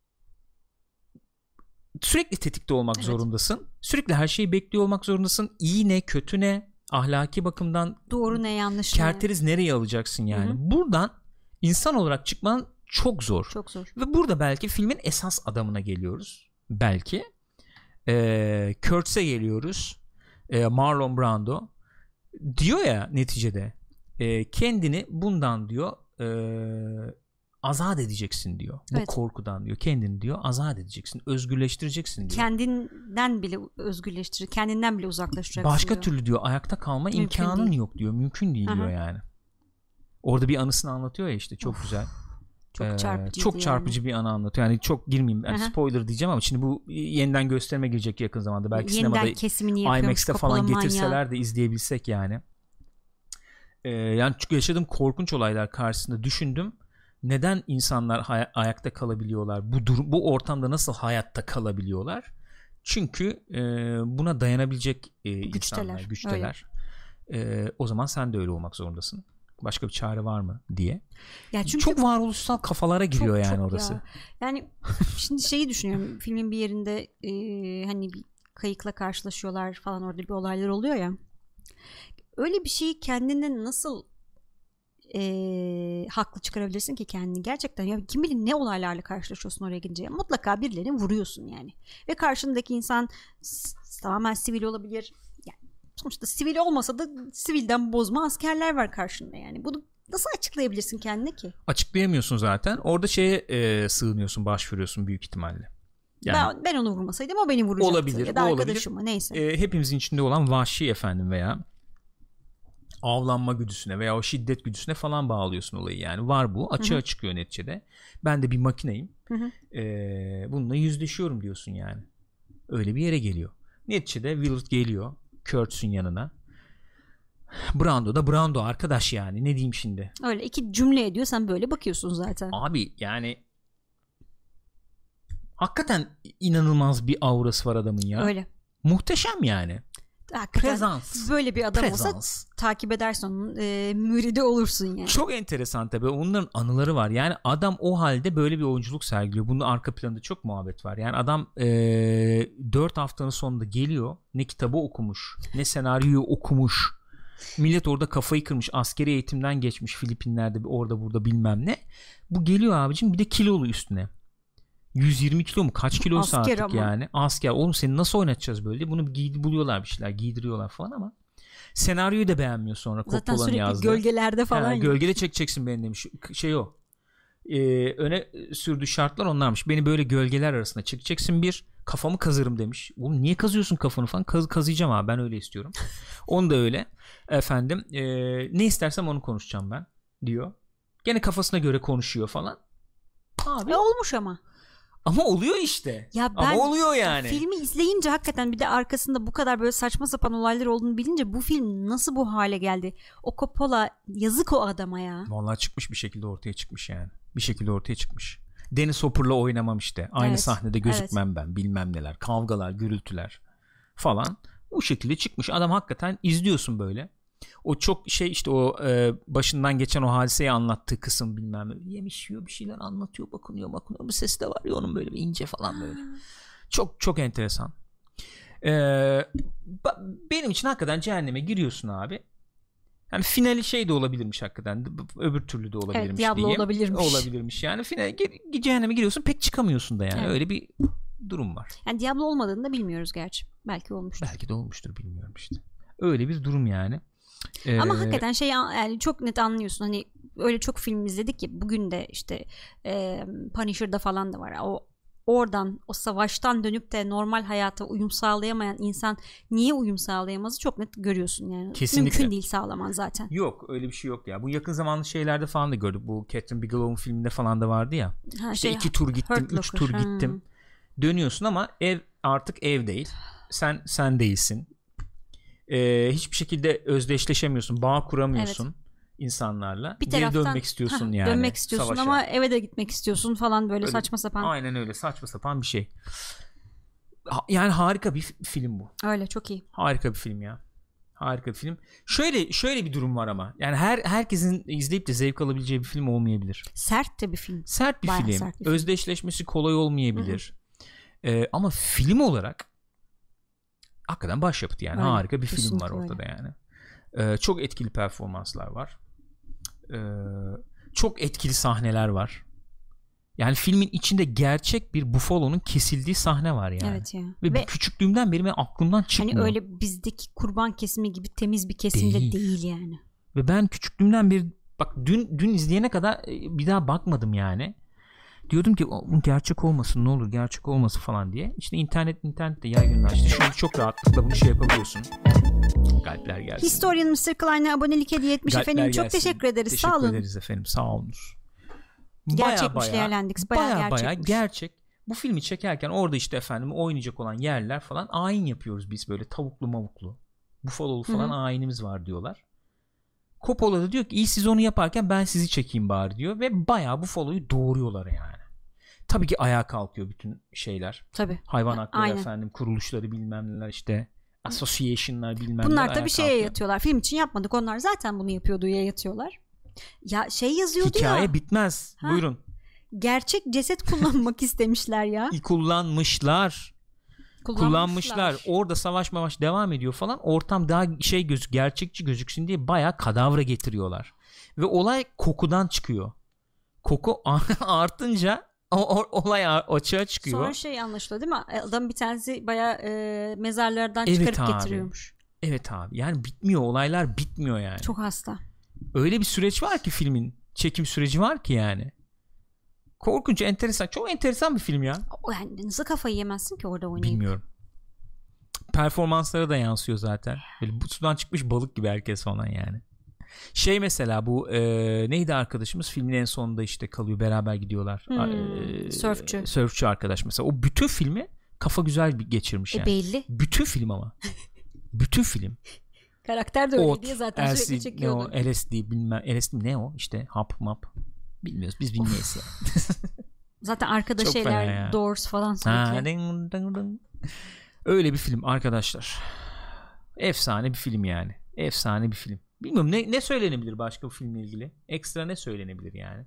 sürekli tetikte olmak evet. zorundasın. Sürekli her şeyi bekliyor olmak zorundasın. İyi ne, kötü ne, ahlaki bakımdan doğru ne, yanlış kerteriz ne? Nereye alacaksın yani? Hı-hı. Buradan insan olarak çıkman çok zor. Çok zor. Ve burada belki filmin esas adamına geliyoruz. Belki ee, Kurtz'e geliyoruz ee, Marlon Brando diyor ya neticede e, kendini bundan diyor e, azat edeceksin diyor. Bu evet. korkudan diyor. Kendini diyor azat edeceksin. Özgürleştireceksin diyor. Kendinden bile özgürleştirir. Kendinden bile uzaklaştıracaksın Başka diyor. türlü diyor ayakta kalma Mümkün imkanın değil. yok diyor. Mümkün değil Aha. diyor yani. Orada bir anısını anlatıyor ya işte çok of. güzel. Çok çarpıcı. Ee, çok çarpıcı yani. bir anı anlatıyor. Yani çok girmeyeyim. Yani spoiler diyeceğim ama şimdi bu yeniden gösterime girecek yakın zamanda. Belki yeniden sinemada IMAX'te falan getirseler ya. de izleyebilsek yani. Ee, yani çünkü yaşadığım korkunç olaylar karşısında düşündüm. Neden insanlar hay- ayakta kalabiliyorlar? Bu durum, bu ortamda nasıl hayatta kalabiliyorlar? Çünkü e, buna dayanabilecek e, güçteler, insanlar, güçteler. E, o zaman sen de öyle olmak zorundasın. Başka bir çare var mı diye. Ya çünkü çok varoluşsal kafalara giriyor çok, yani çok orası. Ya. Yani şimdi şeyi düşünüyorum. Filmin bir yerinde e, hani bir kayıkla karşılaşıyorlar falan, orada bir olaylar oluyor ya. Öyle bir şeyi kendine nasıl e, haklı çıkarabilirsin ki kendini? Gerçekten ya kim bilir ne olaylarla karşılaşıyorsun oraya gidince. Mutlaka birilerini vuruyorsun yani. Ve karşındaki insan s- tamamen sivil olabilir. Yani sonuçta sivil olmasa da sivilden bozma askerler var karşında yani. Bunu nasıl açıklayabilirsin kendine ki? Açıklayamıyorsun zaten. Orada şeye e, sığınıyorsun, başvuruyorsun büyük ihtimalle. Yani, ben, ben onu vurmasaydım o beni vuracaktı. Olabilir. Ya da arkadaşımı neyse. E, hepimizin içinde olan vahşi efendim veya avlanma güdüsüne veya o şiddet güdüsüne falan bağlıyorsun olayı yani. Var bu. Açığa Hı-hı. çıkıyor neticede. Ben de bir makineyim. E, bununla yüzleşiyorum diyorsun yani. Öyle bir yere geliyor. Neticede Willard geliyor Kurtz'un yanına. Brando da Brando arkadaş yani. Ne diyeyim şimdi? Öyle iki cümle ediyor, sen böyle bakıyorsun zaten. Abi yani hakikaten inanılmaz bir aurası var adamın ya. Öyle. Muhteşem yani. Hakikaten Prezans. Böyle bir adam Prezans. olsa takip edersen onun e, müridi olursun yani. Çok enteresan tabii. Onların anıları var. Yani adam o halde böyle bir oyunculuk sergiliyor. Bunun arka planında çok muhabbet var. Yani adam e, dört haftanın sonunda geliyor. Ne kitabı okumuş, ne senaryoyu okumuş. Millet orada kafayı kırmış. Askeri eğitimden geçmiş Filipinler'de, orada burada bilmem ne. Bu geliyor abicim bir de kilolu üstüne. yüz yirmi kilo mu? Kaç kiloysa artık ama. Yani. Asker. Oğlum seni nasıl oynatacağız böyle diye. Bunu giydi, buluyorlar bir şeyler. Giydiriyorlar falan ama senaryoyu da beğenmiyor sonra. Zaten sürekli yazdı. Gölgelerde falan. Ha, gölgede çekeceksin beni demiş. Şey o. Ee, öne sürdüğü şartlar onlarmış. Beni böyle gölgeler arasında çekeceksin bir. Kafamı kazırım demiş. Oğlum niye kazıyorsun kafanı falan? Kaz, kazıyacağım abi ben öyle istiyorum. Onu da öyle. Efendim e, ne istersem onu konuşacağım ben diyor. Gene kafasına göre konuşuyor falan. Abi. E olmuş ama. Ama oluyor işte. Ya ben ama oluyor yani. Filmi izleyince hakikaten bir de arkasında bu kadar böyle saçma sapan olaylar olduğunu bilince bu film nasıl bu hale geldi? O Coppola yazık o adama ya. Vallahi çıkmış bir şekilde ortaya çıkmış yani. Bir şekilde ortaya çıkmış. Dennis Hopper'la oynamam işte. Aynı evet, sahnede gözükmem evet. ben. Bilmem neler. Kavgalar, gürültüler falan. Bu şekilde çıkmış. Adam hakikaten izliyorsun böyle. O çok şey işte o e, başından geçen o hadiseyi anlattığı kısım bilmem ne. Yemiş yiyor bir şeyler anlatıyor, bakınıyor bakınıyor. Bir ses de var ya onun böyle bir ince falan böyle. Çok çok enteresan. Ee, benim için hakikaten cehenneme giriyorsun abi. Yani finali şey de olabilirmiş hakikaten. Öbür türlü de olabilirmiş evet, Diablo diyeyim. olabilirmiş. Olabilirmiş yani. Finale cehenneme giriyorsun pek çıkamıyorsun da yani. Evet. Öyle bir durum var. Yani Diablo olmadığını da bilmiyoruz gerçi. Belki olmuştur. Belki de olmuştur bilmiyorum işte. Öyle bir durum yani. Ee, Ama hakikaten şey yani çok net anlıyorsun. Hani öyle çok film izledik ki bugün de işte e, Punisher'da falan da var. O oradan o savaştan dönüp de normal hayata uyum sağlayamayan insan niye uyum sağlayamazı çok net görüyorsun yani. Kesinlikle. Mümkün değil sağlaman zaten. Yok öyle bir şey yok ya. Bu yakın zamanlı şeylerde falan da gördük. Bu Catherine Bigelow'un filminde falan da vardı ya. Ha, işte şey, iki tur gittim, üç tur gittim. Hmm. Dönüyorsun ama ev artık ev değil. Sen sen değilsin. Ee, hiçbir şekilde özdeşleşemiyorsun. Bağ kuramıyorsun. Evet. insanlarla. Bir Geri taraftan, dönmek istiyorsun ha, yani. Dönmek istiyorsun savaşa. Ama eve de gitmek istiyorsun falan böyle öyle, saçma sapan. Aynen öyle saçma sapan bir şey. Ha, yani harika bir film bu. Öyle çok iyi. Harika bir film ya. Harika bir film. Şöyle şöyle bir durum var ama. Yani her herkesin izleyip de zevk alabileceği bir film olmayabilir. Sert de bir film. Sert bir Bayağı film. Sert bir film. Özdeşleşmesi kolay olmayabilir. Ee, ama film olarak hakikaten başyapıt yani. Öyle, harika bir film var ortada öyle. yani. Ee, çok etkili performanslar var. Ee, çok etkili sahneler var. Yani filmin içinde gerçek bir bufalonun kesildiği sahne var yani. Evet ya. Ve, Ve küçüklüğümden beri benim aklımdan çıkmıyor. Hani öyle bizdeki kurban kesimi gibi temiz bir kesim de değil. değil yani. Ve ben küçüklüğümden beri Bak dün dün izleyene kadar bir daha bakmadım yani. Diyordum ki gerçek olmasın, ne olur gerçek olmasın falan diye. İşte internet internette yaygınlaştı. Şimdi çok rahatlıkla bunu şey yapabiliyorsun. Galpler gelsin. Historian mister Klein'e abonelik hediye etmiş Galpler efendim. gelsin. Çok teşekkür ederiz. Teşekkür Sağ olun. ederiz efendim. Sağ olunuz. Gerçekmiş Leerlandix. Bayağı, Baya baya gerçekmiş. gerçek. Bu filmi çekerken orada işte efendim oynayacak olan yerler falan ayin yapıyoruz biz, böyle tavuklu mavuklu. Buffalo'lu falan Hı-hı. ayinimiz var diyorlar. Coppola da diyor ki iyi siz onu yaparken ben sizi çekeyim bari diyor ve bayağı Buffalo'yu doğuruyorlar yani. Tabii ki ayağa kalkıyor bütün şeyler. Tabii. Hayvan hakları Aynen. efendim, kuruluşları bilmem neler işte, association'lar bilmem neler. Bunlar tabii şeye yatıyorlar. Film için yapmadık. Onlar zaten bunu yapıyordu ya yatıyorlar. Ya şey yazıyordu Hikaye ya. Hikaye bitmez. Ha? Buyurun. Gerçek ceset kullanmak istemişler ya. Kullanmışlar. Kullanmışlar. Kullanmışlar. Orada savaş mavaş devam ediyor falan. Ortam daha şey gözük, gerçekçi gözüksün diye bayağı kadavra getiriyorlar. Ve olay kokudan çıkıyor. Koku artınca o, o, olay açığa çıkıyor. Sonra şey anlaşılıyor değil mi? Adam bir tanesi bayağı e, mezarlardan evet çıkarıp abi. getiriyormuş. Evet abi. Yani bitmiyor. Olaylar bitmiyor yani. Çok hasta. Öyle bir süreç var ki filmin. Çekim süreci var ki yani. Korkunç, enteresan. Çok enteresan bir film ya. O yani nasıl kafayı yemezsin ki orada oynayıp? Bilmiyorum. Performanslara da yansıyor zaten. Böyle bu sudan çıkmış balık gibi herkes falan yani. Şey mesela bu e, neydi arkadaşımız? Filmin en sonunda işte kalıyor. Beraber gidiyorlar. Hmm, e, sörfçü. Sörfçü arkadaş mesela. O bütün filmi kafa güzel bir geçirmiş yani. E belli. Bütün film ama. bütün film. Karakter de öyle diye zaten L C, sürekli çekiyordu. Ne o? L S D bilmem. L S D ne o? İşte hap map. Bilmiyoruz. Biz bilmeyiz ya. Zaten arkada çok şeyler Doors falan sanki. Ha, ding, ding, ding. Öyle bir film arkadaşlar. Efsane bir film yani. Efsane bir film. Bilmiyorum ne, ne söylenebilir başka bu filmle ilgili? Ekstra ne söylenebilir yani?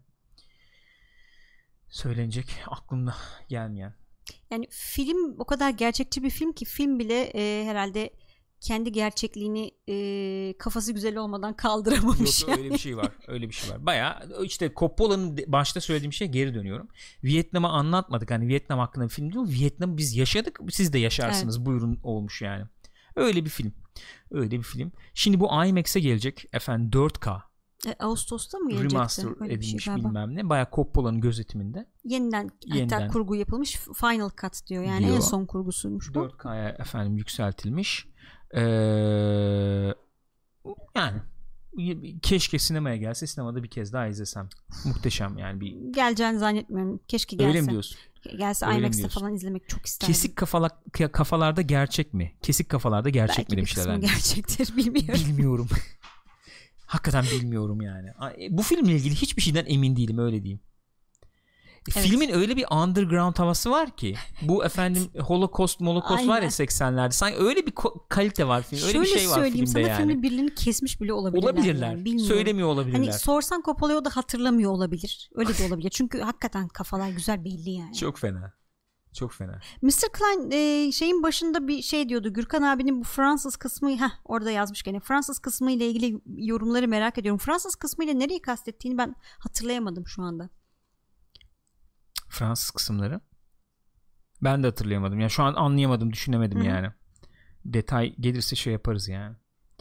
Söylenecek aklımda gelmeyen. Yani film o kadar gerçekçi bir film ki film bile e, herhalde kendi gerçekliğini e, kafası güzel olmadan kaldıramamış. Yok yani. öyle bir şey var. Öyle bir şey var. Bayağı işte Coppola'nın başta söylediğim şeye geri dönüyorum. Vietnam'ı anlatmadık. Hani Vietnam hakkında bir film değil. Vietnam'ı biz yaşadık. Siz de yaşarsınız. Evet. Buyurun olmuş yani. Öyle bir film. Öyle bir film. Şimdi bu IMAX'e gelecek efendim dört K. E, Ağustos'ta mı gelecekti? Remaster edilmiş şey bilmem ne. Bayağı Coppola'nın gözetiminde. Yeniden, Yeniden hatta kurgu yapılmış. Final cut diyor. Yani diyor. En son kurgusuymuş bu. dört K'ya efendim yükseltilmiş. Ee, yani keşke sinemaya gelse, sinemada bir kez daha izlesem. Muhteşem yani bir. Geleceğini zannetmiyorum. Keşke gelse. Öyle mi diyorsun? Gelse IMAX'te falan izlemek çok isterdim. Kesik kafalar, kafalarda gerçek mi? Kesik kafalarda gerçek belki mi demişler. Belki bir kısmı gerçektir, bilmiyorum. Bilmiyorum. Hakikaten bilmiyorum yani. Bu filmle ilgili hiçbir şeyden emin değilim, öyle diyeyim. Evet. Filmin öyle bir underground havası var ki. Bu efendim Holocaust, Holocaust var ya seksenlerde. Sanki öyle bir ko- kalite var film. Öyle şöyle bir şey var filmde yani. Şöyle söyleyeyim sana, filmin birilerini kesmiş bile olabilirler. Olabilirler. Yani, söylemiyor olabilirler. Hani sorsan Coppola'yı o da hatırlamıyor olabilir. Öyle de olabilir. Çünkü hakikaten kafalar güzel belli yani. Çok fena. Çok fena. mister Klein e, şeyin başında bir şey diyordu. Gürkan abinin bu Fransız kısmı, heh, orada yazmış gene. Fransız kısmı ile ilgili yorumları merak ediyorum. Fransız kısmı ile nereyi kastettiğini ben hatırlayamadım şu anda. Fransız kısımları. Ben de hatırlayamadım. Yani şu an anlayamadım, düşünemedim Hı-hı. yani. Detay gelirse şey yaparız yani.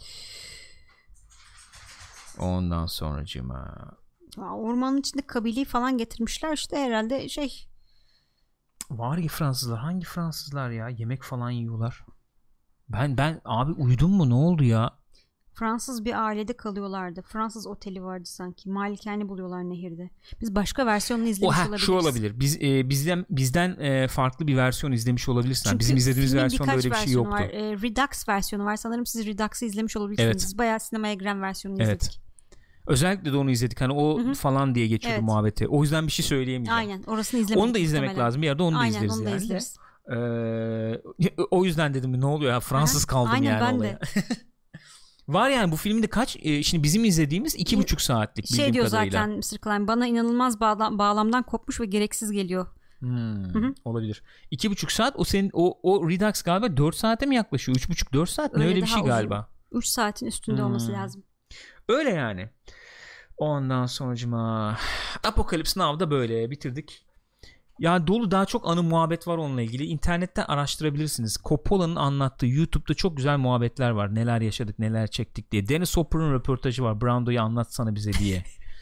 Ondan sonracığıma. Ormanın içinde kabileyi falan getirmişler işte herhalde şey. Var ya Fransızlar. Hangi Fransızlar ya? Yemek falan yiyorlar. Ben ben abi uyudum mu? Ne oldu ya? Fransız bir ailede kalıyorlardı. Fransız oteli vardı sanki. Malikane buluyorlar nehirde. Biz başka versiyonunu izlemiş Oha, olabiliriz. Şu olabilir. Biz e, bizden bizden e, farklı bir versiyon izlemiş olabilirsin. Çünkü bizim izlediğimiz versiyonda öyle bir şey yoktu. Var. E, Redux versiyonu var. Sanırım siz Redux'ı izlemiş olabilirsiniz. Evet. Biz bayağı sinemaya giren versiyonunu evet. izledik. Özellikle de onu izledik. Hani o Hı-hı. falan diye geçiyordu evet. muhabbeti. O yüzden bir şey söyleyemeyeceğim. Aynen. Orasını izlemek. Onu da izlemek muhtemelen. lazım. Bir yerde onu da Aynen, izleriz onu da yani. izleriz. Ee, o yüzden dedim ne oluyor ya? Fransız kaldım Aynen, yani ben olaya. Var yani bu filmde kaç e, şimdi bizim izlediğimiz iki buçuk saatlik bildiğim şey diyor kadarıyla. Zaten mister Klein bana inanılmaz bağlam, bağlamdan kopmuş ve gereksiz geliyor. Hmm, olabilir. iki buçuk saat o senin o o Redux galiba dört saate mi yaklaşıyor? üç buçuk dört saat mi öyle, öyle bir şey uzun. Galiba. üç saatin üstünde hmm. olması lazım. Öyle yani. Ondan sonucuma Apocalypse Now'da böyle bitirdik. Ya dolu daha çok anı muhabbet var onunla ilgili. İnternetten araştırabilirsiniz. Coppola'nın anlattığı YouTube'da çok güzel muhabbetler var. Neler yaşadık, neler çektik diye. Dennis Hopper'ın röportajı var. Brando'yu anlatsana bize diye.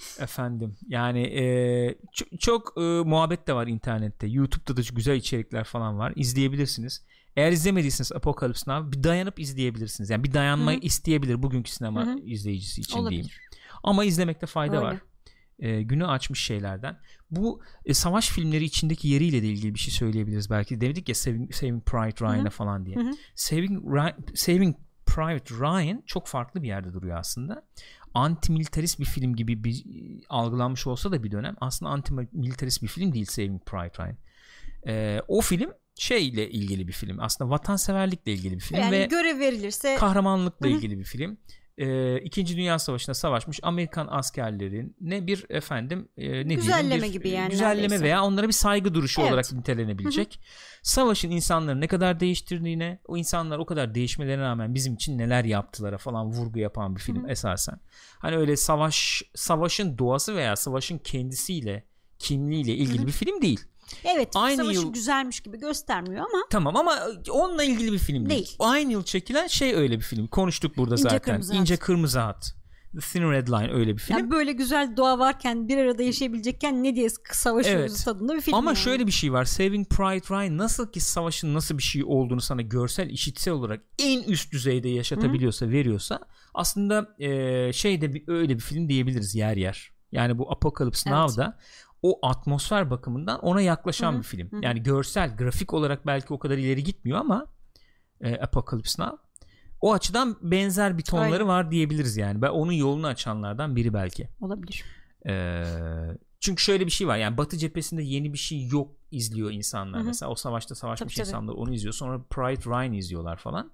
Efendim yani e, çok, çok e, muhabbet de var internette. YouTube'da da güzel içerikler falan var. İzleyebilirsiniz. Eğer izlemediyseniz Apocalypse Now bir dayanıp izleyebilirsiniz. Yani bir dayanmayı Hı-hı. isteyebilir bugünkü sinema Hı-hı. izleyicisi için Olabilir. diyeyim. Ama izlemekte fayda Öyle. var. E, günü açmış şeylerden. Bu e, savaş filmleri içindeki yeriyle de ilgili bir şey söyleyebiliriz belki. Dedik ya Saving, Saving Private Ryan'a falan diye. Hı-hı. Saving, Saving Private Ryan çok farklı bir yerde duruyor aslında. Antimilitarist bir film gibi bir algılanmış olsa da bir dönem aslında antimilitarist bir film değil Saving Private Ryan. Ee, o film şeyle ilgili bir film. Aslında vatanseverlikle ilgili bir film yani ve görev verilirse kahramanlıkla Hı-hı. ilgili bir film. Ee, İkinci Dünya Savaşı'nda savaşmış Amerikan askerlerin ne bir efendim e, ne güzelleme diyelim bir gibi yani güzelleme neredeyse. veya onlara bir saygı duruşu evet. olarak nitelenebilecek. Hı-hı. Savaşın insanları ne kadar değiştirdiğine, o insanlar o kadar değişmelerine rağmen bizim için neler yaptılara falan vurgu yapan bir film Hı-hı. esasen. Hani öyle savaş savaşın doğası veya savaşın kendisiyle, kimliğiyle ilgili Hı-hı. bir film değil. Evet, Aynı savaşı yıl... güzelmiş gibi göstermiyor ama. Tamam ama onunla ilgili bir film değil. değil. Aynı yıl çekilen şey öyle bir film. Konuştuk burada İnce zaten. Kırmızı İnce Hat. Kırmızı Hat. The Thin Red Line öyle bir film. Yani böyle güzel doğa varken bir arada yaşayabilecekken ne diye savaşıyoruz evet. tadında bir film. Ama yani. şöyle bir şey var. Saving Private Ryan nasıl ki savaşın nasıl bir şey olduğunu sana görsel, işitsel olarak en üst düzeyde yaşatabiliyorsa, Hı-hı. veriyorsa aslında e, şey de bir, öyle bir film diyebiliriz yer yer. Yani bu Apocalypse evet. Now'da o atmosfer bakımından ona yaklaşan Hı-hı. bir film. Hı-hı. Yani görsel, grafik olarak belki o kadar ileri gitmiyor ama e, Apocalypse Now o açıdan benzer bir tonları Aynen. var diyebiliriz yani. Ben onun yolunu açanlardan biri belki. Olabilir. Ee, çünkü şöyle bir şey var. Yani Batı cephesinde yeni bir şey yok izliyor insanlar. Hı-hı. Mesela o savaşta savaşmış tabii, insanlar tabii. onu izliyor. Sonra Private Ryan izliyorlar falan.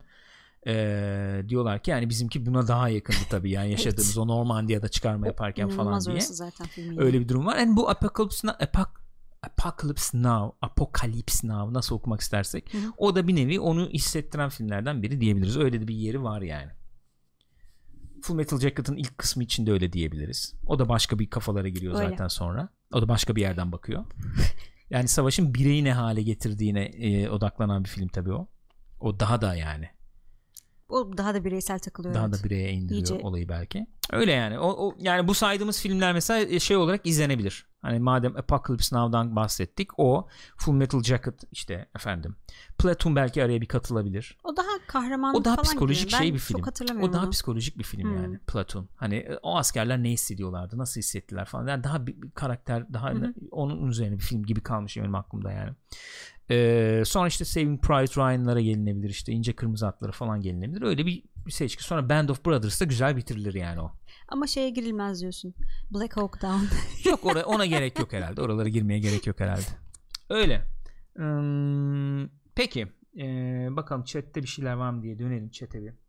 Ee, diyorlar ki yani bizimki buna daha yakındı tabii yani yaşadığımız evet. o Normandiya'da çıkarma yaparken falan diye. Zaten öyle bir durum var. Yani bu Apocalypse Now, Apok- Apocalypse Now, Apocalypse Now nasıl okumak istersek Hı-hı. o da bir nevi onu hissettiren filmlerden biri diyebiliriz. Öyle de bir yeri var yani. Full Metal Jacket'ın ilk kısmı için de öyle diyebiliriz. O da başka bir kafalara giriyor öyle. zaten sonra. O da başka bir yerden bakıyor. Yani savaşın bireyi ne hale getirdiğine e, odaklanan bir film tabii o. O daha da yani. O daha da bireysel takılıyor. Daha evet. da bireye indiriyor İyice. olayı belki. Öyle yani. O, o yani bu saydığımız filmler mesela şey olarak izlenebilir. Hani madem Apocalypse Now'dan bahsettik, o Full Metal Jacket işte efendim. Platoon belki araya bir katılabilir. O daha kahraman O daha falan psikolojik şey bir film. O daha onu. psikolojik bir film hmm. yani Platoon. Hani o askerler ne hissediyorlardı, nasıl hissettiler falan. Yani daha bir, bir karakter, daha hmm. onun üzerine bir film gibi kalmış benim aklımda yani. Ee, sonra işte Saving Private Ryan'lara gelinebilir, işte İnce Kırmızı Hatlara falan gelinebilir. Öyle bir, bir seçki. Sonra Band of Brothers'da güzel bitirilir yani o. Ama şeye girilmez diyorsun. Black Hawk Down. Yok oraya, ona gerek yok herhalde. Oralara girmeye gerek yok herhalde. Öyle. Hmm, peki. Ee, bakalım chatte bir şeyler var mı diye dönelim chat'e bir.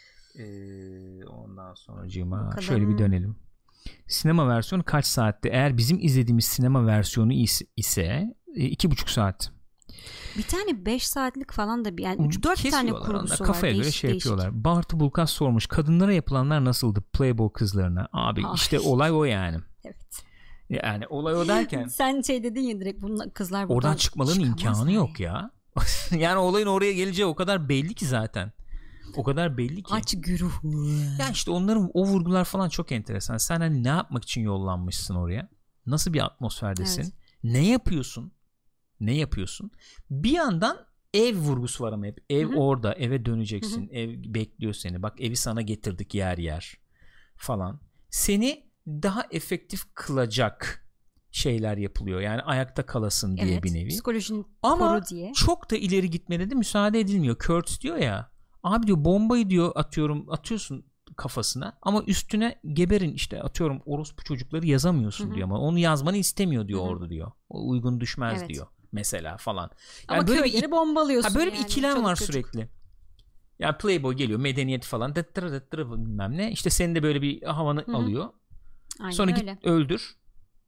Ee, ondan sonracığıma şöyle bir dönelim. Sinema versiyonu kaç saatte? Eğer bizim izlediğimiz sinema versiyonu ise, ise iki buçuk saat. Bir tane beş saatlik falan da bir yani üç dört tane kurgusu var. Kafaya göre şey değişik. yapıyorlar. Bartu Bulkas sormuş. Kadınlara yapılanlar nasıldı Playboy kızlarına? Abi Ay. işte olay o yani. Evet. Yani olay o derken. Sen şey dedin ya direkt bunlar, kızlar buradan oradan çıkmaların imkanı yani. yok ya. Yani olayın oraya geleceği o kadar belli ki zaten. O kadar belli ki. Aç güruh. Ya işte onların o vurgular falan çok enteresan. Sen hani ne yapmak için yollanmışsın oraya? Nasıl bir atmosferdesin? Evet. Ne yapıyorsun? Ne yapıyorsun? Bir yandan ev vurgusu var ama hep. Ev Hı-hı. orada. Eve döneceksin. Hı-hı. Ev bekliyor seni. Bak evi sana getirdik yer yer falan. Seni daha efektif kılacak şeyler yapılıyor. Yani ayakta kalasın diye evet, bir nevi. Psikolojinin ama koru diye. çok da ileri gitmene de müsaade edilmiyor. Kurtz diyor ya. Abi diyor bombayı diyor atıyorum atıyorsun kafasına ama üstüne geberin işte atıyorum orospu çocukları yazamıyorsun Hı-hı. diyor ama onu yazmanı istemiyor diyor Hı-hı. orada diyor. O uygun düşmez evet. diyor mesela falan. Yani ama böyle köyleri bir, bombalıyorsun. Ha böyle yani, bir ikilem var çocuk. sürekli. Ya Playboy geliyor medeniyet falan dıttırı dıttırı bilmem ne işte senin de böyle bir havanı Hı-hı. alıyor. Aynen sonra öyle. Git öldür.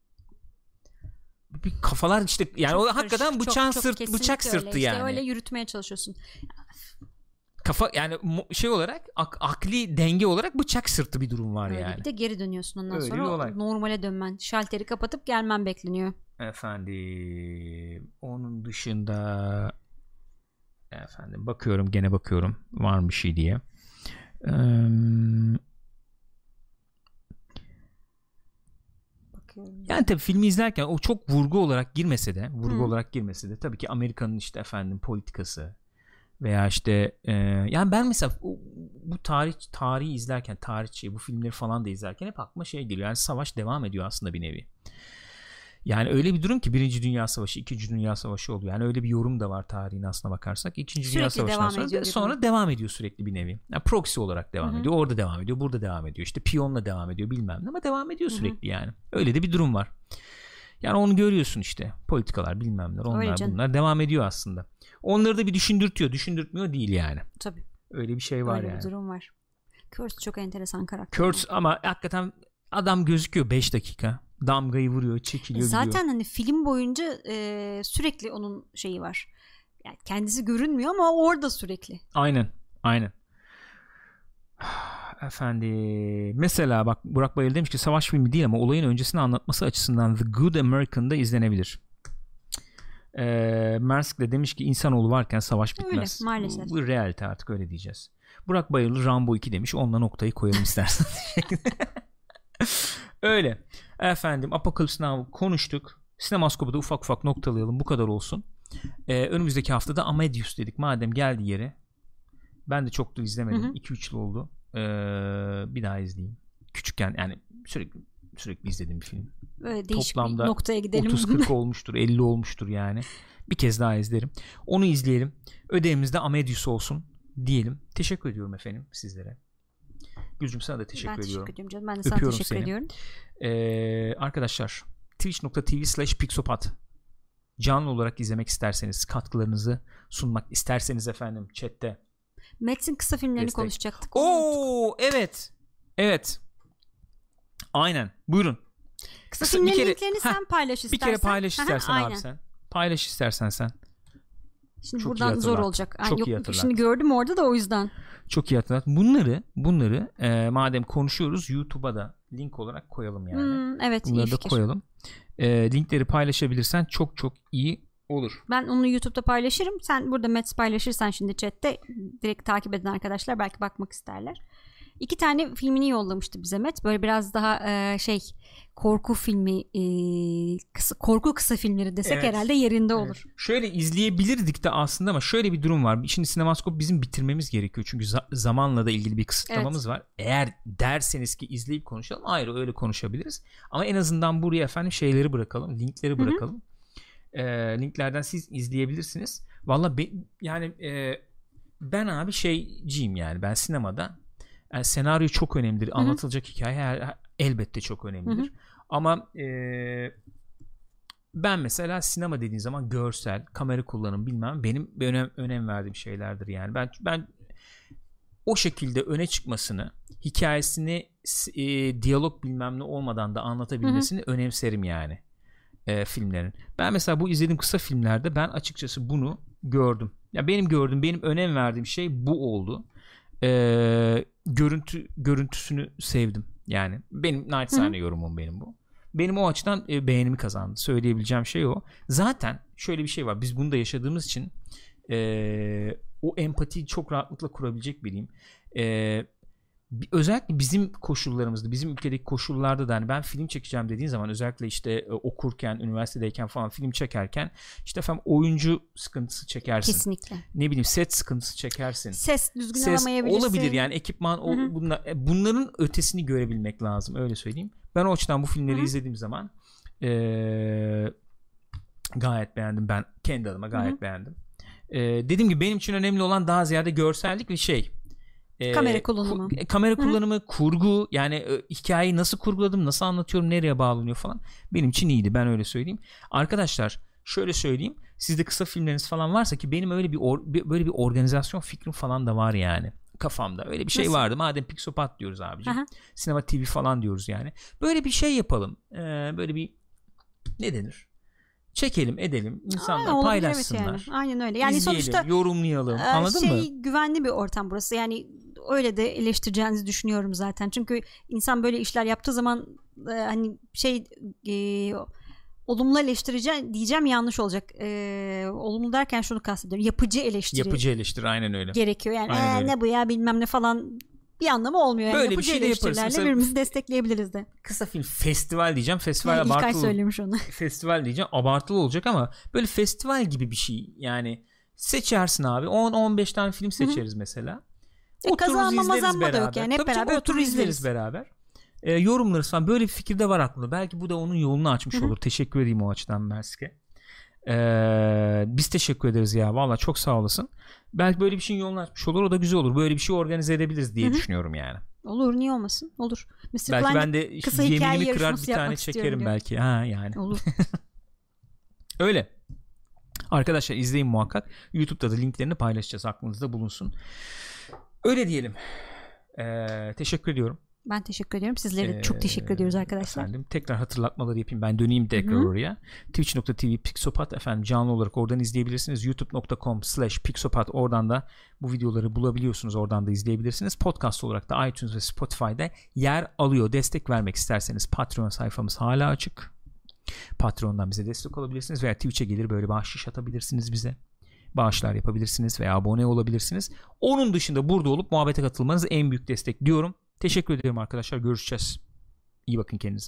Bir kafalar işte yani çok o hakikaten bıçağın çok, sırt bıçak öyle. sırtı yani. İşte öyle yürütmeye çalışıyorsun. Kafa yani şey olarak ak- akli denge olarak bıçak sırtı bir durum var öyle yani. Bir de geri dönüyorsun ondan öyle sonra normale dönmen. Şalteri kapatıp gelmen bekleniyor. Efendim onun dışında efendim bakıyorum gene bakıyorum var mı bir şey diye. Ee, bakıyorum. Yani tabii filmi izlerken o çok vurgu olarak girmese de vurgu Hı. olarak girmese de tabii ki Amerika'nın işte efendim politikası veya işte e, yani ben mesela o, bu tarih tarihi izlerken tarihçi bu filmleri falan da izlerken hep aklıma şey geliyor. Yani savaş devam ediyor aslında bir nevi. Yani öyle bir durum ki Birinci Dünya Savaşı, İkinci Dünya Savaşı oluyor. Yani öyle bir yorum da var tarihin aslına bakarsak. İkinci Dünya Savaşı'ndan sonra, de, sonra devam ediyor sürekli bir nevi. Yani proxy olarak devam Hı-hı. ediyor. Orada devam ediyor. Burada devam ediyor. İşte piyonla devam ediyor bilmem ne ama devam ediyor Hı-hı. sürekli yani. Öyle de bir durum var. Yani onu görüyorsun işte. Politikalar bilmem ne onlar bunlar devam ediyor aslında. Onları da bir düşündürtüyor. Düşündürtmüyor değil yani. Tabii. Öyle bir şey var öyle yani. Öyle bir durum var. Kurtz çok enteresan karakter. Kurtz ama hakikaten adam gözüküyor beş dakika. Damgayı vuruyor, çekiliyor, Zaten gidiyor. hani film boyunca e, sürekli onun şeyi var. Yani kendisi görünmüyor ama orada sürekli. Aynen, aynen. Efendim, mesela bak Burak Bayıl demiş ki savaş filmi değil ama olayın öncesini anlatması açısından The Good American'da izlenebilir. Ee, Mersk de demiş ki insanoğlu varken savaş bitmez. Öyle, maalesef. Bu, bu realite artık öyle diyeceğiz. Burak Bayıl Rambo iki demiş. Onunla noktayı koyalım istersen. Öyle. Efendim Apocalypse Now konuştuk. Sinemaskop'u ufak ufak noktalayalım. Bu kadar olsun. Ee, önümüzdeki haftada Amadeus dedik. Madem geldi yere. Ben de çok da izlemedim. iki üç yıl oldu. Ee, bir daha izleyeyim. Küçükken yani sürekli sürekli izlediğim bir film. Öyle değişik Toplamda bir noktaya gidelim. otuz kırk olmuştur. elli olmuştur yani. Bir kez daha izlerim. Onu izleyelim. Ödevimizde Amadeus olsun diyelim. Teşekkür ediyorum efendim sizlere. Gülcüm sana da teşekkür ben ediyorum. Ben teşekkür ediyorum canım. Ben de sana Öpüyorum teşekkür seni. ediyorum. Ee, arkadaşlar twitch.tv slash pixopat canlı olarak izlemek isterseniz, katkılarınızı sunmak isterseniz efendim chatte. Matt'in kısa filmlerini Destek. konuşacaktık. Oo evet. Evet. Aynen. Buyurun. Kısa, kısa filmlerin kere, linklerini heh, sen paylaş istersen. Bir kere paylaş istersen abi sen. Paylaş istersen sen. Şimdi çok buradan zor olacak. Çok yani iyi yok, hatırlat. Şimdi gördüm orada da o yüzden. Çok iyi hatırlat. Bunları bunları e, madem konuşuyoruz YouTube'a da link olarak koyalım yani. Hmm, evet. Bunları iyi da fikir. koyalım. E, linkleri paylaşabilirsen çok çok iyi olur. Ben onu YouTube'da paylaşırım. Sen burada Mets paylaşırsan şimdi chatte direkt takip eden arkadaşlar belki bakmak isterler. İki tane filmini yollamıştı bize Met. Böyle biraz daha e, şey korku filmi e, kısa, korku kısa filmleri desek evet. herhalde yerinde evet. olur. Şöyle izleyebilirdik de aslında ama şöyle bir durum var. Şimdi Sinemaskop bizim bitirmemiz gerekiyor. Çünkü za- zamanla da ilgili bir kısıtlamamız evet. var. Eğer derseniz ki izleyip konuşalım ayrı öyle konuşabiliriz. Ama en azından buraya efendim şeyleri bırakalım. Linkleri bırakalım. E, linklerden siz izleyebilirsiniz. Valla be, yani e, ben abi şeyciyim yani ben sinemada yani senaryo çok önemlidir. Hı-hı. Anlatılacak hikaye her, elbette çok önemlidir. Hı-hı. Ama e, ben mesela sinema dediğin zaman görsel, kamera kullanım bilmem benim önem, önem verdiğim şeylerdir yani. Ben ben o şekilde öne çıkmasını, hikayesini e, diyalog bilmem ne olmadan da anlatabilmesini Hı-hı. önemserim yani e, filmlerin. Ben mesela bu izlediğim kısa filmlerde ben açıkçası bunu gördüm. Ya benim gördüğüm, benim önem verdiğim şey bu oldu. Ee, görüntü görüntüsünü sevdim yani benim naçizane yorumum benim bu benim o açıdan e, beğenimi kazandı söyleyebileceğim şey o zaten şöyle bir şey var biz bunu da yaşadığımız için e, o empatiyi çok rahatlıkla kurabilecek biriyim e, özellikle bizim koşullarımızda bizim ülkedeki koşullarda da hani ben film çekeceğim dediğin zaman özellikle işte e, okurken üniversitedeyken falan film çekerken işte efendim oyuncu sıkıntısı çekersin. Kesinlikle. Ne bileyim set sıkıntısı çekersin. Ses düzgün Ses alamayabilirsin. Olabilir yani ekipman o, bunlar, bunların ötesini görebilmek lazım öyle söyleyeyim. Ben o açıdan bu filmleri Hı-hı. izlediğim zaman e, gayet beğendim ben kendi adıma gayet Hı-hı. beğendim. E, dediğim gibi benim için önemli olan daha ziyade görsellik ve şey kamera kullanımı ku, kamera kullanımı Hı-hı. kurgu yani e, hikayeyi nasıl kurguladım nasıl anlatıyorum nereye bağlanıyor falan benim için iyiydi ben öyle söyleyeyim arkadaşlar şöyle söyleyeyim sizde kısa filmleriniz falan varsa ki benim öyle bir, or, bir böyle bir organizasyon fikrim falan da var yani kafamda öyle bir şey nasıl? Vardı madem Pixopat diyoruz abicim Aha. Sinema T V falan diyoruz yani böyle bir şey yapalım ee, böyle bir ne denir çekelim edelim insanlar Aa, paylaşsınlar evet yani. Aynen öyle yani sonuçta yorumlayalım e, anladın şey, mı güvenli bir ortam burası yani öyle de eleştireceğinizi düşünüyorum zaten çünkü insan böyle işler yaptığı zaman e, hani şey e, olumlu eleştireceğim diyeceğim yanlış olacak e, olumlu derken şunu kastediyorum yapıcı eleştiri yapıcı eleştiri aynen öyle gerekiyor yani e, ne bu ya bilmem ne falan bir anlamı olmuyor. Yani böyle yapıcı bir şey de yaparız. eleştirilerle Mesela, birbirimizi destekleyebiliriz de. Kısa film festival diyeceğim. Festival Yani abartılı. İlkay söylemiş onu. Festival diyeceğim. Abartılı olacak ama böyle festival gibi bir şey. Yani seçersin abi. on on beş tane film seçeriz Hı-hı. mesela. E, kazanma mazanma da yok yani. Hep Tabii beraber oturur izleriz beraber. E, yorumlarız falan. Böyle bir fikir de var aklımda. Belki bu da onun yolunu açmış Hı-hı. olur. Teşekkür edeyim o açıdan Merske. Ee, biz teşekkür ederiz ya. Vallahi çok sağ olasın. Belki böyle bir şeyin yolunu açmış olur. O da güzel olur. Böyle bir şey organize edebiliriz diye Hı-hı. düşünüyorum yani. Olur, niye olmasın? Olur. mister Belki ben de yeminimi kırar bir tane çekerim diyor. Belki. Ha yani. Olur. Öyle. Arkadaşlar izleyin muhakkak. YouTube'da da linklerini paylaşacağız. Aklınızda bulunsun. Öyle diyelim. Ee, teşekkür ediyorum. Ben teşekkür ediyorum. Sizlere ee, çok teşekkür ediyoruz arkadaşlar. Efendim tekrar hatırlatmaları yapayım. Ben döneyim tekrar Hı-hı. oraya. Twitch nokta tv Pixopat efendim canlı olarak oradan izleyebilirsiniz. youtube nokta com slash Pixopat oradan da bu videoları bulabiliyorsunuz. Oradan da izleyebilirsiniz. Podcast olarak da iTunes ve Spotify'da yer alıyor. Destek vermek isterseniz Patreon sayfamız hala açık. Patreon'dan bize destek olabilirsiniz veya Twitch'e gelir böyle bahşiş atabilirsiniz bize. Bağışlar yapabilirsiniz veya abone olabilirsiniz. Onun dışında burada olup muhabbete katılmanız en büyük destek diyorum. Teşekkür ederim arkadaşlar. Görüşeceğiz. İyi bakın kendinize.